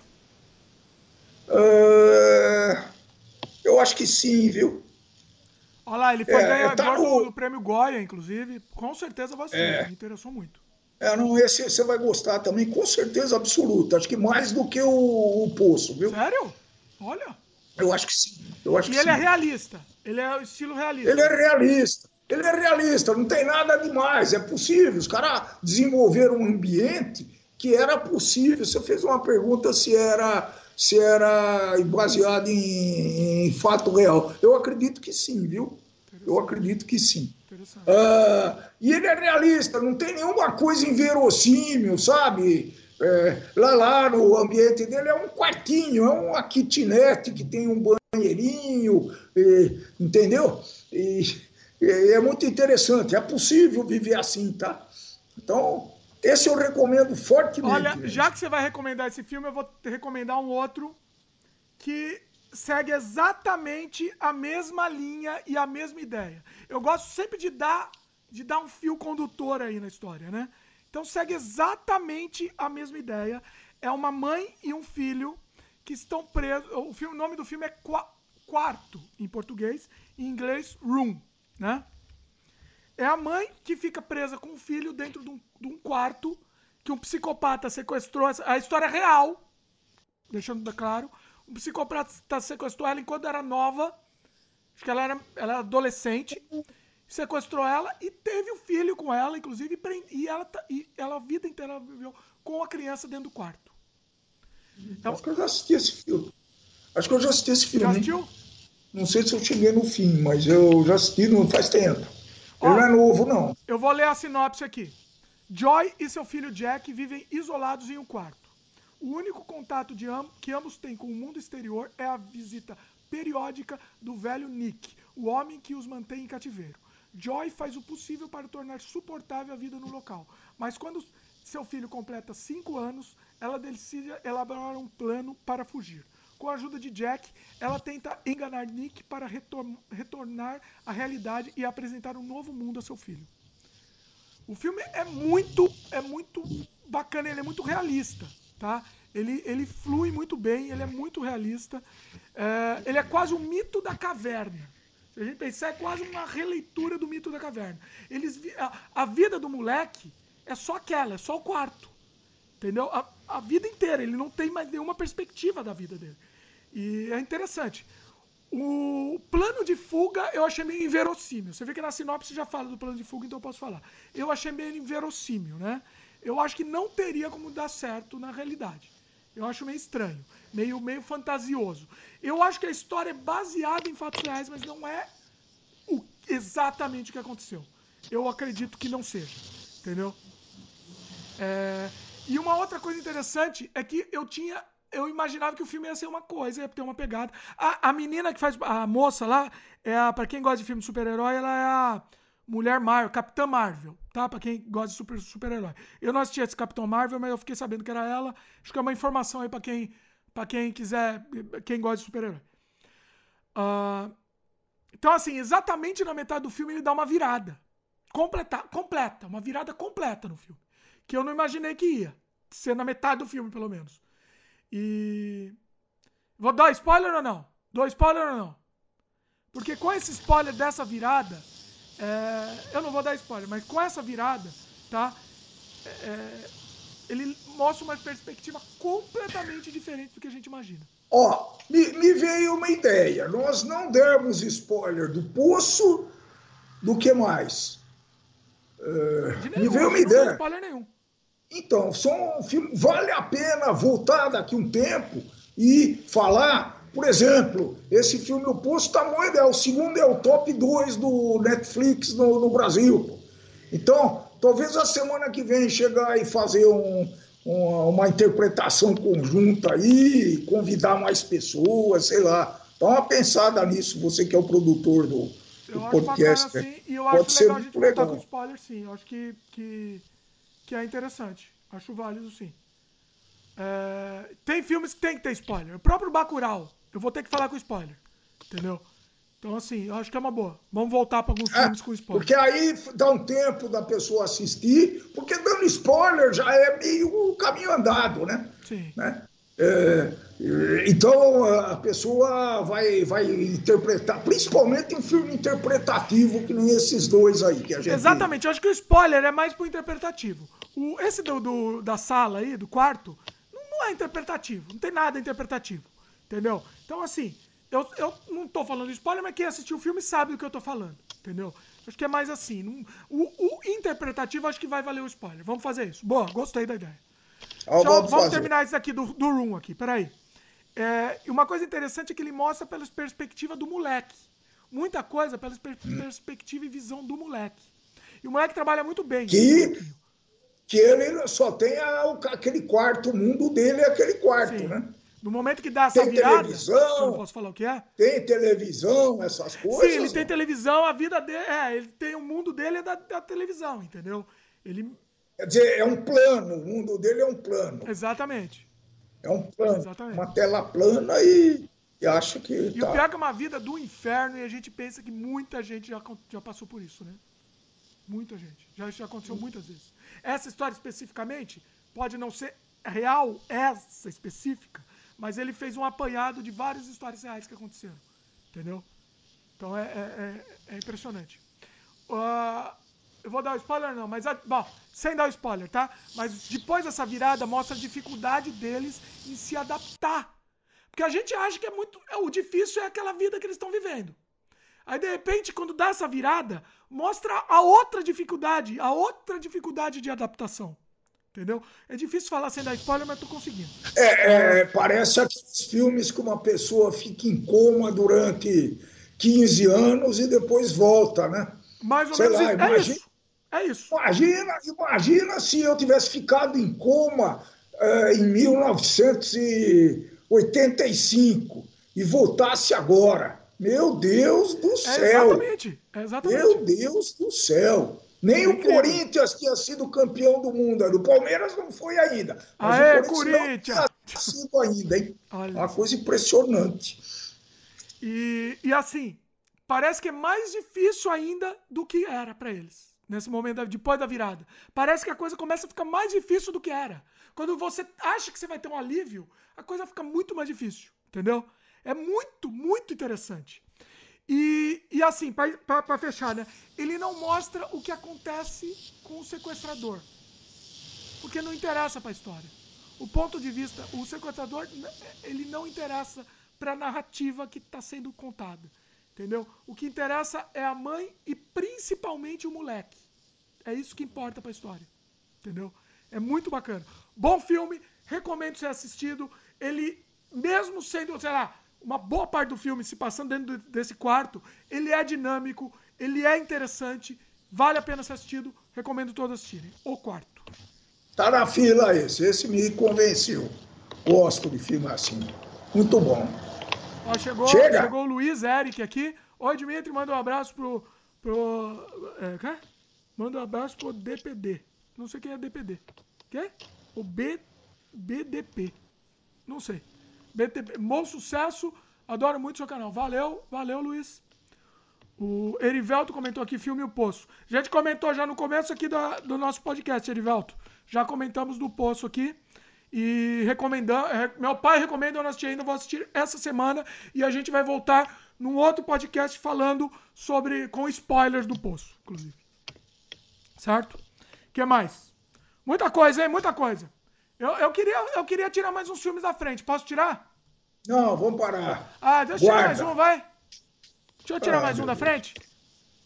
Muito... Uh... Eu acho que sim, viu? Olha lá, ele foi é, ganhador tá no... do prêmio Goya, inclusive. Com certeza vai ser, é. Me interessou muito. É, não, esse você vai gostar também, com certeza absoluta. Acho que mais do que o, o Poço, viu? Sério? Olha. Eu acho que sim. Eu acho e que ele sim. é realista. Ele é o estilo realista. Ele é realista. Ele é realista, não tem nada demais. É possível. Os caras desenvolveram um ambiente que era possível. Você fez uma pergunta se era, se era baseado em, em fato real. Eu acredito que sim, viu? Eu acredito que sim. Uh, e ele é realista, não tem nenhuma coisa inverossímil, sabe? É, lá, lá no ambiente dele é um quartinho, é uma kitnet que tem um banheirinho, e, entendeu? E, e é muito interessante, é possível viver assim, tá? Então, esse eu recomendo fortemente. Olha, mesmo. Já que você vai recomendar esse filme, eu vou te recomendar um outro que segue exatamente a mesma linha e a mesma ideia. Eu gosto sempre de dar, de dar um fio condutor aí na história, né? Então segue exatamente a mesma ideia. É uma mãe e um filho que estão presos. O, filme, o nome do filme é Quarto, em português, em inglês, Room, né? É a mãe que fica presa com o filho dentro de um, de um quarto que um psicopata sequestrou. A história é real, deixando claro. Um psicopata sequestrou ela enquanto era nova. Acho que ela era, ela era adolescente. Sequestrou ela e teve um filho com ela, inclusive. E ela, e ela a vida inteira viveu com a criança dentro do quarto. Então, acho que eu já assisti esse filme. Acho que eu já assisti esse filme. Já assistiu? Não sei se eu cheguei no fim, mas eu já assisti não faz tempo. Ele Ó, não é novo, não. Eu vou ler a sinopse aqui. Joy e seu filho Jack vivem isolados em um quarto. O único contato de am- que ambos têm com o mundo exterior é a visita periódica do velho Nick, o homem que os mantém em cativeiro. Joy faz o possível para tornar suportável a vida no local, mas quando seu filho completa cinco anos, ela decide elaborar um plano para fugir. Com a ajuda de Jack, ela tenta enganar Nick para retor- retornar à realidade e apresentar um novo mundo a seu filho. O filme é muito, é muito bacana, ele é muito realista. Tá? Ele, ele flui muito bem, ele é muito realista. É, ele é quase um mito da caverna. Se a gente pensar, é quase uma releitura do mito da caverna. Eles, a, a vida do moleque é só aquela, é só o quarto. Entendeu? A, a vida inteira, ele não tem mais nenhuma perspectiva da vida dele. E é interessante. O plano de fuga eu achei meio inverossímil. Você vê que na sinopse já fala do plano de fuga, então eu posso falar. Eu achei meio inverossímil, né? Eu acho que não teria como dar certo na realidade. Eu acho meio estranho, meio, meio fantasioso. Eu acho que a história é baseada em fatos reais, mas não é o, exatamente o que aconteceu. Eu acredito que não seja, entendeu? É, e uma outra coisa interessante é que eu tinha... Eu imaginava que o filme ia ser uma coisa, ia ter uma pegada. A, a menina que faz... A moça lá, é a, pra quem gosta de filme de super-herói, ela é a Mulher Marvel, Capitã Marvel, tá? Pra quem gosta de super, super-herói. Eu não assisti esse Capitão Marvel, mas eu fiquei sabendo que era ela. Acho que é uma informação aí pra quem, pra quem quiser, quem gosta de super-herói. Uh, então, assim, exatamente na metade do filme ele dá uma virada. Completa, completa, uma virada completa no filme. Que eu não imaginei que ia. Ser na metade do filme, pelo menos. E... Vou dar spoiler ou não? Dou spoiler ou não? Porque com esse spoiler dessa virada... É... Eu não vou dar spoiler, mas com essa virada, tá? É... Ele mostra uma perspectiva completamente diferente do que a gente imagina. Ó, me, me veio uma ideia. Nós não demos spoiler do Poço, do que mais? É... Nenhum, me veio uma não ideia. Não spoiler nenhum. Então, só um filme, vale a pena voltar daqui um tempo e falar Por exemplo, esse filme O Poço tá muito, é o segundo, é o top dois do Netflix no, no Brasil. Pô. Então, talvez a semana que vem chegar e fazer um, uma, uma interpretação conjunta aí, convidar mais pessoas, sei lá. Dá uma pensada nisso, você que é o produtor do, do eu acho podcast. Bacana, sim, e eu Pode acho ser legal a muito gente voltar legal. com spoiler, sim. Eu acho que, que, que é interessante. Acho válido, sim. É, tem filmes que tem que ter spoiler. O próprio Bacurau, eu vou ter que falar com spoiler. Entendeu? Então, assim, eu acho que é uma boa. Vamos voltar para alguns É, filmes com spoiler. porque aí dá um tempo da pessoa assistir, porque dando spoiler já é meio o caminho andado, né? Sim. né? É, então a pessoa vai, vai interpretar, principalmente um filme interpretativo, que nem esses dois aí que a gente... Exatamente, eu acho que o spoiler é mais pro interpretativo. O, esse do, do- da sala aí, do quarto, não, não é interpretativo, não tem nada interpretativo, entendeu? Então, assim, eu, eu não tô falando de spoiler, mas quem assistiu o filme sabe do que eu tô falando, entendeu? Acho que é mais assim. não- o, o interpretativo acho que vai valer o spoiler. Vamos fazer isso. Boa, gostei da ideia. Ah, Deixa eu- vamos vamos fazer. terminar isso aqui do, do Room aqui, peraí. É, e uma coisa interessante é que ele mostra pela perspectiva do moleque. Muita coisa pela per- perspectiva e visão do moleque. E o moleque trabalha muito bem. esse Que, molequinho. que ele só tem a- o- aquele quarto, o mundo dele é aquele quarto, Sim. né? No momento que dá essa Tem virada, televisão. que eu não posso falar o que é. Tem televisão, essas coisas. Sim, ele tem não. televisão, a vida dele. É, ele tem o mundo dele é da, da televisão, entendeu? Ele. Quer dizer, é um plano, o mundo dele é um plano. Exatamente. É um plano, Exatamente. uma tela plana e, e acho que E tá. o pior é que é uma vida do inferno e a gente pensa que muita gente já, já passou por isso, né? Muita gente. Já, já aconteceu muitas vezes. Essa história especificamente pode não ser real, essa específica, mas ele fez um apanhado de várias histórias reais que aconteceram. Entendeu? Então é, é, é, é impressionante. Uh, eu vou dar o spoiler não, mas bom, sem dar o spoiler, tá? Mas depois dessa virada mostra a dificuldade deles em se adaptar. Porque a gente acha que é muito. É, o difícil é aquela vida que eles estão vivendo. Aí, de repente, quando dá essa virada, mostra a outra dificuldade, a outra dificuldade de adaptação. Entendeu? É difícil falar sem dar spoiler, mas tô conseguindo. É, é, parece aqueles filmes que uma pessoa fica em coma durante quinze anos e depois volta, né? Mais ou Sei menos lá, isso. É imagina, isso. É isso. imagina, imagina se eu tivesse ficado em coma eh, em mil novecentos e oitenta e cinco e voltasse agora. Meu Deus do É céu! exatamente. É exatamente. Meu Deus do céu! Nem É o incrível. Corinthians tinha sido campeão do mundo. O Palmeiras não foi ainda. Mas Aê, o Corinthians, Corinthians! não tinha sido ainda, hein? Olha Uma só. coisa impressionante. E, e assim, parece que é mais difícil ainda do que era pra eles. Nesse momento, da- depois da virada. Parece que a coisa começa a ficar mais difícil do que era. Quando você acha que você vai ter um alívio, a coisa fica muito mais difícil. Entendeu? É muito, muito interessante. E, e assim, pra, pra, pra fechar, né? Ele não mostra o que acontece com o sequestrador. Porque não interessa pra história. O ponto de vista, o sequestrador, ele não interessa pra narrativa que tá sendo contada. Entendeu? O que interessa é a mãe e principalmente o moleque. É isso que importa pra história. Entendeu? É muito bacana. Bom filme, recomendo ser assistido. Ele, mesmo sendo, sei lá, uma boa parte do filme se passando dentro desse quarto, ele é dinâmico, ele é interessante, vale a pena ser assistido. Recomendo todos assistirem. O Quarto. Tá na fila esse. Esse me convenceu. Gosto de filme assim. Muito bom. Ó, chegou, Chega. chegou o Luiz Eric aqui. Oi, Dimitri, manda um abraço pro. pro é, quê? Manda um abraço pro D P D. Não sei quem é D P D. Quê? O B, BDP. Não sei. B T P. Bom sucesso. Adoro muito seu canal. Valeu, valeu, Luiz. O Erivelto comentou aqui, filme O Poço. A gente comentou já no começo aqui do, do nosso podcast, Erivelto. Já comentamos do Poço aqui. E recomendando. Meu pai recomenda, eu não assisti ainda, vou assistir essa semana. E a gente vai voltar num outro podcast falando sobre. Com spoilers do Poço, inclusive. Certo? O que mais? Muita coisa, hein? Muita coisa. Eu, eu, queria, eu queria tirar mais uns filmes da frente. Posso tirar? Não, vamos parar. Ah, deixa eu tirar Guarda. mais um, vai. Deixa eu tirar Ah, mais um meu da Deus. frente.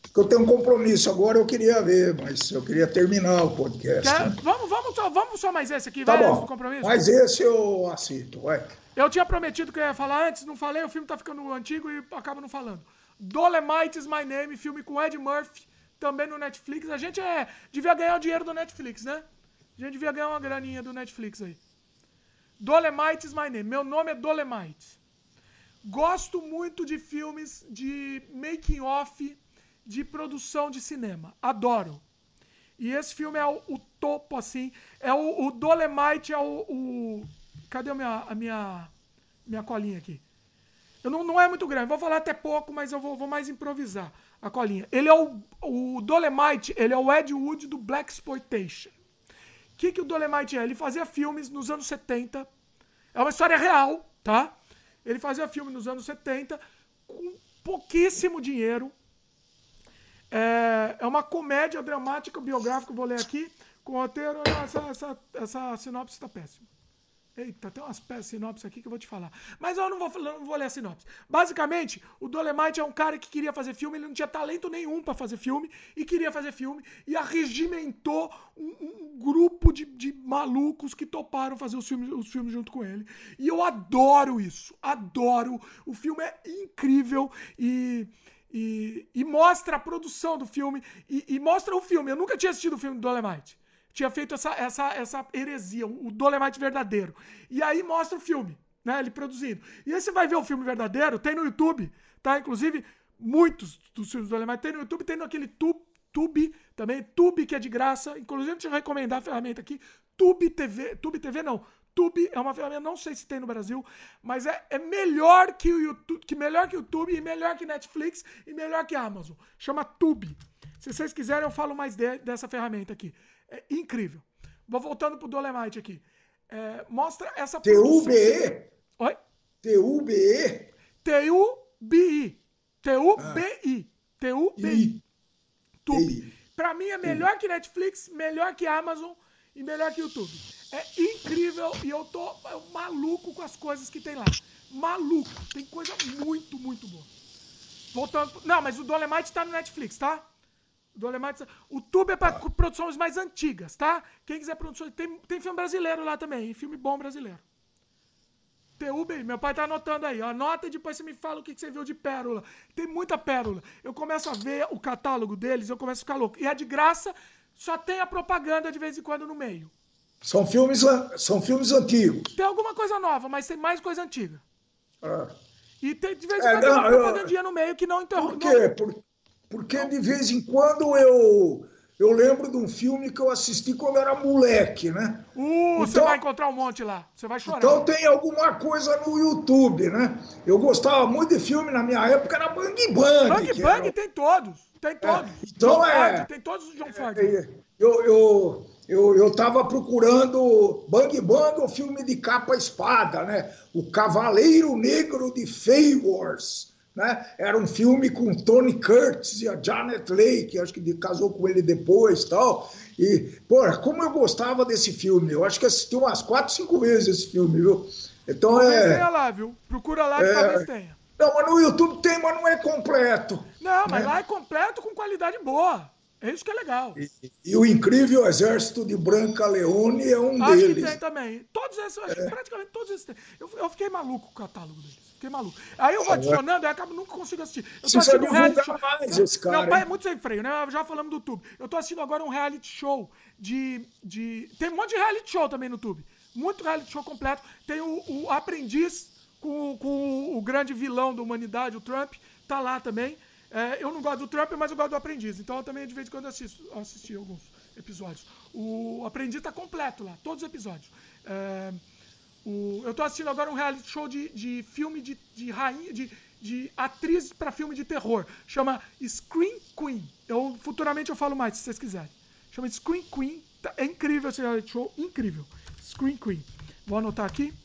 Eu tenho um compromisso agora, eu queria ver, mas eu queria terminar o podcast. Quer, né? vamos, vamos, só, vamos só mais esse aqui, Tá vai, bom, esse do compromisso? mas esse eu aceito, vai. Eu tinha prometido que eu ia falar antes, não falei, o filme tá ficando antigo e acaba não falando. Dolemite is My Name, filme com Ed Murphy, também no Netflix. A gente é, devia ganhar o dinheiro do Netflix, né? A gente devia ganhar uma graninha do Netflix aí. Dolemite is My Name, meu nome é Dolemite. Gosto muito de filmes de making off, de produção de cinema. Adoro. E esse filme é o, o topo, assim. É o, o Dolemite, é o... o... Cadê a minha, a minha, minha colinha aqui? Eu não, não é muito grande, vou falar até pouco, mas eu vou, vou mais improvisar a colinha. Ele é o, o Dolemite, ele é o Ed Wood do Blaxploitation. O que, que o Dolemite é? Ele fazia filmes nos anos setenta. É uma história real, tá? Ele fazia filme nos anos setenta com pouquíssimo dinheiro. É, é uma comédia dramática biográfica, vou ler aqui, com roteiro. Essa, essa, essa sinopse está péssima. Eita, tem umas sinopses aqui que eu vou te falar. Mas eu não vou, não vou ler a sinopse. Basicamente, o Dolemite é um cara que queria fazer filme, ele não tinha talento nenhum para fazer filme, e queria fazer filme, e arregimentou um, um grupo de, de malucos que toparam fazer os filmes, os filmes junto com ele. E eu adoro isso, adoro. O filme é incrível e... E, e mostra a produção do filme, e, e mostra o filme. Eu nunca tinha assistido o filme do Dolemite. Tinha feito essa, essa, essa heresia, o Dolemite verdadeiro. E aí mostra o filme, né? Ele produzindo. E aí você vai ver o filme verdadeiro, tem no YouTube, tá? Inclusive, muitos dos filmes do Dolemite tem no YouTube, tem naquele Tube, Tube também, Tube que é de graça. Inclusive, deixa eu recomendar a ferramenta aqui, Tube T V, Tube T V não, Tube é uma ferramenta, não sei se tem no Brasil, mas é, é melhor que o YouTube, que melhor que o YouTube, e melhor que Netflix, e melhor que a Amazon. Chama Tube. Se vocês quiserem, eu falo mais de, dessa ferramenta aqui. É incrível. Vou voltando pro Dolemite aqui. É, mostra essa T U B E? Oi? T U B E? T U B I. T U B I. T U B I. Tube. Pra mim é melhor que Netflix, melhor que Amazon e melhor que YouTube. É incrível e eu tô maluco com as coisas que tem lá. Maluco. Tem coisa muito, muito boa. Voltando. Não, mas o Dolemite tá no Netflix, tá? O Dolemite. O Tube é para produções mais antigas, tá? Quem quiser produções. Tem, tem filme brasileiro lá também, filme bom brasileiro. T U B I, meu pai tá anotando aí. Anota e depois você me fala o que você viu de pérola. Tem muita pérola. Eu começo a ver o catálogo deles, eu começo a ficar louco. E é de graça, só tem a propaganda de vez em quando no meio. São filmes, são filmes antigos. Tem alguma coisa nova, mas tem mais coisa antiga. Ah. E tem, de vez em É, quando tem uma não, propagandinha eu... no meio que não interrompe. Por quê? Por... Porque de vez em quando eu, eu lembro de um filme que eu assisti quando era moleque, né? Uh, então, você vai encontrar um monte lá. Você vai chorar. Então tem alguma coisa no YouTube, né? Eu gostava muito de filme na minha época, era Bang Bang. Bang Bang era... tem todos. Tem todos. É, então John é... Ford, tem todos os John Ford. É, eu, eu, eu, eu tava procurando Bang Bang, o filme de capa espada, né? O Cavaleiro Negro de Favors. Né? Era um filme com Tony Curtis e a Janet Leigh, que acho que casou com ele depois e tal. E, porra, como eu gostava desse filme. Eu acho que assisti umas quatro, cinco vezes esse filme, viu? Então talvez é... tenha lá, viu? Procura lá que é... talvez tenha. Não, mas no YouTube tem, mas não é completo. Não, mas né? lá é completo com qualidade boa. É isso que é legal. E, e o Incrível Exército de Branca Leone é um acho deles. Que tem também. Todos esses, eu acho é. que praticamente todos esses tem. Eu, eu fiquei maluco com o catálogo deles. Fiquei maluco. Aí eu vou adicionando, aí eu acabo nunca consigo assistir. Eu tô assistindo um reality show. Mais esse cara, meu pai hein? é muito sem freio, né? Já falamos do YouTube. Eu tô assistindo agora um reality show de. de... Tem um monte de reality show também no YouTube. Muito reality show completo. Tem o, o Aprendiz com, com o grande vilão da humanidade, o Trump. Tá lá também. É, eu não gosto do Trump, mas eu gosto do Aprendiz. Então eu também de vez em quando assisto, assisti alguns episódios. O Aprendiz tá completo lá, todos os episódios. É, o, eu tô assistindo agora um reality show de, de filme de, de rainha, de, de atriz para filme de terror. Chama Scream Queen. Eu, futuramente eu falo mais, se vocês quiserem. Chama Scream Queen. É incrível esse reality show, incrível. Scream Queen. Vou anotar aqui.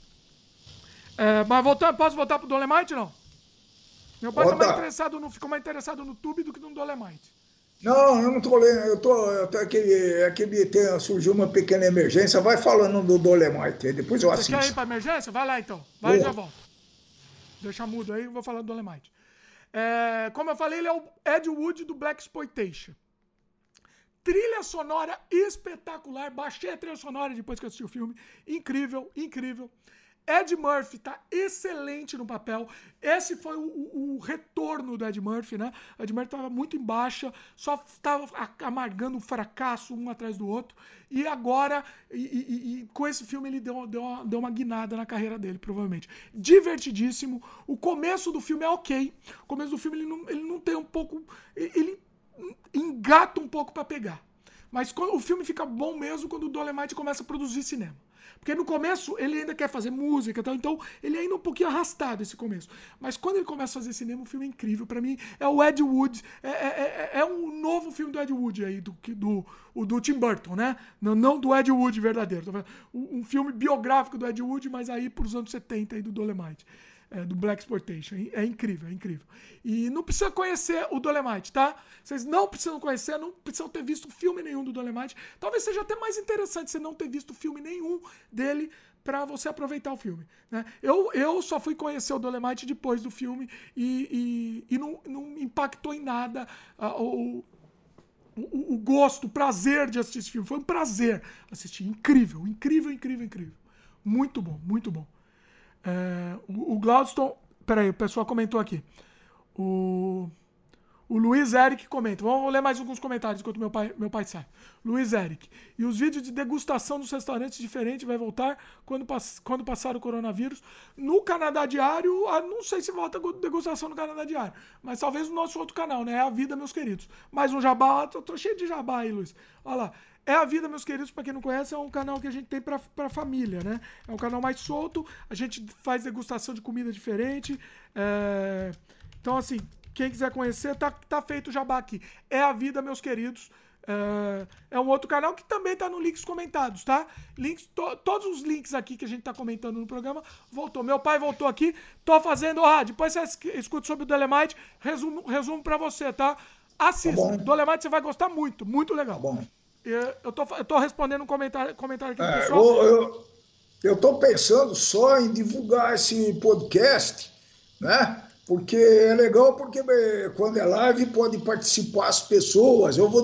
É, mas voltando, posso voltar pro Dolemite, não? Meu pai tá mais interessado no, ficou mais interessado no Tube do que no Dolemite. Não, eu não tô lendo. Eu tô, eu tô aqui, aqui tem, surgiu uma pequena emergência. Vai falando do Dolemite, depois eu assisto. Você quer ir pra emergência? Vai lá então. Vai e já volta. Deixa mudo aí, eu vou falar do Dolemite. É, como eu falei, ele é o Ed Wood do Blaxploitation. Trilha sonora espetacular. Baixei a trilha sonora depois que eu assisti o filme. Incrível, incrível. Ed Murphy tá excelente no papel. Esse foi o, o, o retorno do Ed Murphy, né? O Ed Murphy tava muito em baixa, só estava amargando um fracasso um atrás do outro. E agora, e, e, e com esse filme, ele deu, deu, uma, deu uma guinada na carreira dele, provavelmente. Divertidíssimo. O começo do filme é ok. O começo do filme ele não, ele não tem um pouco... Ele engata um pouco para pegar. Mas o filme fica bom mesmo quando o Dolemite começa a produzir cinema. Porque no começo ele ainda quer fazer música e tal, então ele é ainda um pouquinho arrastado esse começo. Mas quando ele começa a fazer cinema, o filme é incrível. Pra mim, é o Ed Wood, é, é, é um novo filme do Ed Wood aí, do, do, do, do Tim Burton, né? Não, não do Ed Wood verdadeiro. Um filme biográfico do Ed Wood, mas aí pros anos setenta aí do Dolemite. É, do Blaxploitation. É incrível, é incrível. E não precisa conhecer o Dolemite, tá? Vocês não precisam conhecer, não precisam ter visto filme nenhum do Dolemite. Talvez seja até mais interessante você não ter visto filme nenhum dele para você aproveitar o filme, né? Eu, eu só fui conhecer o Dolemite depois do filme e, e, e não, não impactou em nada uh, o, o, o gosto, o prazer de assistir esse filme. Foi um prazer assistir. Incrível, incrível, incrível, incrível. Muito bom, muito bom. É, o, o Glaudston, peraí, o pessoal comentou aqui. O, o Luiz Eric comenta. Vamos ler mais alguns comentários enquanto meu pai, meu pai sai. Luiz Eric. E os vídeos de degustação dos restaurantes diferentes vai voltar quando, quando passar o coronavírus. No Canadá Diário, não sei se volta degustação no Canadá Diário, mas talvez no nosso outro canal, né? É a Vida, meus queridos. Mais um jabá, tô, tô cheio de jabá aí, Luiz. Olha lá. É a Vida, meus queridos, para quem não conhece, é um canal que a gente tem para a família, né? É um canal mais solto, a gente faz degustação de comida diferente. É... Então, assim, quem quiser conhecer, tá, tá feito o jabá aqui. É a Vida, meus queridos. É, é um outro canal que também tá no links comentados, tá? Links, to, todos os links aqui que a gente tá comentando no programa, voltou. Meu pai voltou aqui, tô fazendo... Ah, depois você escuta sobre o Dolemite, resumo, resumo para você, tá? Assista. Tá Dolemite você vai gostar muito, muito legal. Tá bom. Eu tô, eu tô respondendo um comentário, comentário aqui do é, pessoal. Eu, eu, eu tô pensando só em divulgar esse podcast, né? Porque é legal, porque quando é live pode participar as pessoas. Eu vou,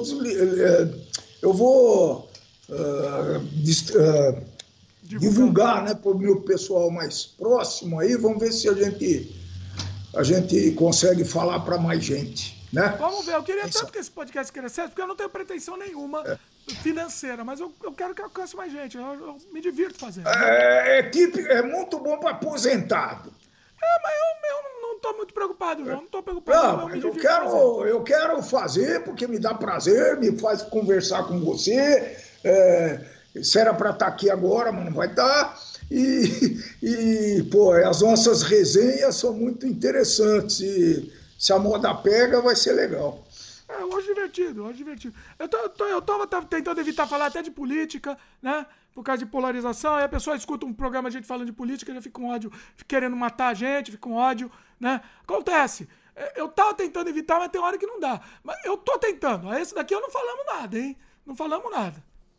eu vou uh, uh, divulgar, né, para o meu pessoal mais próximo aí. Vamos ver se a gente, a gente consegue falar para mais gente. Né? Vamos ver, eu queria tanto que esse podcast crescesse, porque eu não tenho pretensão nenhuma é. financeira, mas eu, eu quero que alcance mais gente, eu, eu me divirto fazendo. É, equipe é muito bom para aposentado. É, mas eu, eu não estou muito preocupado, não, não estou preocupado. Não, eu, eu, quero, eu quero fazer porque me dá prazer, me faz conversar com você, é, se era para estar aqui agora, mas não vai estar. E, e pô, as nossas resenhas são muito interessantes e se a moda pega, vai ser legal. É, hoje divertido, hoje divertido. Eu, tô, eu, tô, eu tava tentando evitar falar até de política, né? Por causa de polarização. Aí a pessoa escuta um programa, a gente falando de política, já fica com ódio, fica querendo matar a gente, fica com ódio, né? Acontece. Eu tava tentando evitar, mas tem hora que não dá. Mas eu tô tentando. Esse daqui eu não falamos nada, hein? Não falamos nada.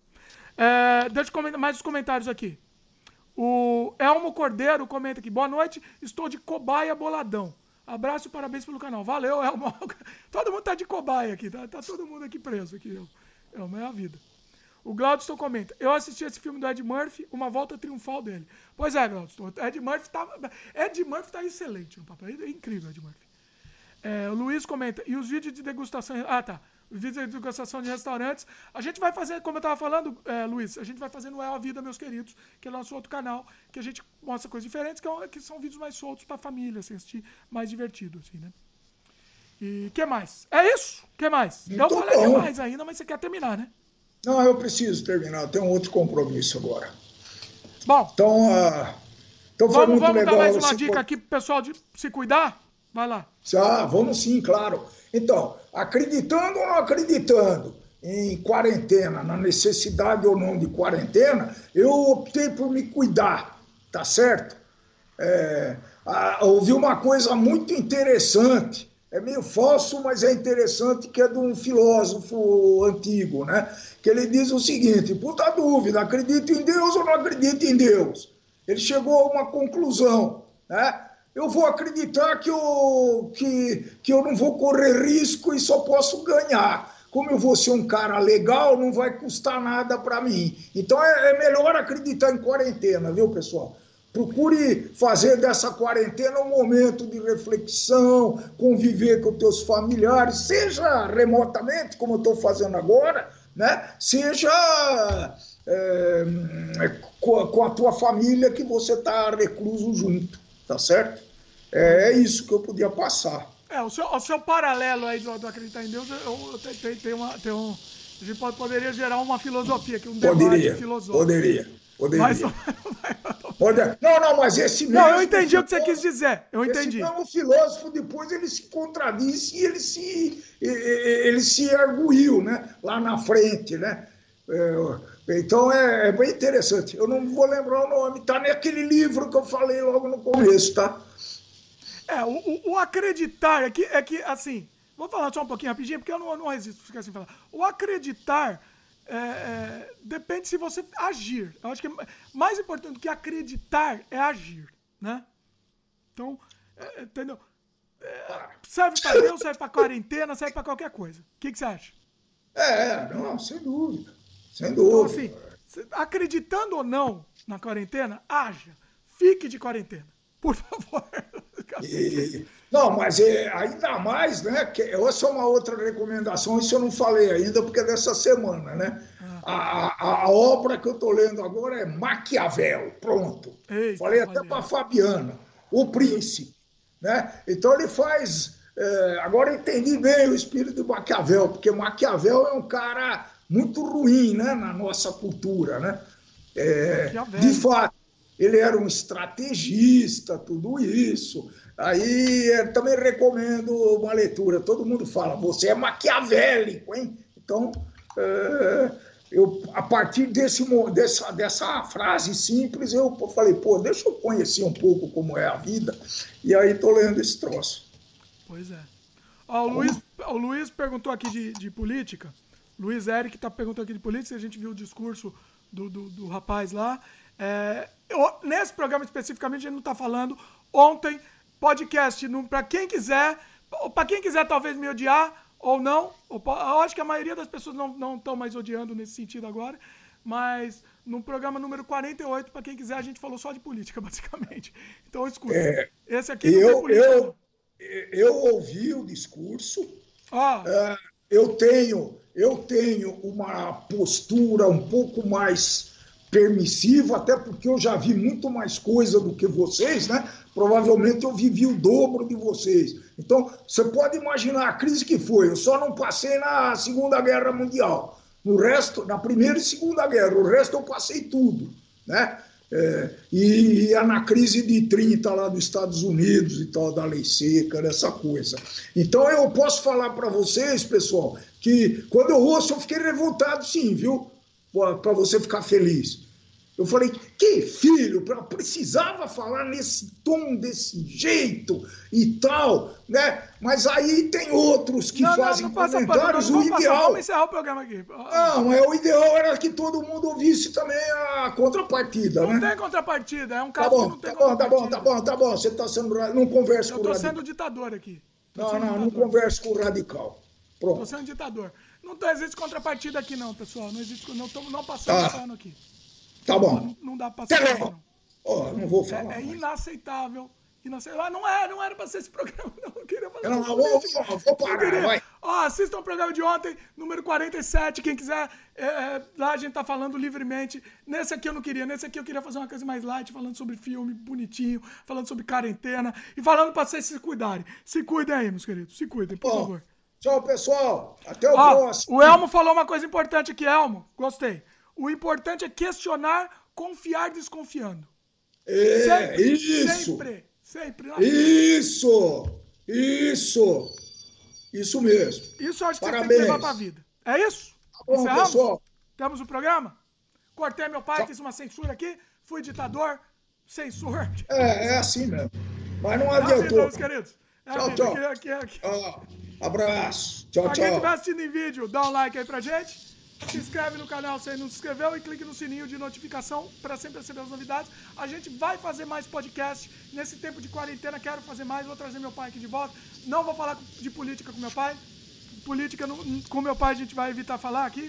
É, deixa eu comentar mais os comentários aqui. O Elmo Cordeiro comenta aqui. Boa noite, estou de cobaia boladão. Abraço e parabéns pelo canal. Valeu, Elmo. Todo mundo tá de cobaia aqui. Tá, tá todo mundo aqui preso. Aqui, Elmo, é a vida. O Glaudston comenta. Eu assisti esse filme do Ed Murphy, uma volta triunfal dele. Pois é, Glaudston. Ed Murphy tá, Ed Murphy tá excelente no papel. É incrível, Ed Murphy. É, o Luiz comenta. E os vídeos de degustação... Ah, tá. Os vídeos de degustação de restaurantes. A gente vai fazer, como eu tava falando, é, Luiz, a gente vai fazer no É a Vida, meus queridos, que é o nosso outro canal, que a gente mostra coisas diferentes, que, é, que são vídeos mais soltos pra família, assim, assistir mais divertido, assim, né? E o que mais? É isso? O que mais? Muito eu falaria bom. mais ainda, mas você quer terminar, né? Não, eu preciso terminar. Eu tenho um outro compromisso agora. Bom. Então, uh, então foi vamos, muito vamos legal. Vamos dar mais uma você dica pode... aqui pro pessoal de se cuidar? Vai lá. Ah, vamos sim, claro. Então, acreditando ou não acreditando em quarentena, na necessidade ou não de quarentena, eu optei por me cuidar, tá certo? É, a, ouvi uma coisa muito interessante, é meio falso, mas é interessante, que é de um filósofo antigo, né? Que ele diz o seguinte: puta dúvida, acredito em Deus ou não acredito em Deus? Ele chegou a uma conclusão, né? eu vou acreditar que eu, que, que eu não vou correr risco e só posso ganhar. Como eu vou ser um cara legal, não vai custar nada para mim. Então é, é melhor acreditar em quarentena, viu, pessoal? Procure fazer dessa quarentena um momento de reflexão, conviver com teus familiares, seja remotamente, como eu estou fazendo agora, né? Seja é, com, com a tua família que você está recluso junto, tá certo? É, é isso que eu podia passar. É, o seu, o seu paralelo aí do, do acreditar em Deus, eu, eu, tem, tem, tem uma, tem um, a gente pode, poderia gerar uma filosofia aqui, um debate poderia, filosófico. Poderia, poderia. Mas, Pode... Não, não, mas esse mesmo... Não, eu entendi o que você quis dizer, eu entendi. Esse mesmo filósofo, depois ele se contradisse e ele se, ele se arguiu, né? Lá na frente, né? É, então é, é bem interessante. Eu não vou lembrar o nome, tá naquele livro que eu falei logo no começo, tá? É, o, o, o acreditar é que, é que, assim, vou falar só um pouquinho rapidinho, porque eu não, não resisto ficar sem falar. O acreditar é, é, depende se você agir. Eu acho que é mais importante do que acreditar é agir, né? Então, é, entendeu? É, serve para Deus, serve para quarentena, serve para qualquer coisa. O que, que você acha? É, não, sem dúvida. Sem dúvida. Então, assim, acreditando ou não na quarentena, haja. Fique de quarentena, por favor. E, não, mas é, ainda mais, né? Que essa é uma outra recomendação, isso eu não falei ainda, porque é dessa semana, né? Ah. A, a, a obra que eu estou lendo agora é Maquiavel, pronto. Eita, falei até para a Fabiana, O Príncipe, né? Então ele faz. É, agora eu entendi bem o espírito de Maquiavel, porque Maquiavel é um cara muito ruim, né? Na nossa cultura, né? É, de fato. Ele era um estrategista, tudo isso. Aí eu também recomendo uma leitura. Todo mundo fala, você é maquiavélico, hein? Então, é, eu, a partir desse, dessa, dessa frase simples, eu falei, pô, deixa eu conhecer um pouco como é a vida. E aí estou lendo esse troço. Pois é. Ó, o, Luiz, o Luiz perguntou aqui de, de política. Luiz Eric está perguntando aqui de política. A gente viu o discurso do, do, do rapaz lá. É, eu, nesse programa especificamente a gente não está falando. Ontem, podcast para quem quiser, para quem quiser talvez me odiar ou não. Ou, eu acho que a maioria das pessoas não estão mais odiando nesse sentido agora. Mas no programa número quarenta e oito, para quem quiser, a gente falou só de política, basicamente. Então escuta. É, esse aqui não eu, tem política. Eu, não. eu ouvi o discurso. Ah. Uh, eu tenho, eu tenho uma postura um pouco mais permissiva, até porque eu já vi muito mais coisa do que vocês, né? Provavelmente eu vivi o dobro de vocês. Então, você pode imaginar a crise que foi. Eu só não passei na Segunda Guerra Mundial. No resto, na Primeira e Segunda Guerra, o resto eu passei tudo, né? É, e, e na crise de trinta lá dos Estados Unidos e tal, da lei seca, dessa coisa. Então eu posso falar para vocês, pessoal, que quando eu ouço eu fiquei revoltado sim, viu? Para você ficar feliz. Eu falei, que filho, precisava falar nesse tom, desse jeito e tal, né? Mas aí tem outros que não, fazem não, não comentários, não, não, o não ideal... Vamos encerrar o programa aqui. Não, mas o ideal era que todo mundo ouvisse também a contrapartida, não né? Não tem contrapartida, é um caso tá bom, que não tem tá bom, tá contrapartida. bom, tá bom, tá bom, você está sendo... Não conversa com o radical. Eu estou sendo ditador aqui. Tô não, não, ditador. não conversa com o radical. Pronto. Estou sendo ditador. Não existe contrapartida aqui não, pessoal. Não existe, não estamos não passando tá. pano aqui. Tá bom. Não, não dá para passar pano, não. Oh, não vou falar. É, é inaceitável. inaceitável. Não era, não era para ser esse programa, não. Eu queria fazer. Não, não, vou, vou, vou parar, vai. Ó, assistam o programa de ontem, número quarenta e sete. Quem quiser, é, lá a gente tá falando livremente. Nesse aqui eu não queria, nesse aqui eu queria fazer uma coisa mais light, falando sobre filme bonitinho, falando sobre quarentena e falando para vocês se cuidarem. Se cuidem aí, meus queridos. Se cuidem, por Bom, favor. Tchau, pessoal. Até o Ó, próximo. O Elmo falou uma coisa importante aqui, Elmo. Gostei. O importante é questionar, confiar desconfiando. É, sempre, isso. Sempre, sempre. Isso, isso. Isso mesmo. Isso eu acho que Parabéns. você tem que levar pra vida. É isso? Tá bom, Encerramos? pessoal. Temos o programa? Cortei meu pai, Tchau. fiz uma censura aqui. Fui ditador. Censura. É, é assim mesmo. Mas não É assim, adiantou. meus queridos. É Tchau, assim, tchau. Aqui, aqui, aqui. Ah, abraço. Tchau, Pra quem tchau. estiver assistindo em vídeo, dá um like aí pra gente. se inscreve no canal se não se inscreveu e clique no sininho de notificação para sempre receber as novidades. A gente vai fazer mais podcast. Nesse tempo de quarentena, quero fazer mais. Vou trazer meu pai aqui de volta. Não vou falar de política com meu pai. Política no, com meu pai a gente vai evitar falar aqui.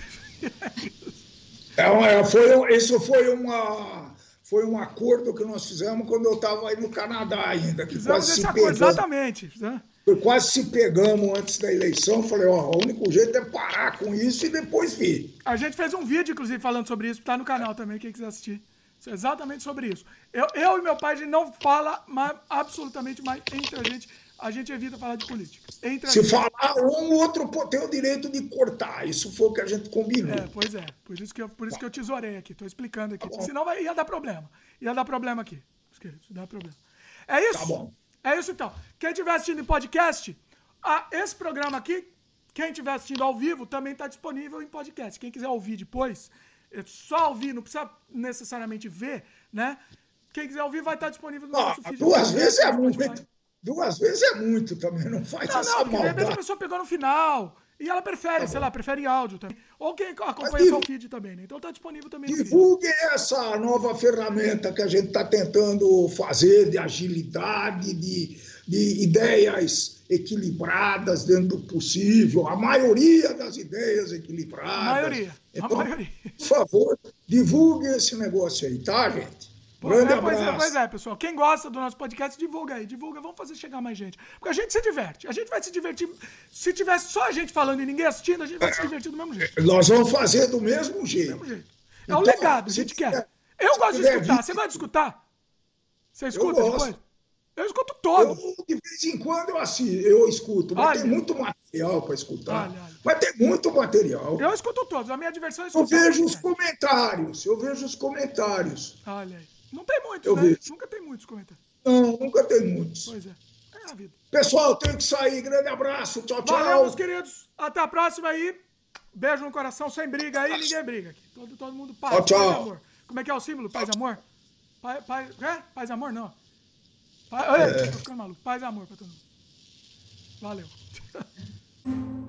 É, foi, isso foi uma... Foi um acordo que nós fizemos quando eu estava aí no Canadá ainda. Que Fizemos quase esse se acordo, pegamos. Exatamente. Né? Quase se pegamos antes da eleição. Falei, ó, o único jeito é parar com isso e depois vir. A gente fez um vídeo, inclusive, falando sobre isso. Tá no canal também, quem quiser assistir. Exatamente sobre isso. Eu, eu e meu pai, a gente não fala mais, absolutamente mais entre a gente. A gente evita falar de política. Entre Se gente. falar, um outro tem o direito de cortar. Isso foi o que a gente combinou. É, pois é. Por isso que eu, por isso que eu tesourei aqui. Tô explicando aqui. Tá, senão vai, ia dar problema. Ia dar problema aqui. Isso dá problema. É isso? Tá bom. É isso então. Quem estiver assistindo em podcast, ah, esse programa aqui, quem estiver assistindo ao vivo, também está disponível em podcast. Quem quiser ouvir depois, é só ouvir, não precisa necessariamente ver, né? Quem quiser ouvir vai estar disponível no Ah, nosso feed. duas vezes é muito. Duas vezes é muito também, não faz não, essa não, porque maldade. de repente a pessoa pegou no final e ela prefere, Tá sei bom. lá, prefere áudio também. Ou quem acompanha Mas só o feed também, né? Então tá disponível também no feed. Divulgue essa nova ferramenta que a gente está tentando fazer de agilidade, de, de ideias equilibradas dentro do possível, a maioria das ideias equilibradas. A maioria, então, a maioria. Por favor, divulgue esse negócio aí, tá, gente? Grande é, pois abraço. é, pois é, pessoal. Quem gosta do nosso podcast, divulga aí, divulga. Vamos fazer chegar mais gente. Porque a gente se diverte. A gente vai se divertir. Se tivesse só a gente falando e ninguém assistindo, a gente vai se divertir do mesmo jeito. Nós vamos fazer do mesmo jeito. Do mesmo jeito. É Então, um legado, a se gente tiver- quer. Eu gosto de tiver escutar. vídeo- Você gosta de escutar? Você escuta gosto. depois? Eu escuto todo. Eu, de vez em quando eu, assim, eu escuto, mas Olha. tem muito material para escutar. Olha, olha. Mas tem muito material. Eu escuto todos. A minha diversão é Eu escutar. vejo o os podcast. comentários, eu vejo os comentários. Olha aí. Não tem muitos, Eu né? vejo. Nunca tem muitos comentários. Não, nunca tem muitos. Pois é. É a vida. Pessoal, tenho que sair. Grande abraço. Tchau, tchau. Valeu, meus queridos. Até a próxima aí. Beijo no coração, sem briga aí. Ninguém briga aqui. Todo, todo mundo paz, Tchau, tchau. paz e amor. Como é que é o símbolo? Paz e amor? Paz, paz, é? Paz e amor, não. Paz, é. Tô ficando maluco. Paz e amor pra todo mundo. Valeu.